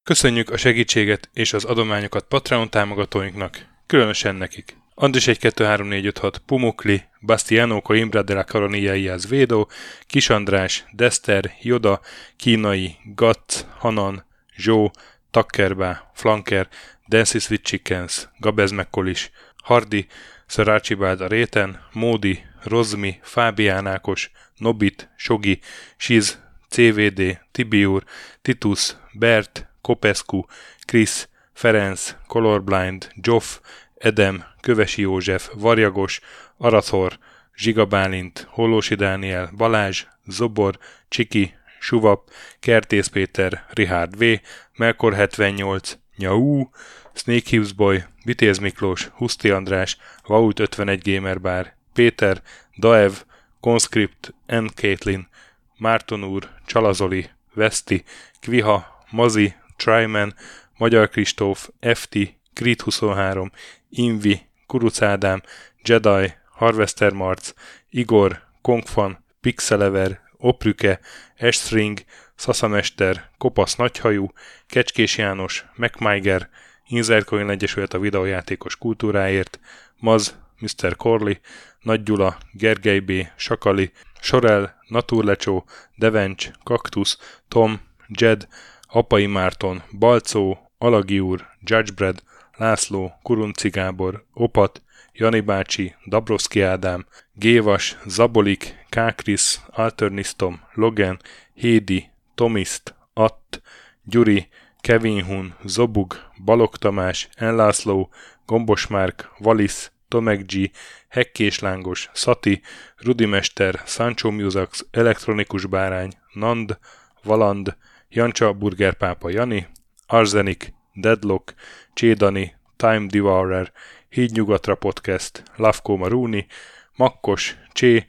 Speaker 1: Köszönjük a segítséget és az adományokat Patreon támogatóinknak, különösen nekik. Andris egy kettő három négy öt hat, Pumukli, Bastiano Coimbra de la Coronilla Iaz Védó, Kis András, Dester, Joda, Kínai, Gatt, Hanan, Zsó, Takkerbá, Flanker, Dancy Sweet Chickens, Gabez Mekkolis, Hardi, Sir Archibald a Réten, Módi, Rozmi, Fábián Ákos, Nobit, Sogi, Siz, cé vé dé, Tibiur, Titus, Bert, Kopescu, Krisz, Ferenc, Colorblind, Zsoff, Edem, Kövesi József, Varjagos, Arathor, Zsiga Bálint, Hollósi Dániel, Balázs, Zobor, Csiki, Suvap, Kertész Péter, Richard V, Melkor hetvennyolc, Nyau, Snake Hughes Boy, Vitéz Miklós, Huszti András, Vault ötvenegy Gamerbar, Péter, Daev, Conscript, N. Caitlin, Márton úr, Csalazoli, Veszti, Kviha, Mazi, Tryman, Magyar Kristóf, ef té, Creed huszonhárom, Invi, Kuruc Ádám, Jedi, Harvester Marc, Igor, Kongfan, Pixelever, Oprüke, Estring, Szaszamester, Kopasz Nagyhajú, Kecskés János, MacMiger, Inzertcoin Egyesület a videójátékos kultúráért, Maz, miszter Corley, Nagy Gyula, Gergely B., Sakali, Sorel, Naturlecsó, Devencs, Kaktusz, Tom, Jed, Apai Márton, Balcó, Alagi úr, Judgebred, László, Kurunci Gábor, Opat, Jani bácsi, Dabrowski Ádám, Gévas, Zabolik, Kákris, Alternisztom, Logan, Hédi, Tomiszt, Att, Gyuri, Kevin Hun, Zobug, Balog Tamás, Enlászló, Gombos Márk, Valisz, Tomek G, Hekkés Lángos, Szati, Rudimester, Sancho Musax, Elektronikus Bárány, Nand, Valand, Jancsa Burgerpápa Jani, Arzenik, Deadlock, Csédani, Time Devourer, Hídnyugatra Podcast, Lavko Maruni, Makkos, Csé,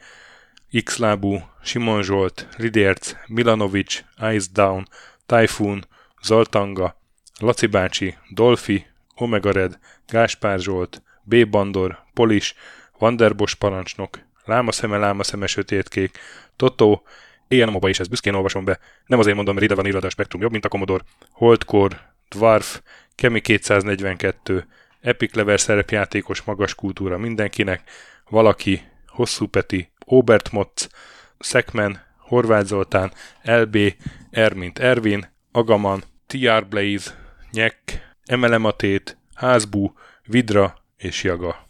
Speaker 1: Xlábú, Simon Zsolt, Lidérc, Milanovic, Ice Down, Typhoon, Zoltanga, Laci bácsi, Dolfi, Omega Red, Gáspár Zsolt, B. Bandor, Polis, Vanderbos parancsnok, Lámaszeme, Lámaszeme, Sötétkék, Totó, éjjel moba is, ezt büszkén olvasom be, nem azért mondom, mert ide van írva, a Spektrum jobb, mint a Commodore, Holdcore, Dwarf, Kemi kétszáznegyvenkettő, Epic Level szerepjátékos magas kultúra mindenkinek, Valaki, Hosszú Peti, Obert Motz, Szekmen, Horváth Zoltán, el bé, R mint Ervin, Agaman, té er Blaze, Nyek, Emelematét, Házbú, Vidra és Jaga.